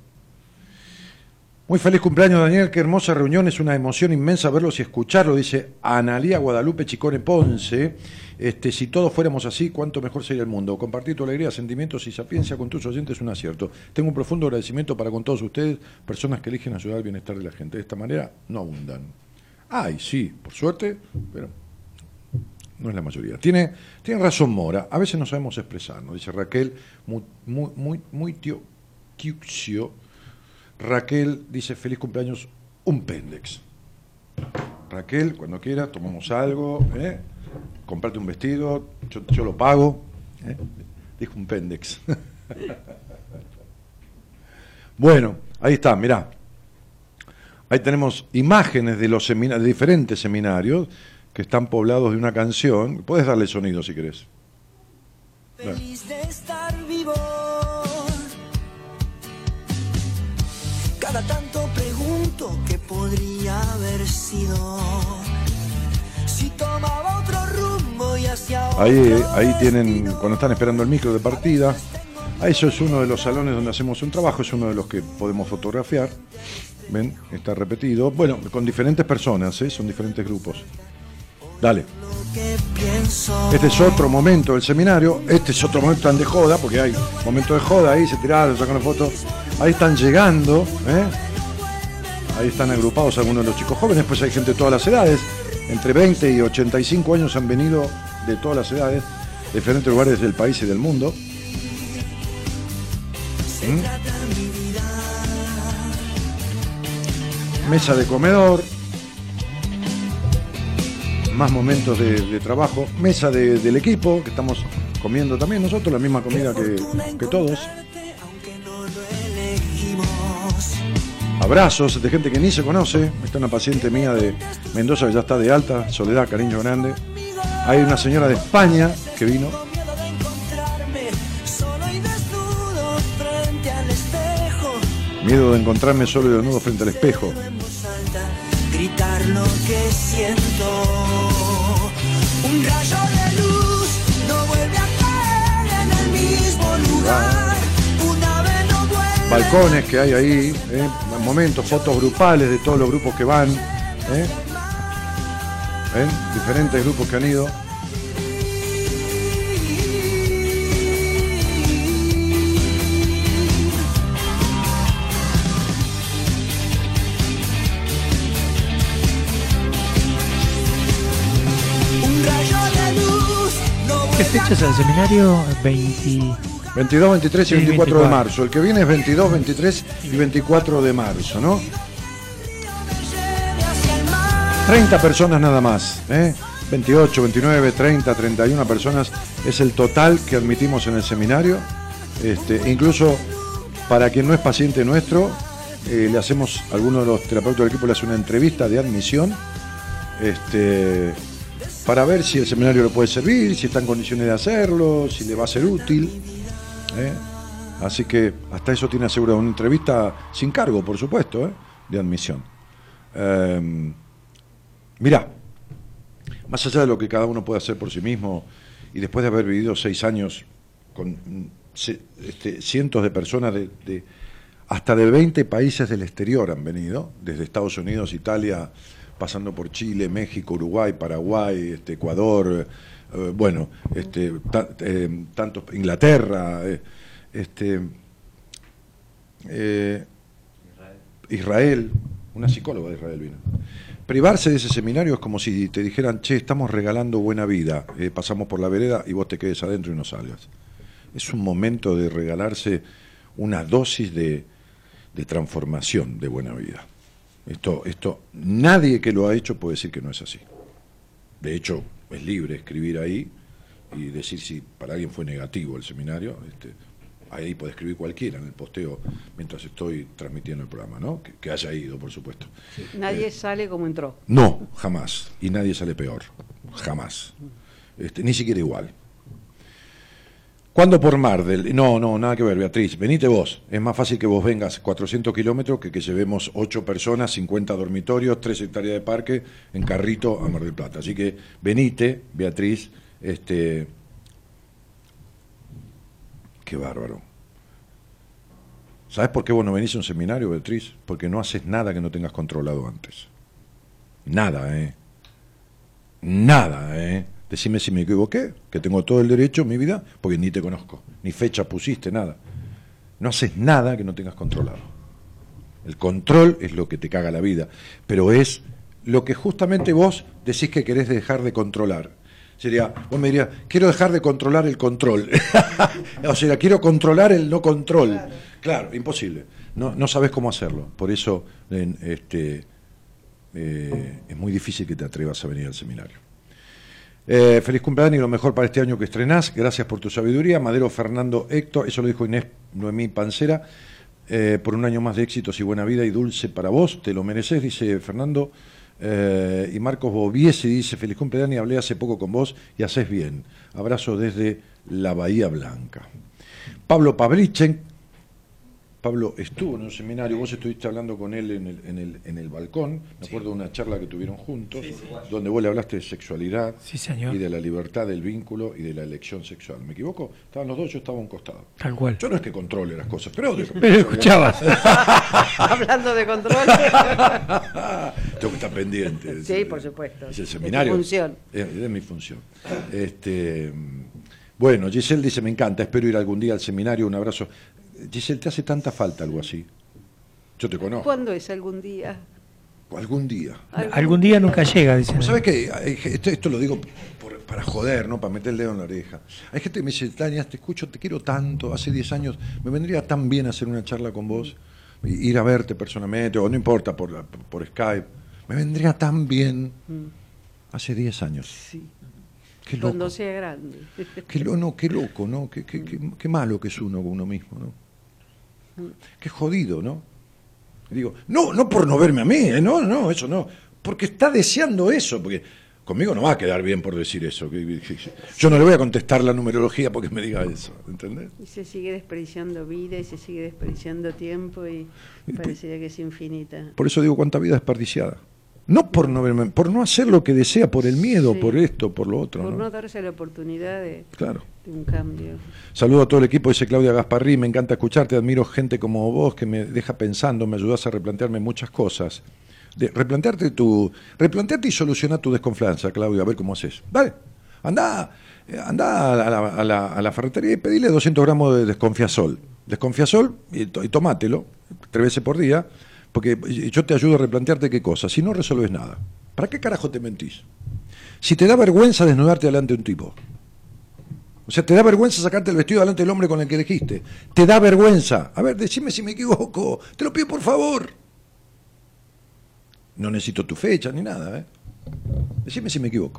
Muy feliz cumpleaños, Daniel, qué hermosa reunión, es una emoción inmensa verlos y escucharlo, dice Analía Guadalupe Chicone Ponce. Este, si todos fuéramos así, cuánto mejor sería el mundo. Compartir tu alegría, sentimientos y sapiencia con tus oyentes es un acierto. Tengo un profundo agradecimiento para con todos ustedes, personas que eligen ayudar al bienestar de la gente. De esta manera no abundan. Ay, sí, por suerte, pero no es la mayoría. Tiene, tiene razón Mora, a veces no sabemos expresarnos, dice Raquel, muy, muy, muy, muy tío Kiuxio. Raquel dice, feliz cumpleaños, un péndex. Raquel, cuando quiera, tomamos algo, ¿eh? Comprate un vestido, yo, yo lo pago, ¿eh? Dijo un péndex. Bueno, ahí está, mirá. Ahí tenemos imágenes de los semina- de diferentes seminarios que están poblados de una canción. Puedes darle sonido si querés. Feliz de estar vivo. Cada tanto pregunto qué podría haber sido. Si tomaba otro rumbo y hacia otro. Ahí, ahí tienen, cuando están esperando el micro de partida. Ah, eso es uno de los salones donde hacemos un trabajo, es uno de los que podemos fotografiar. ¿Ven? Está repetido. Bueno, con diferentes personas, ¿eh? Son diferentes grupos. Dale. Este es otro momento del seminario. Este es otro momento tan de joda, porque hay momento de joda ahí, se tiraron, sacan fotos. Ahí están llegando, ¿eh? Ahí están agrupados algunos de los chicos jóvenes, pues hay gente de todas las edades. Entre veinte y ochenta y cinco años han venido de todas las edades, de diferentes lugares del país y del mundo. ¿Mm? Mesa de comedor, más momentos de, de trabajo, mesa de, del equipo, que estamos comiendo también nosotros, la misma comida que, que todos. Abrazos de gente que ni se conoce. Está una paciente mía de Mendoza que ya está de alta, Soledad, cariño grande. Hay una señora de España que vino. Miedo de encontrarme solo y desnudo frente al espejo. Gritar lo que siento. Un rayo de luz no vuelve a caer en el mismo lugar. Una vez no vuelve. Balcones que hay ahí, ¿eh? Momentos, fotos grupales de todos los grupos que van. ¿eh? ¿Ven? Diferentes grupos que han ido. ¿Qué fecha es el seminario? veinte... veintidós, veintitrés y Sí, veinticuatro de veinticuatro. marzo. El que viene es veintidós, veintitrés y veinticuatro de marzo, ¿no? treinta personas nada más, ¿eh? veintiocho, veintinueve, treinta, treinta y una personas es el total que admitimos en el seminario. Este, incluso para quien no es paciente nuestro, eh, le hacemos, alguno de los terapeutas del equipo le hace una entrevista de admisión, este, para ver si el seminario le puede servir, si está en condiciones de hacerlo, si le va a ser útil. ¿eh? Así que hasta eso tiene asegurado una entrevista sin cargo, por supuesto, ¿eh? de admisión. Eh, mirá, más allá de lo que cada uno puede hacer por sí mismo, y después de haber vivido seis años con se, este, cientos de personas de, de hasta de veinte países del exterior han venido, desde Estados Unidos, Italia, pasando por Chile, México, Uruguay, Paraguay, este, Ecuador, eh, bueno, este, ta, eh, tanto Inglaterra, eh, este, eh, Israel, una psicóloga de Israel vino. Privarse de ese seminario es como si te dijeran, che, estamos regalando buena vida, eh, pasamos por la vereda y vos te quedes adentro y no salgas. Es un momento de regalarse una dosis de, de transformación de buena vida. Esto, esto, nadie que lo ha hecho puede decir que no es así. De hecho, es libre escribir ahí y decir si para alguien fue negativo el seminario. Este, ahí puede escribir cualquiera en el posteo mientras estoy transmitiendo el programa, ¿no? Que, que haya ido, por supuesto. Sí. Nadie Eh, sale como entró. No, jamás. Y nadie sale peor. Jamás. Este, ni siquiera igual. ¿Cuándo por Mar del...? No, no, nada que ver, Beatriz. Venite vos. Es más fácil que vos vengas cuatrocientos kilómetros que que llevemos ocho personas, cincuenta dormitorios, tres hectáreas de parque en carrito a Mar del Plata. Así que venite, Beatriz. Este... Qué bárbaro. ¿Sabes por qué vos no venís a un seminario, Beatriz? Porque no haces nada que no tengas controlado antes. Nada, ¿eh? Nada, ¿eh? Decime si me equivoqué, que tengo todo el derecho en mi vida, porque ni te conozco, ni fecha pusiste, nada. No haces nada que no tengas controlado. El control es lo que te caga la vida, pero es lo que justamente vos decís que querés dejar de controlar. Sería, vos me dirías, quiero dejar de controlar el control. O sea, quiero controlar el no control. Claro, claro, imposible. No, no sabes cómo hacerlo. Por eso en, este, eh, es muy difícil que te atrevas a venir al seminario. Eh, feliz cumpleaños y lo mejor para este año que estrenás. Gracias por tu sabiduría. Madero Fernando Héctor, eso lo dijo Inés Noemí Pancera. Eh, por un año más de éxitos y buena vida y dulce para vos, te lo mereces, dice Fernando. Eh, y Marcos Boviesi dice, feliz cumpleaños, hablé hace poco con vos y haces bien. Abrazo desde la Bahía Blanca. Pablo Pavlichen, Pablo estuvo en un seminario, vos estuviste hablando con él en el, en el, en el balcón, me acuerdo de una charla que tuvieron juntos, sí, sí. donde vos le hablaste de sexualidad, sí, señor. Y de la libertad del vínculo y de la elección sexual. ¿Me equivoco? Estaban los dos, yo estaba a un costado. Tal cual. Yo no es que controle las cosas, pero... Pero escuchabas. Hablando de control. Tengo que estar pendiente. Sí, es, por supuesto. Es el seminario. Es mi función. Es, es mi función. Este, bueno, Giselle dice, me encanta, espero ir algún día al seminario, un abrazo. Giselle, ¿te hace tanta falta algo así? Yo te conozco. ¿Cuándo es algún día? Algún día. Algún, ¿Algún día nunca llega, dice. ¿Sabes qué? Esto, esto lo digo por, para joder, ¿no? Para meter el dedo en la oreja. Hay gente que me dice, Tania, te escucho, te quiero tanto, hace diez años, me vendría tan bien hacer una charla con vos, ir a verte personalmente, o no importa, por, por, por Skype. Me vendría tan bien hace diez años. Sí. Qué loco. Cuando sea grande. Qué, lo, no, qué loco, ¿no? Qué, qué, qué, qué malo que es uno con uno mismo, ¿no? Qué jodido, ¿no? Digo, no, no por no verme a mí, ¿eh? no, no, eso no. Porque está deseando eso, porque conmigo no va a quedar bien por decir eso. Yo no le voy a contestar la numerología porque me diga eso, ¿entendés? Y se sigue desperdiciando vida y se sigue desperdiciando tiempo y parecería que es infinita. Por eso digo, cuánta vida desperdiciada. No por no verme, por no hacer lo que desea, por el miedo, sí. por esto, por lo otro. Por no, no darse la oportunidad de, claro. de un cambio. Saludo a todo el equipo, dice Claudia Gasparrí, me encanta escucharte, admiro gente como vos que me deja pensando, me ayudás a replantearme muchas cosas. De, replantearte tu, replantearte y solucionar tu desconfianza, Claudia, a ver cómo haces. Dale, andá, andá a la, a la, a la ferretería y pedile doscientos gramos de desconfiazol. Desconfiazol y, to, y tomátelo tres veces por día. Porque yo te ayudo a replantearte qué cosa. Si no resolves nada, ¿para qué carajo te mentís? Si te da vergüenza desnudarte delante de un tipo, o sea, te da vergüenza sacarte el vestido delante del hombre con el que elegiste, te da vergüenza. A ver, decime si me equivoco, te lo pido por favor. No necesito tu fecha ni nada, ¿eh? Decime si me equivoco.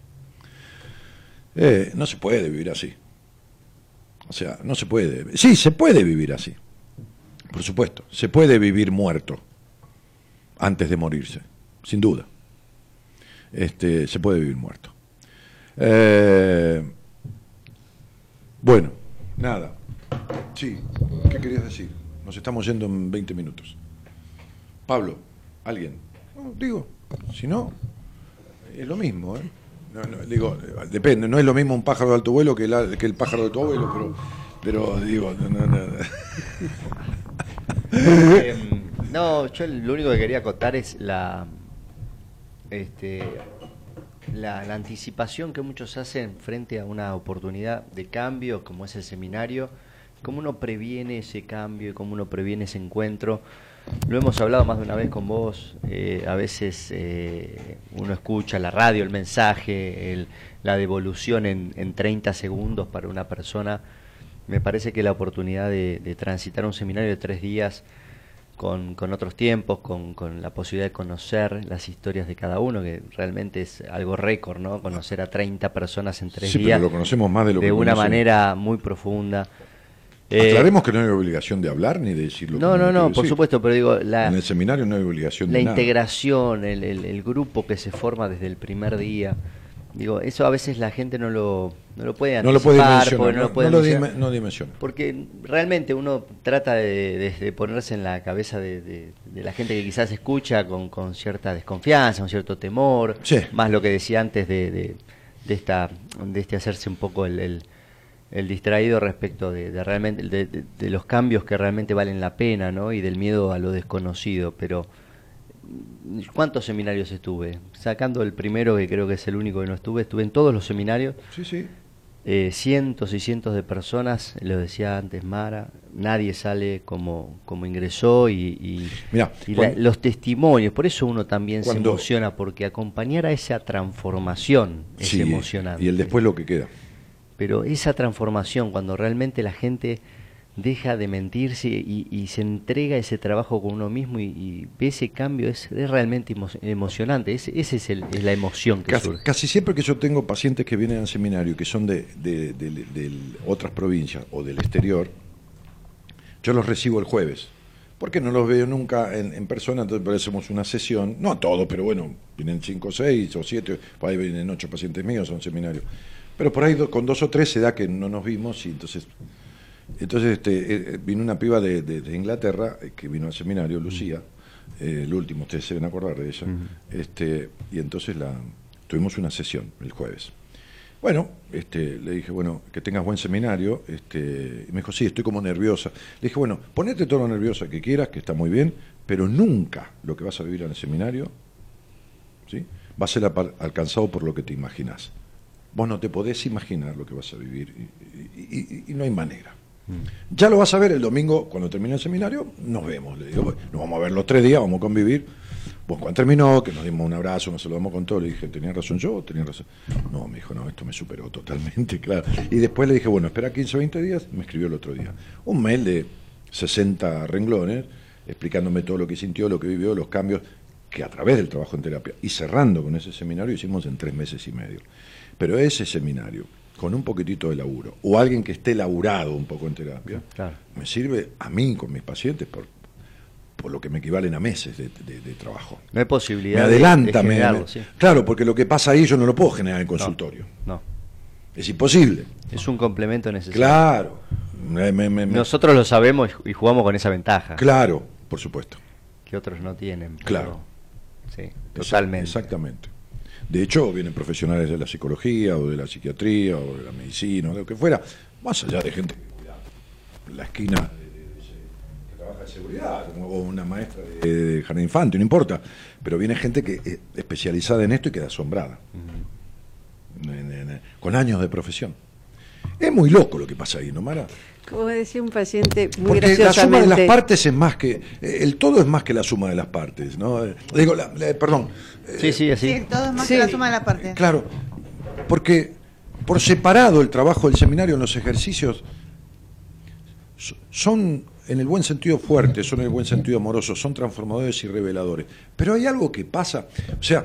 Eh, no se puede vivir así. O sea, no se puede. Sí, se puede vivir así. Por supuesto, se puede vivir muerto antes de morirse, sin duda. Este, se puede vivir muerto. Eh, bueno, nada. Sí, ¿qué querías decir? Nos estamos yendo en veinte minutos. Pablo, ¿alguien? No, digo, si no, es lo mismo, ¿eh? No, no, digo, depende, no es lo mismo un pájaro de alto vuelo que, la, que el pájaro de tu abuelo, pero, pero digo, no, no, no. Eh, no, yo lo único que quería acotar es la, este, la, la anticipación que muchos hacen frente a una oportunidad de cambio, como es el seminario, cómo uno previene ese cambio y cómo uno previene ese encuentro. Lo hemos hablado más de una vez con vos, eh, a veces eh, uno escucha la radio, el mensaje, el, la devolución en, en treinta segundos para una persona. Me parece que la oportunidad de, de transitar un seminario de tres días con, con otros tiempos, con, con la posibilidad de conocer las historias de cada uno, que realmente es algo récord, ¿no? Conocer a treinta personas en tres sí, días. Pero lo conocemos más de lo de que una conocemos. manera muy profunda. Aclaremos eh, que no hay obligación de hablar ni de decir lo no, que no, no, decir. por supuesto, pero digo, la, en el seminario no hay obligación la de nada. La integración, el, el, el grupo que se forma desde el primer día. Digo, eso a veces la gente no lo, no lo puede anticipar, no lo puede dimensionar, porque no, no, lo puede no, lo dimensionar, dime, no dimensiona. Porque realmente uno trata de, de, de ponerse en la cabeza de, de, de la gente que quizás escucha con, con cierta desconfianza, con cierto temor, sí. Más lo que decía antes de, de, de esta de este hacerse un poco el, el, el distraído respecto de, de realmente de, de, de los cambios que realmente valen la pena, ¿no? Y del miedo a lo desconocido, pero ¿cuántos seminarios estuve? Sacando el primero, que creo que es el único que no estuve, estuve en todos los seminarios. Sí, sí. eh, cientos y cientos de personas, lo decía antes Mara, nadie sale como, como ingresó y, y, Mirá, y cuando, la, los testimonios, por eso uno también cuando, se emociona, porque acompañar a esa transformación es sí, emocionante. Y el después lo que queda. Pero esa transformación, cuando realmente la gente deja de mentirse y, y se entrega ese trabajo con uno mismo y, y ve ese cambio, es, es realmente emo, emocionante. Ese, ese es, el, es la emoción que casi, surge. Casi siempre que yo tengo pacientes que vienen al seminario, que son de, de, de, de, de otras provincias o del exterior, yo los recibo el jueves, porque no los veo nunca en, en persona, entonces hacemos una sesión, no a todos, pero bueno, vienen cinco, seis o siete, por ahí vienen ocho pacientes míos a un seminario, pero por ahí do, con dos o tres se da que no nos vimos y entonces... Entonces este, eh, vino una piba de, de, de Inglaterra eh, que vino al seminario, Lucía, eh, el último, ustedes se deben acordar de ella, uh-huh. este, y entonces la, tuvimos una sesión el jueves. Bueno, este, le dije, bueno, que tengas buen seminario, este, y me dijo, sí, estoy como nerviosa. Le dije, bueno, ponete todo lo nerviosa que quieras, que está muy bien, pero nunca lo que vas a vivir en el seminario, ¿sí?, va a ser alcanzado por lo que te imaginás. Vos no te podés imaginar lo que vas a vivir y, y, y, y no hay manera. Ya lo vas a ver el domingo, cuando termine el seminario, nos vemos. Le digo, nos vamos a ver los tres días, vamos a convivir. Bueno, cuando terminó, que nos dimos un abrazo, nos saludamos con todo, le dije, ¿tenía razón yo? ¿Tenía razón? No, me dijo, no, esto me superó totalmente, claro. Y después le dije, bueno, espera quince o veinte días, me escribió el otro día. Un mail de sesenta renglones, explicándome todo lo que sintió, lo que vivió, los cambios, que a través del trabajo en terapia, y cerrando con ese seminario, hicimos en tres meses y medio. Pero ese seminario, con un poquitito de laburo, o alguien que esté laburado un poco en terapia, claro, me sirve a mí con mis pacientes por, por lo que me equivalen a meses de, de, de trabajo. No hay posibilidad me adelanta, de, de me, me, sí. Claro, porque lo que pasa ahí yo no lo puedo generar en consultorio. No, no. Es imposible. Es un complemento necesario. Claro. Me, me, me, Nosotros lo sabemos y jugamos con esa ventaja. Claro, por supuesto. Que otros no tienen. Pero, claro. Sí, totalmente. Exactamente. De hecho, vienen profesionales de la psicología o de la psiquiatría o de la medicina o de lo que fuera, más allá de gente en la esquina de, de, de, que trabaja en seguridad, o una maestra de, de jardín infante, no importa, pero viene gente que es especializada en esto y queda asombrada, uh-huh. en, en, con años de profesión. Es muy loco lo que pasa ahí, ¿no, Mara? Como decía un paciente muy Porque graciosamente, la suma de las partes es más que... El todo es más que la suma de las partes, ¿no? Digo, la, la, perdón. Sí, sí, así. Sí, el todo es más sí. que la suma de las partes. Claro, porque por separado el trabajo del seminario en los ejercicios son, en el buen sentido, fuertes, son en el buen sentido amorosos, son transformadores y reveladores. Pero hay algo que pasa, o sea...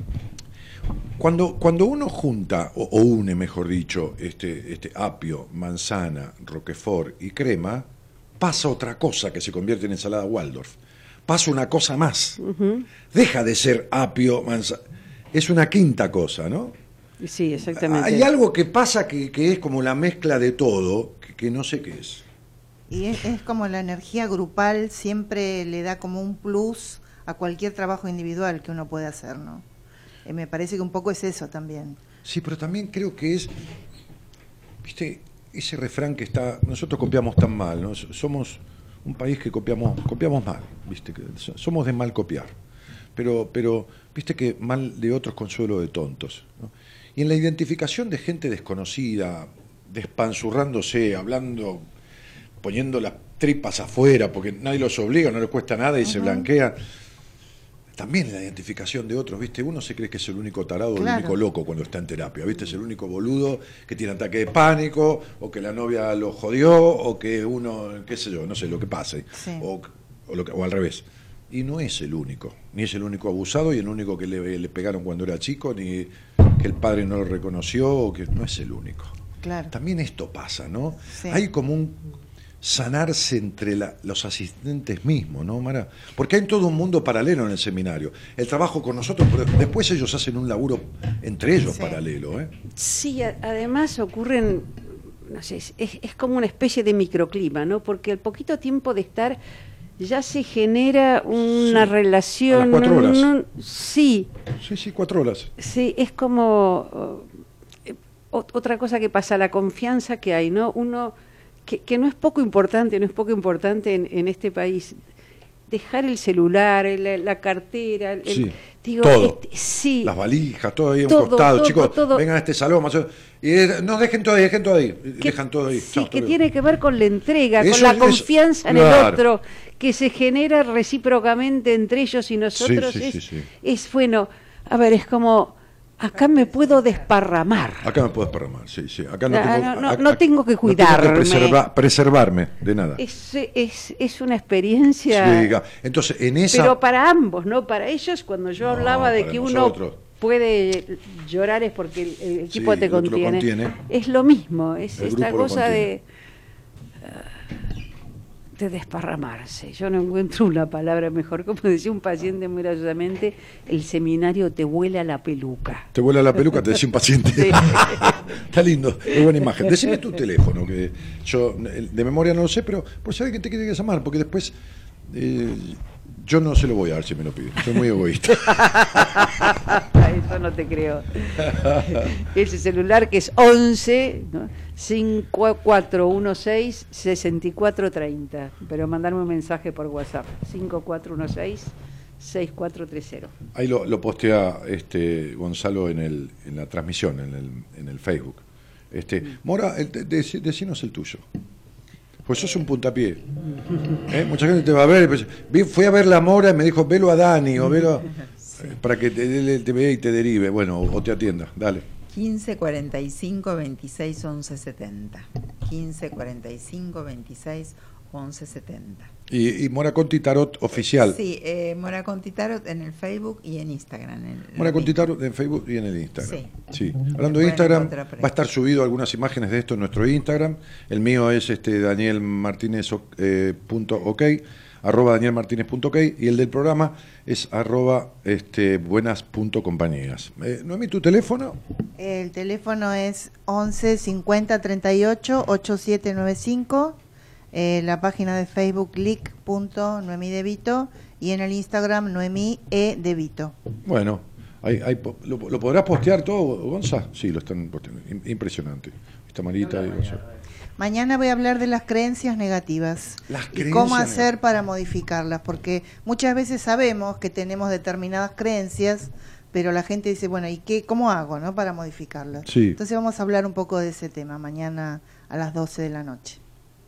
Cuando, cuando uno junta, o, o une, mejor dicho, este, este apio, manzana, roquefort y crema, pasa otra cosa que se convierte en ensalada Waldorf. Pasa una cosa más. Uh-huh. Deja de ser apio, manzana. Es una quinta cosa, ¿no? Sí, exactamente. Hay algo que pasa que, que es como la mezcla de todo, que, que no sé qué es. Y es, es como la energía grupal siempre le da como un plus a cualquier trabajo individual que uno puede hacer, ¿no? Eh, me parece que un poco es eso también. Sí, pero también creo que es, viste, ese refrán que está, nosotros copiamos tan mal, ¿no? Somos un país que copiamos, copiamos mal, viste, que somos de mal copiar, pero, pero viste que mal de otros consuelo de tontos, ¿no? Y en la identificación de gente desconocida, despanzurrándose, hablando, poniendo las tripas afuera, porque nadie los obliga, no les cuesta nada y uh-huh. se blanquean. También la identificación de otros, ¿viste? Uno se cree que es el único tarado, claro. el único loco cuando está en terapia, ¿viste? Es el único boludo que tiene ataque de pánico, o que la novia lo jodió, o que uno, qué sé yo, no sé, lo que pase, sí. o, o, lo que, o al revés. Y no es el único, ni es el único abusado, y el único que le, le pegaron cuando era chico, ni que el padre no lo reconoció, o que no es el único. Claro. También esto pasa, ¿no? Sí. Hay como un... sanarse entre la, los asistentes mismos, ¿no, Mara? Porque hay todo un mundo paralelo en el seminario. El trabajo con nosotros, pero después ellos hacen un laburo entre ellos sí. paralelo, ¿eh? Sí, a, además ocurren, no sé, es, es como una especie de microclima, ¿no? Porque al poquito tiempo de estar ya se genera una sí. relación... A las cuatro horas. No, no, sí. Sí, sí, cuatro horas. Sí, es como... Uh, otra cosa que pasa, la confianza que hay, ¿no? Uno... Que, que no es poco importante, no es poco importante en, en este país. Dejar el celular, la, la cartera, el, sí. Digo, todo. este, sí. Las valijas, todo ahí a un Todo, costado. todo, Chicos, todo. vengan a este salón. Más o- y eh, no, dejen todo ahí, dejen todo ahí. Que- Dejan todo ahí. Sí, Chao, que hasta tiene que ver con la entrega, Eso con la es- eso- confianza en claro. el otro, que se genera recíprocamente entre ellos y nosotros. Sí, sí, es, sí, sí. es bueno, a ver, es como, acá me puedo desparramar. Acá me puedo desparramar, sí, sí. Acá no, Ah, tengo, no, no, acá- no tengo que no tengo cuidarme. preserva- preservarme de nada. Es, es, es una experiencia, Sí, entonces, en esa... pero para ambos, ¿no? Para ellos, cuando yo No, hablaba de para que nosotros. uno puede llorar es porque el, el equipo Sí, te el otro lo contiene. contiene. Es lo mismo, es El esta grupo lo cosa contiene. de, ah, de desparramarse. Yo no encuentro una palabra mejor. Como decía un paciente muy graciosamente, el seminario te vuela la peluca. Te vuela la peluca, te decía un paciente. Sí. Está lindo, es buena imagen. Decime tu teléfono, que yo eh, de memoria no lo sé, pero por si alguien te quiere llamar, porque después eh, yo no se lo voy a dar si me lo pide. Soy muy egoísta. Eso no te creo. Ese celular que es once, ¿no? cinco cuatro uno seis, seis cuatro tres cero. Pero mandarme un mensaje por WhatsApp. cinco cuatro uno seis, seis cuatro tres cero. Ahí lo, lo postea este Gonzalo en el en la transmisión, en el, en el Facebook. Este, Mora, el, de, de- decinos el tuyo. Pues sos un puntapié. ¿Eh? Mucha gente te va a ver. Pues, vi- fui a ver la Mora y me dijo, velo a Dani o velo a- eh, para que te, te vea y te derive. Bueno, o te atienda. Dale. quince cuarenta y cinco veintiséis once setenta. quince cuarenta y cinco veintiséis once setenta. Y, y Mora Conti Tarot oficial. Sí, eh, Mora Conti Tarot en el Facebook y en Instagram. En el- Mora Conti Tarot en Facebook y en el Instagram. Sí. Sí. Me Hablando de pueden Instagram, encontrar por ahí. va a estar subido algunas imágenes de esto en nuestro Instagram. El mío es este Daniel Martínez eh, punto ok, arroba Daniel Martínez punto ok, y el del programa es arroba este, buenas punto compañías. Eh, Noemí, ¿tu teléfono? El teléfono es once cincuenta treinta y ocho ochenta y siete noventa y cinco. Eh, la página de Facebook lic punto noemí de Vito y en el Instagram noemí e de Vito. Bueno, ahí, ahí po- lo, lo podrás postear todo, Gonza? Sí, lo están posteando. Im- Impresionante. Está Marita y Gonza. Mañana voy a hablar de las creencias negativas Las y creencias cómo hacer negativas. para modificarlas, porque muchas veces sabemos que tenemos determinadas creencias, pero la gente dice, bueno, ¿y qué, cómo hago, no, para modificarlas? Sí. Entonces vamos a hablar un poco de ese tema mañana a las doce de la noche.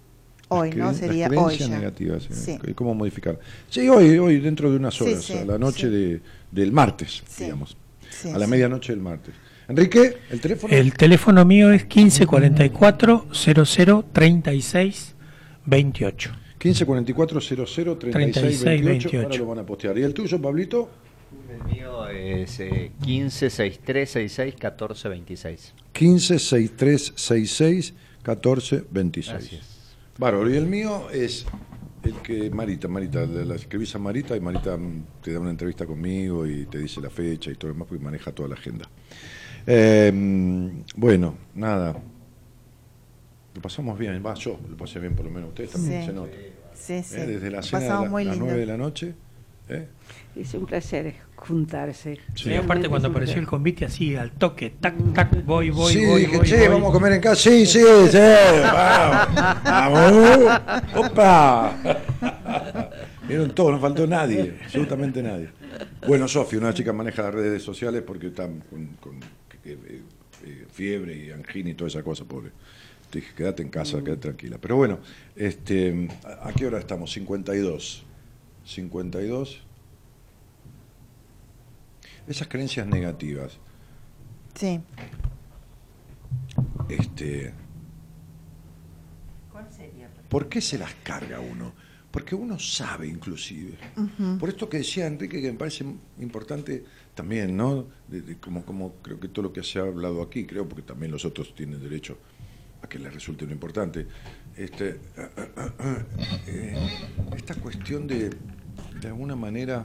Hoy, Las ¿no? creen- Sería las hoy creencias ya. negativas, eh, Sí. ¿cómo modificar? Sí, hoy, hoy dentro de unas Sí, horas, sí, a la noche sí. de, del martes, Sí. digamos. Sí, a la sí. medianoche del martes. Enrique, ¿el teléfono? El teléfono mío es quince cuarenta y cuatro cero cero treinta y seis veintiocho. quince cuarenta y cuatro cero cero treinta y seis veintiocho. Ahora lo van a postear. ¿Y el tuyo, Pablito? El mío es eh, quince sesenta y tres sesenta y seis catorce veintiséis. quince sesenta y tres sesenta y seis catorce veintiséis. Así es. Bárbaro. Y el mío es el que Marita, Marita, la, la escribís a Marita y Marita mm, te da una entrevista conmigo y te dice la fecha y todo lo demás porque maneja toda la agenda. Eh, bueno, nada. Lo pasamos bien, va, yo lo pasé bien por lo menos, ustedes también Sí. se nota. Sí, sí. Eh, Desde la Lo cena de pasamos la- muy las lindo. nueve de la noche. ¿eh? Es un placer juntarse. Y aparte cuando apareció el convite así al toque, tac, tac, voy, voy, Sí, voy, dije, voy, che, voy. vamos a comer en casa. Sí, sí, sí. Vamos. Vamos. Opa. Vieron todo, no faltó nadie, absolutamente nadie. Bueno, Sofía, una chica maneja las redes sociales porque está con, con eh, eh, fiebre y angina y toda esa cosa, pobre. Te dije, quédate en casa, quédate tranquila. Pero bueno, este, ¿a a qué hora estamos? cincuenta y dos. cincuenta y dos. Esas creencias negativas. Sí. Este, ¿Cuál sería? ¿por qué se las carga uno? Porque uno sabe, inclusive. Ujú. Por esto que decía Enrique, que me parece importante también, ¿no? De- de como, como creo que todo lo que se ha hablado aquí, creo, porque también los otros tienen derecho a que les resulte lo importante. Este, eh, esta cuestión de, de alguna manera,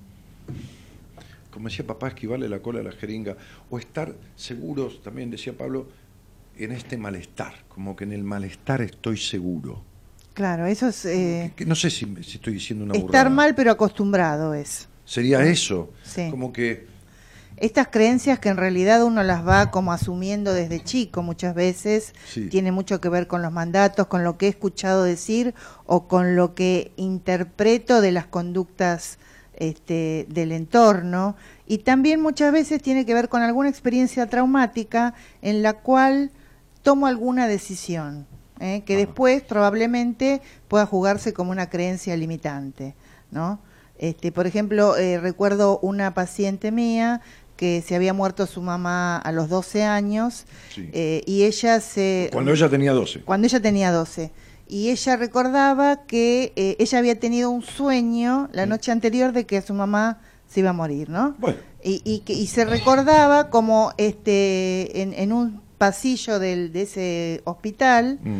como decía papá, esquivarle la cola a la jeringa, o estar seguros, también decía Pablo, en este malestar, como que en el malestar estoy seguro. Claro, eso es eh, Que no sé si, si estoy diciendo una estar burrada. mal pero acostumbrado es. Sería eso, Sí. como que Estas creencias que en realidad uno las va como asumiendo desde chico muchas veces, Sí. tiene mucho que ver con los mandatos, con lo que he escuchado decir o con lo que interpreto de las conductas este, del entorno, y también muchas veces tiene que ver con alguna experiencia traumática en la cual tomo alguna decisión, ¿eh? que después probablemente pueda jugarse como una creencia limitante, ¿no? Este, por ejemplo, eh, recuerdo una paciente mía que se había muerto su mamá a los doce años, Sí. eh, y ella se... Cuando ella tenía doce. Cuando ella tenía doce. Y ella recordaba que eh, ella había tenido un sueño la noche anterior de que su mamá se iba a morir, ¿no? Bueno. Y, y, que, y se recordaba como este en, en un pasillo del, de ese hospital, Mm.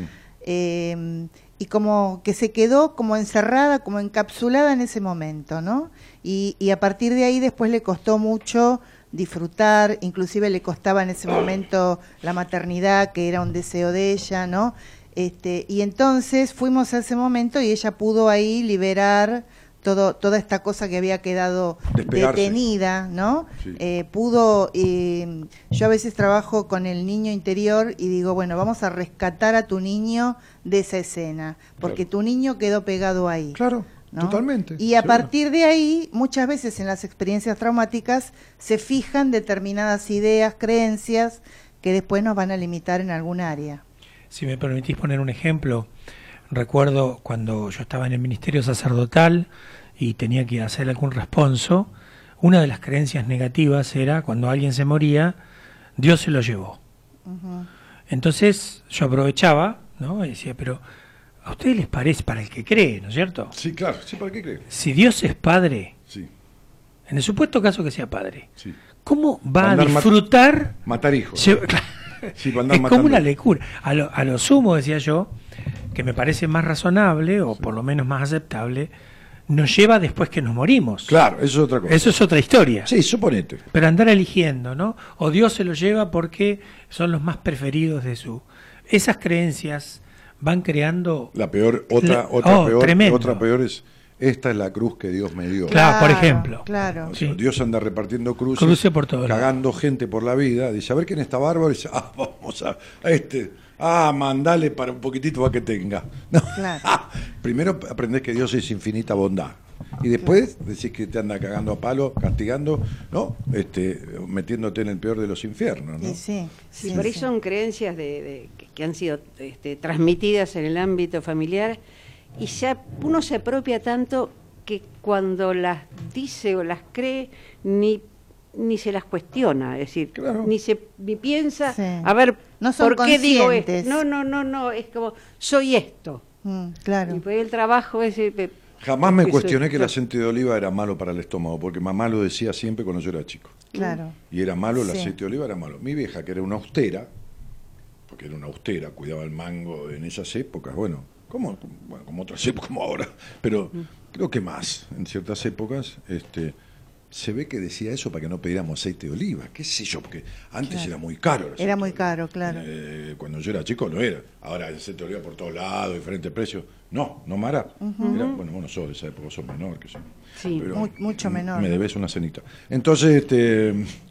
eh, y como que se quedó como encerrada, como encapsulada en ese momento, ¿no? Y, y a partir de ahí después le costó mucho disfrutar, inclusive le costaba en ese momento la maternidad, que era un deseo de ella, ¿no? Este, y entonces fuimos a ese momento y ella pudo ahí liberar todo, toda esta cosa que había quedado Despegarse. detenida, ¿no? Sí. Eh, pudo, eh, yo a veces trabajo con el niño interior y digo, bueno, vamos a rescatar a tu niño de esa escena, porque Claro. tu niño quedó pegado ahí. Claro, ¿no? totalmente. Y a seguro. partir de ahí, muchas veces en las experiencias traumáticas se fijan determinadas ideas, creencias, que después nos van a limitar en algún área. Si me permitís poner un ejemplo, recuerdo cuando yo estaba en el ministerio sacerdotal y tenía que hacer algún responso, una de las creencias negativas era cuando alguien se moría, Dios se lo llevó. Ujú. Entonces yo aprovechaba, ¿no? Y decía, pero a ustedes les parece, para el que cree, ¿no es cierto? Sí, claro. Sí, ¿para qué cree? Si Dios es padre, Sí, en el supuesto caso que sea padre, sí. ¿cómo va a Andar mat- disfrutar? Matar hijos. Lle- claro. Sí, para andar Es como matando. una locura. A lo, a lo sumo, decía yo, que me parece más razonable, o por lo menos más aceptable, nos lleva después que nos morimos. Claro, eso es otra cosa. Eso es otra historia. Sí, suponete. Pero andar eligiendo, ¿no? O Dios se lo lleva porque son los más preferidos de su... Esas creencias van creando... La peor, otra, La- otra oh, peor, tremendo. otra peor es, esta es la cruz que Dios me dio. Claro, por ejemplo. Claro. O sea, Sí. Dios anda repartiendo cruces, Cruce por todos cagando gente por la vida. Dice, a ver quién está bárbaro. Y dice, ah, vamos a, a este. Ah, mandale para un poquitito para que tenga. No. Claro. Primero aprendés que Dios es infinita bondad. Y después decís que te anda cagando a palo, castigando, ¿no? Este, metiéndote en el peor de los infiernos, ¿no? Sí, sí. Sí, sí, por ahí sí. son creencias de, de- que, que han sido este, transmitidas en el ámbito familiar y ya uno se apropia tanto que cuando las dice o las cree ni ni se las cuestiona, es decir, Claro. ni se ni piensa, Sí. a ver, No son ¿por qué digo esto? conscientes. No, no, no, no, es como, soy esto. Mm, claro. Y por ahí el trabajo es... eh, Jamás me Eso- cuestioné que el claro. aceite de oliva era malo para el estómago, porque mamá lo decía siempre cuando yo era chico. Claro. Y era malo, el Sí. aceite de oliva era malo. Mi vieja, que era una austera, porque era una austera, cuidaba el mango en esas épocas, bueno, como, bueno, como otras épocas, como ahora, pero creo que más, en ciertas épocas, este, se ve que decía eso para que no pidiéramos aceite de oliva, qué sé yo, porque antes Claro. era muy caro. el aceite Era de muy oliva. caro, claro. Eh, cuando yo era chico no era. Ahora el aceite de oliva por todos lados, diferentes precios. No, no Mara. Era, bueno, vos no sos de esa época, sos menor que yo. Sí, mu- mucho menor. Me debes una cenita. Entonces, este,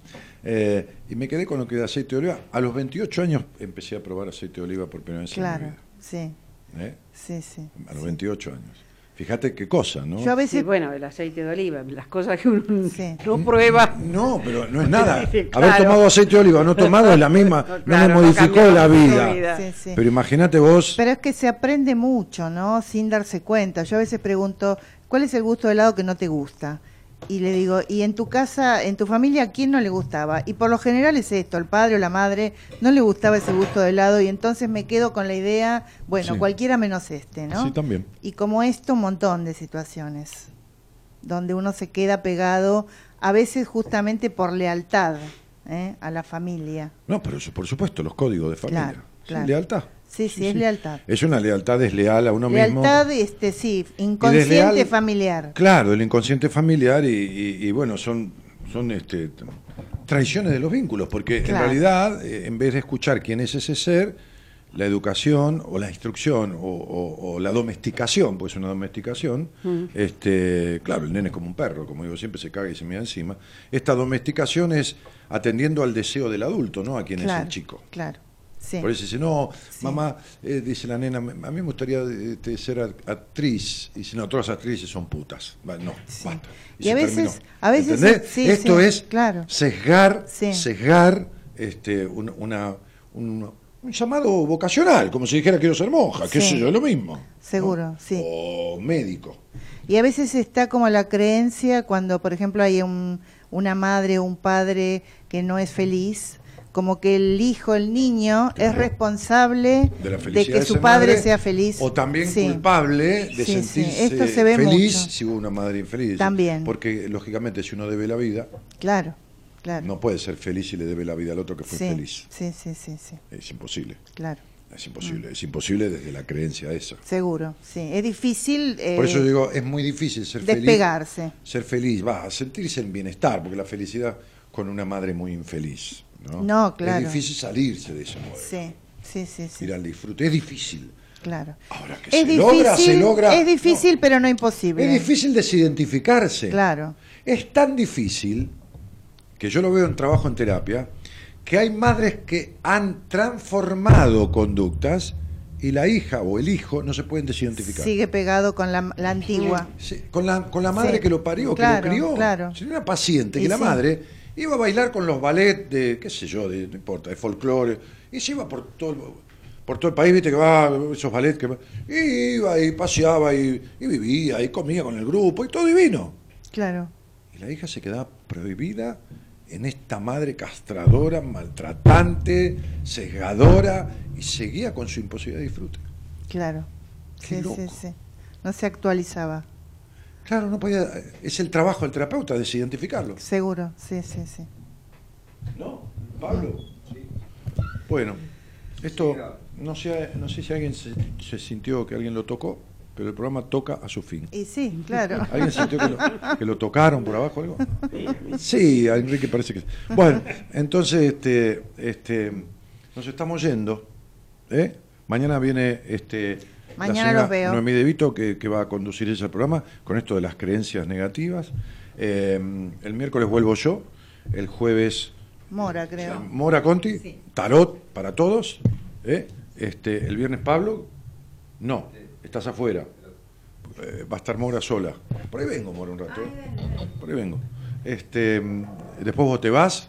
eh, y me quedé con lo que de aceite de oliva. A los veintiocho años empecé a probar aceite de oliva por primera vez Claro, en mi sí, vida. ¿Eh? sí, sí. A los sí. veintiocho años. Fíjate qué cosa, ¿no? Yo a sí, veces... bueno, el aceite de oliva, las cosas que uno Sí. no prueba. No, pero no es nada. Sí, Haber claro. tomado aceite de oliva o no tomado es la misma. No, Claro, me no modificó cambió la tu vida. vida. Sí, sí. Pero imagínate vos. Pero es que se aprende mucho, ¿no? Sin darse cuenta. Yo a veces pregunto, ¿cuál es el gusto de helado que no te gusta? Y le digo, ¿y en tu casa, en tu familia, a quién no le gustaba? Y por lo general es esto, el padre o la madre no le gustaba ese gusto de helado y entonces me quedo con la idea, bueno, Sí. cualquiera menos este, ¿no? Sí, también. Y como esto, un montón de situaciones donde uno se queda pegado, a veces justamente por lealtad, ¿eh? A la familia. No, pero eso, por supuesto, los códigos de familia. Claro, Sí, claro. lealtad. Sí, sí, es lealtad. Es una lealtad desleal a uno Lealtad, mismo. este, sí, inconsciente desleal- familiar. Claro, el inconsciente familiar y, y- y, bueno, son, son este, t- traiciones de los vínculos, porque Claro. en realidad, eh, en vez de escuchar quién es ese ser, la educación o la instrucción o, o- o la domesticación, pues una domesticación, este, claro, el nene es como un perro, como digo, siempre se caga y se mira encima. Esta domesticación es atendiendo al deseo del adulto, no a quien es Claro, el chico. claro. sí. Por eso dice, no, Sí. mamá, eh, dice la nena, a mí me gustaría este, ser actriz. Y si no, todas las actrices son putas. Va, no, Sí. basta. Y a se veces- terminó. a veces ¿Entendés? es- sí, Esto sí, es claro. sesgar, Sí. sesgar este, un, una, un, un llamado vocacional, como si dijera quiero ser monja, qué Sí. sé yo, es lo mismo. Seguro, sí. O médico. Y a veces está como la creencia cuando, por ejemplo, hay un, una madre o un padre que no es feliz, como que el hijo, el niño, Claro. es responsable De la de felicidad que de su esa padre madre, sea feliz. o también Sí. culpable de Sí, sí. sentirse Esto se ve feliz mucho. si hubo una madre infeliz. También. Porque, lógicamente, si uno debe la vida, Claro, claro. no puede ser feliz si le debe la vida al otro que fue sí, feliz. sí, sí, sí, sí, Es imposible. claro. Es imposible. Es imposible desde la creencia esa. Seguro, sí. Es difícil eh, Por eso digo, es muy difícil ser despegarse. feliz. Ser feliz, va, a sentirse en bienestar, porque la felicidad con una madre muy infeliz. No, No, claro. Es difícil salirse de ese modo. Sí, sí, sí, sí. Ir al disfrute. Es difícil. Claro. Ahora que Es se difícil, logra, se logra. es difícil, pero no imposible. Es difícil desidentificarse. Claro. Es tan difícil, que yo lo veo en trabajo en terapia, que hay madres que han transformado conductas y la hija o el hijo no se pueden desidentificar. Sigue pegado con la, la antigua. Sí, con, la, con la madre Sí. que lo parió, Claro, que lo crió. claro. Si no era paciente, Y que la sí. madre iba a bailar con los ballets de, qué sé yo, de, no importa, de folclore, y se iba por todo el, por todo el país, viste que va, esos ballets que va, y iba y paseaba y, y vivía y comía con el grupo y todo divino. Claro. Y la hija se quedaba prohibida en esta madre castradora, maltratante, sesgadora, y seguía con su imposibilidad de disfrute. Claro. Qué Sí, loco. sí, sí. No se actualizaba. Claro, no podía, es el trabajo del terapeuta desidentificarlo. Seguro, sí, sí, sí. ¿No, Pablo? Bueno, esto, no sé, no sé si alguien se, se sintió que alguien lo tocó, pero el programa toca a su fin. Y sí, claro. ¿Alguien sintió que lo, que lo tocaron por abajo o algo? Sí, a Enrique parece que sí. Bueno, entonces este, este, nos estamos yendo. ¿eh? Mañana viene este, Mañana la señora los veo. Noemí De Vito, que, que va a conducir ella el programa con esto de las creencias negativas. Eh, el miércoles vuelvo yo, el jueves Mora, creo. Mora Conti, tarot para todos. ¿eh? Este, el viernes Pablo, no, estás afuera. Eh, va a estar Mora sola. Por ahí vengo, Mora, un rato. ¿eh? Por ahí vengo. Este, después vos te vas.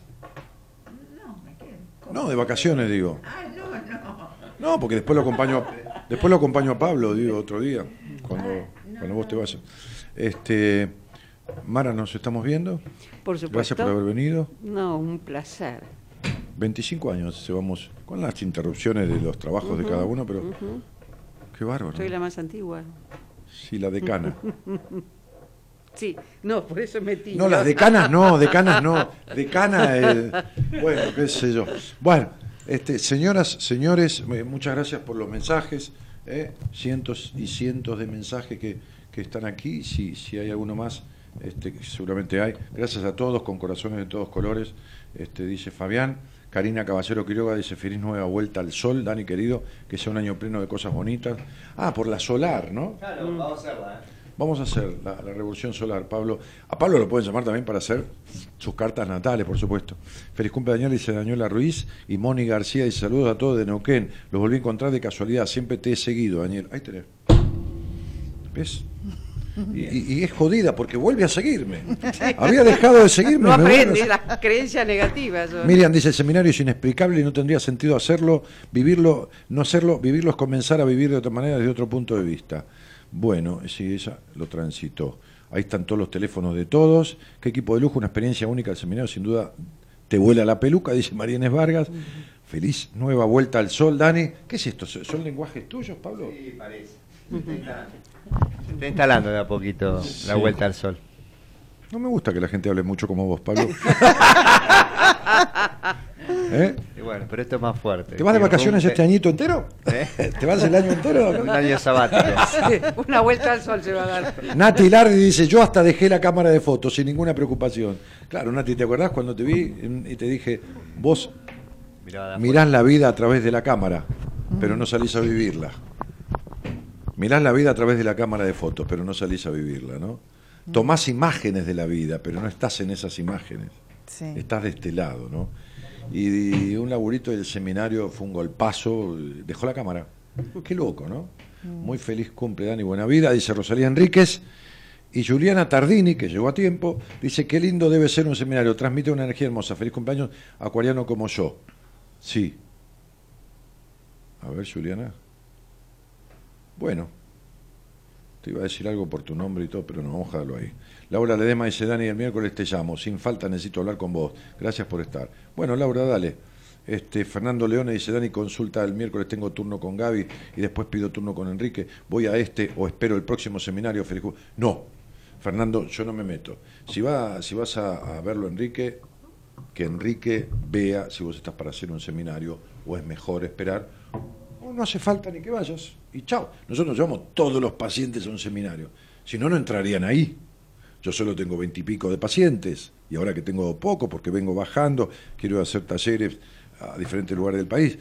No, de vacaciones, digo. No, porque después lo acompaño, después lo acompaño a Pablo, digo, otro día, cuando, cuando vos te vayas. Este, Mara, ¿nos estamos viendo? Por supuesto. Gracias por haber venido. No, un placer. veinticinco años llevamos con las interrupciones de los trabajos de Ujú, cada uno, pero ujú. qué bárbaro. Soy la más antigua. Sí, la decana. Sí, no, por eso metí. No, las decanas no, decanas no. Decana, eh, bueno, qué sé yo. Bueno, este, señoras, señores, eh, muchas gracias por los mensajes. eh, cientos y cientos de mensajes que, que están aquí. Si, si hay alguno más, este, que seguramente hay. Gracias a todos, con corazones de todos colores. Este, dice Fabián. Karina Caballero Quiroga dice feliz nueva vuelta al sol, Dani querido, que sea un año pleno de cosas bonitas. Ah, por la solar, ¿no? Claro, vamos a hacerla, ¿eh? Vamos a hacer la, la revolución solar, Pablo. A Pablo lo pueden llamar también para hacer sus cartas natales, por supuesto. Feliz cumpleaños, Daniel, dice Daniela Ruiz. Y Moni García dice saludos a todos de Neuquén. Los volví a encontrar de casualidad, siempre te he seguido, Daniel. Ahí tenés. ¿Ves? Y, y- y es jodida porque vuelve a seguirme. Había dejado de seguirme. No me vuelve a aprende seguir. las creencias negativas. ¿o? Miriam dice, el seminario es inexplicable y no tendría sentido hacerlo, vivirlo, no hacerlo, vivirlo es comenzar a vivir de otra manera desde otro punto de vista. Bueno, sí, ella lo transitó. Ahí están todos los teléfonos de todos. Qué equipo de lujo, una experiencia única del seminario, sin duda te vuela la peluca, dice María Inés Vargas. Feliz nueva vuelta al sol, Dani. ¿Qué es esto? ¿Son lenguajes tuyos, Pablo? Sí, parece. Se está instalando. Se está instalando de a poquito Sí. la vuelta al sol. No me gusta que la gente hable mucho como vos, Pablo. ¿Eh? Y bueno, pero esto es más fuerte. ¿Te vas de vacaciones Irrumpe- este añito entero? ¿Eh? ¿Te vas el año entero? Un año sabático. Una vuelta al sol se va a dar. Nati Lardi dice, yo hasta dejé la cámara de fotos sin ninguna preocupación. Claro, Nati, ¿te acordás cuando te vi y te dije, vos Mirá, mirás la vida a través de la cámara, pero no salís a vivirla? Mirás la vida a través de la cámara de fotos, pero no salís a vivirla, ¿no? Tomás imágenes de la vida, pero no estás en esas imágenes. Sí. Estás de este lado, ¿no? y un laburito del seminario fue un golpazo, dejó la cámara. Qué loco, ¿no? Muy feliz cumple, Dani, buena vida, dice Rosalía Enríquez. Y Juliana Tardini, que llegó a tiempo, dice, qué lindo debe ser un seminario, transmite una energía hermosa, feliz cumpleaños, acuariano como yo. Sí. A ver, Juliana. Bueno, te iba a decir algo por tu nombre y todo, pero no, vamos a dejarlo ahí. Laura Ledesma dice, Dani, el miércoles te llamo, sin falta necesito hablar con vos, gracias por estar. Bueno, Laura, dale. Este, Fernando Leone dice, Dani, consulta el miércoles, tengo turno con Gaby y después pido turno con Enrique, voy a este o espero el próximo seminario. Feliz... No, Fernando, yo no me meto. Si, va, si vas a, a verlo, Enrique, que Enrique vea si vos estás para hacer un seminario o es mejor esperar, o no hace falta ni que vayas, y chao. Nosotros llevamos todos los pacientes a un seminario, si no, no entrarían ahí. Yo solo tengo veintipico de pacientes, y ahora que tengo poco, porque vengo bajando, quiero hacer talleres a diferentes lugares del país,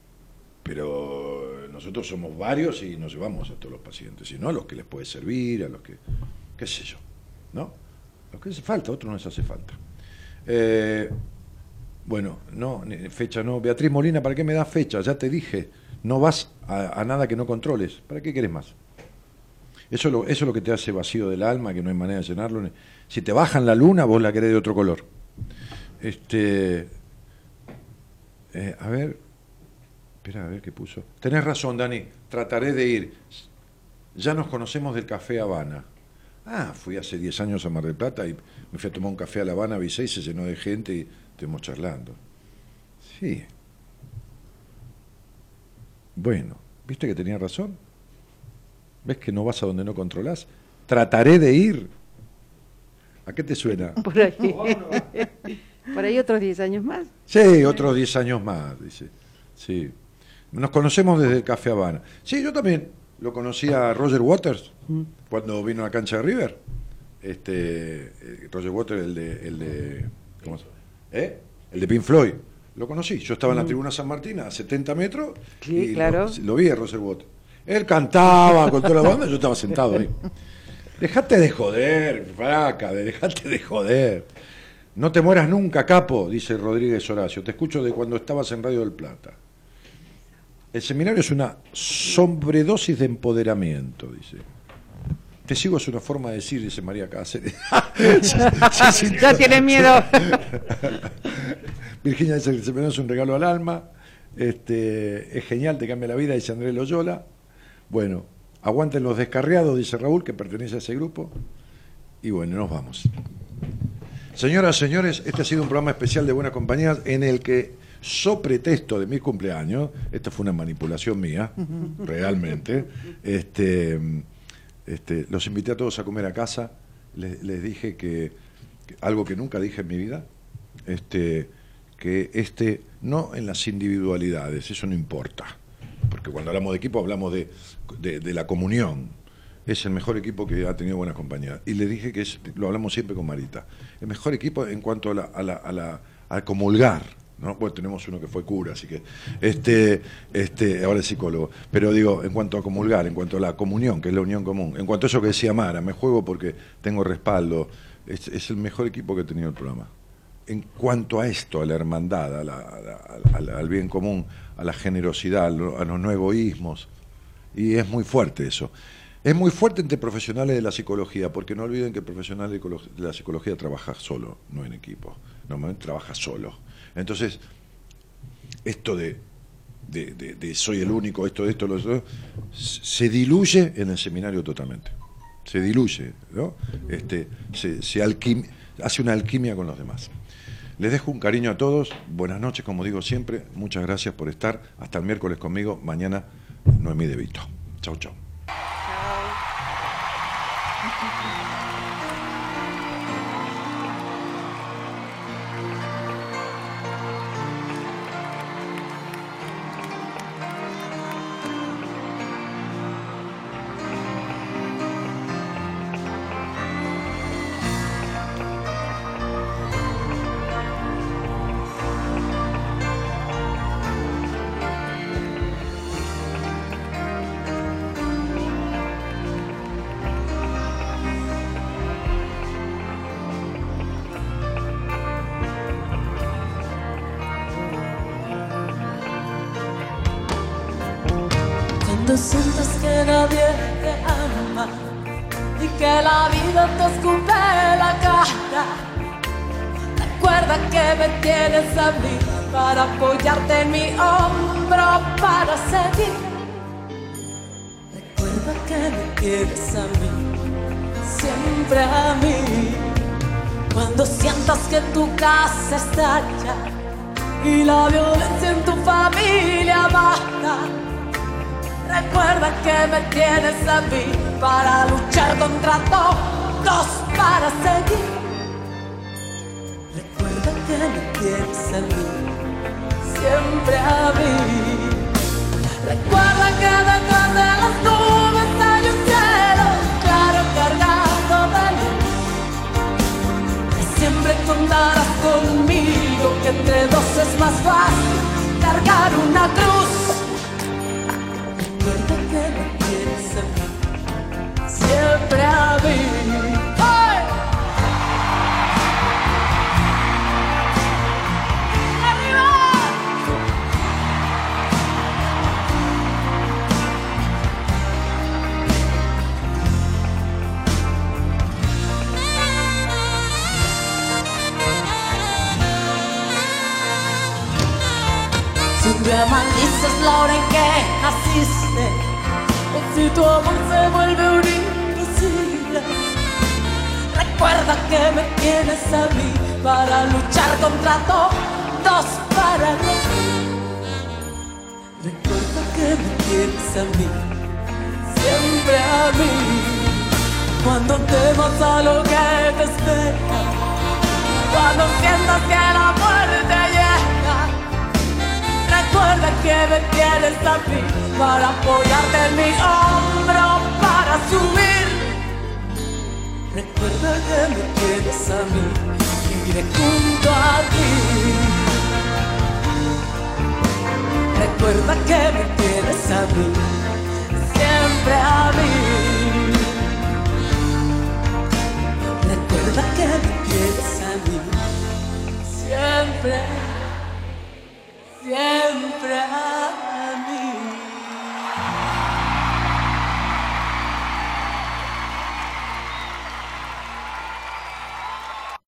pero nosotros somos varios y nos llevamos a todos los pacientes, sino a los que les puede servir, a los que, qué sé yo, ¿no? A los que hace falta, a otros no les hace falta. Eh, bueno, no, fecha no. Beatriz Molina, ¿para qué me das fecha? Ya te dije, no vas a, a nada que no controles. ¿Para qué querés más? Eso es, lo, eso es lo que te hace vacío del alma, que no hay manera de llenarlo. Si te bajan la luna, vos la querés de otro color. Este, eh, a ver, espera, a ver qué puso. Tenés razón, Dani, trataré de ir. Ya nos conocemos del Café Habana. Ah, fui hace diez años a Mar del Plata y me fui a tomar un café a La Habana, avisé y se llenó de gente y estuvimos charlando. Sí. Bueno, ¿viste que tenía razón? ¿Ves que no vas a donde no controlás? Trataré de ir. ¿A qué te suena? Por ahí. Por ahí otros diez años más. Sí, otros diez años más, dice. Sí. Nos conocemos desde el Café Habana. Sí, yo también. Lo conocí a Roger Waters mm. cuando vino a la cancha de River. Este, Roger Waters, el de, el de, ¿cómo se llama? ¿Eh? El de Pink Floyd. Lo conocí. Yo estaba mm. en la tribuna San Martín a setenta metros sí, y claro. lo, lo vi a Roger Waters. Él cantaba con toda la banda, yo estaba sentado ahí. Dejate de joder, flaca, dejate de joder. No te mueras nunca, capo, dice Rodríguez Horacio. Te escucho de cuando estabas en Radio del Plata. El seminario es una sobredosis de empoderamiento, dice. Te sigo es una forma de decir, dice María Cáceres. sí, sí, sí, ya tienes miedo. Virginia dice que el seminario es un regalo al alma. Este, es genial, te cambia la vida, dice Andrés Loyola. Bueno, aguanten los descarriados, dice Raúl, que pertenece a ese grupo. Y bueno, nos vamos. Señoras, señores, este ha sido un programa especial de Buena Compañía en el que, so pretexto de mi cumpleaños, esta fue una manipulación mía, realmente, este, este, los invité a todos a comer a casa, les, les dije que, que algo que nunca dije en mi vida, este, que este, no en las individualidades, eso no importa, porque cuando hablamos de equipo hablamos de, de, de la comunión. Es el mejor equipo que ha tenido Buena Compañía. Y le dije que es, lo hablamos siempre con Marita, el mejor equipo en cuanto a la, a la, a la a comulgar, ¿no? Bueno, tenemos uno que fue cura, así que este, este, ahora es psicólogo, pero digo, en cuanto a comulgar, en cuanto a la comunión, que es la unión común, en cuanto a eso que decía Mara, me juego porque tengo respaldo, es, es el mejor equipo que ha tenido el programa. En cuanto a esto, a la hermandad, a la, a la, al bien común, a la generosidad, a los no egoísmos, y es muy fuerte eso. Es muy fuerte entre profesionales de la psicología, porque no olviden que el profesional de la psicología trabaja solo, no en equipo, normalmente trabaja solo. Entonces, esto de, de, de, de soy el único, esto, esto, lo otro, se diluye en el seminario totalmente. Se diluye, ¿no? Este, se, se alquim, hace una alquimia con los demás. Les dejo un cariño a todos, buenas noches, como digo siempre, muchas gracias por estar, hasta el miércoles conmigo, mañana Noemí De Vito. Chau, chau. Cuando sientas que nadie te ama y que la vida te escupe la cara, recuerda que me tienes a mí para apoyarte en mi hombro para seguir. Recuerda que me tienes a mí, siempre a mí. Cuando sientas que tu casa estalla y la violencia en tu familia mata, recuerda que me tienes a mí para luchar contra todos, para seguir. Recuerda que me tienes a mí, siempre a mí. Recuerda que detrás de las nubes hay un cielo claro cargado de luz. Que siempre contarás conmigo, que entre dos es más fácil cargar una cruz. Recuerda que me tienes a mí, siempre a mí. ¡Ay! ¡Arriba! Siempre maldices la hora en que naciste, o si tu amor se vuelve un imposible. Recuerda que me tienes a mí para luchar contra todos, para mí. Recuerda que me tienes a mí, siempre a mí. Cuando temas a lo que te espera, cuando sientas que la muerte llega, recuerda que me tienes a mí para apoyarte en mi hombro para subir. Recuerda que me tienes a mí, iré junto a ti. Recuerda que me tienes a mí, siempre a mí. Recuerda que me tienes a mí, siempre, siempre a mí.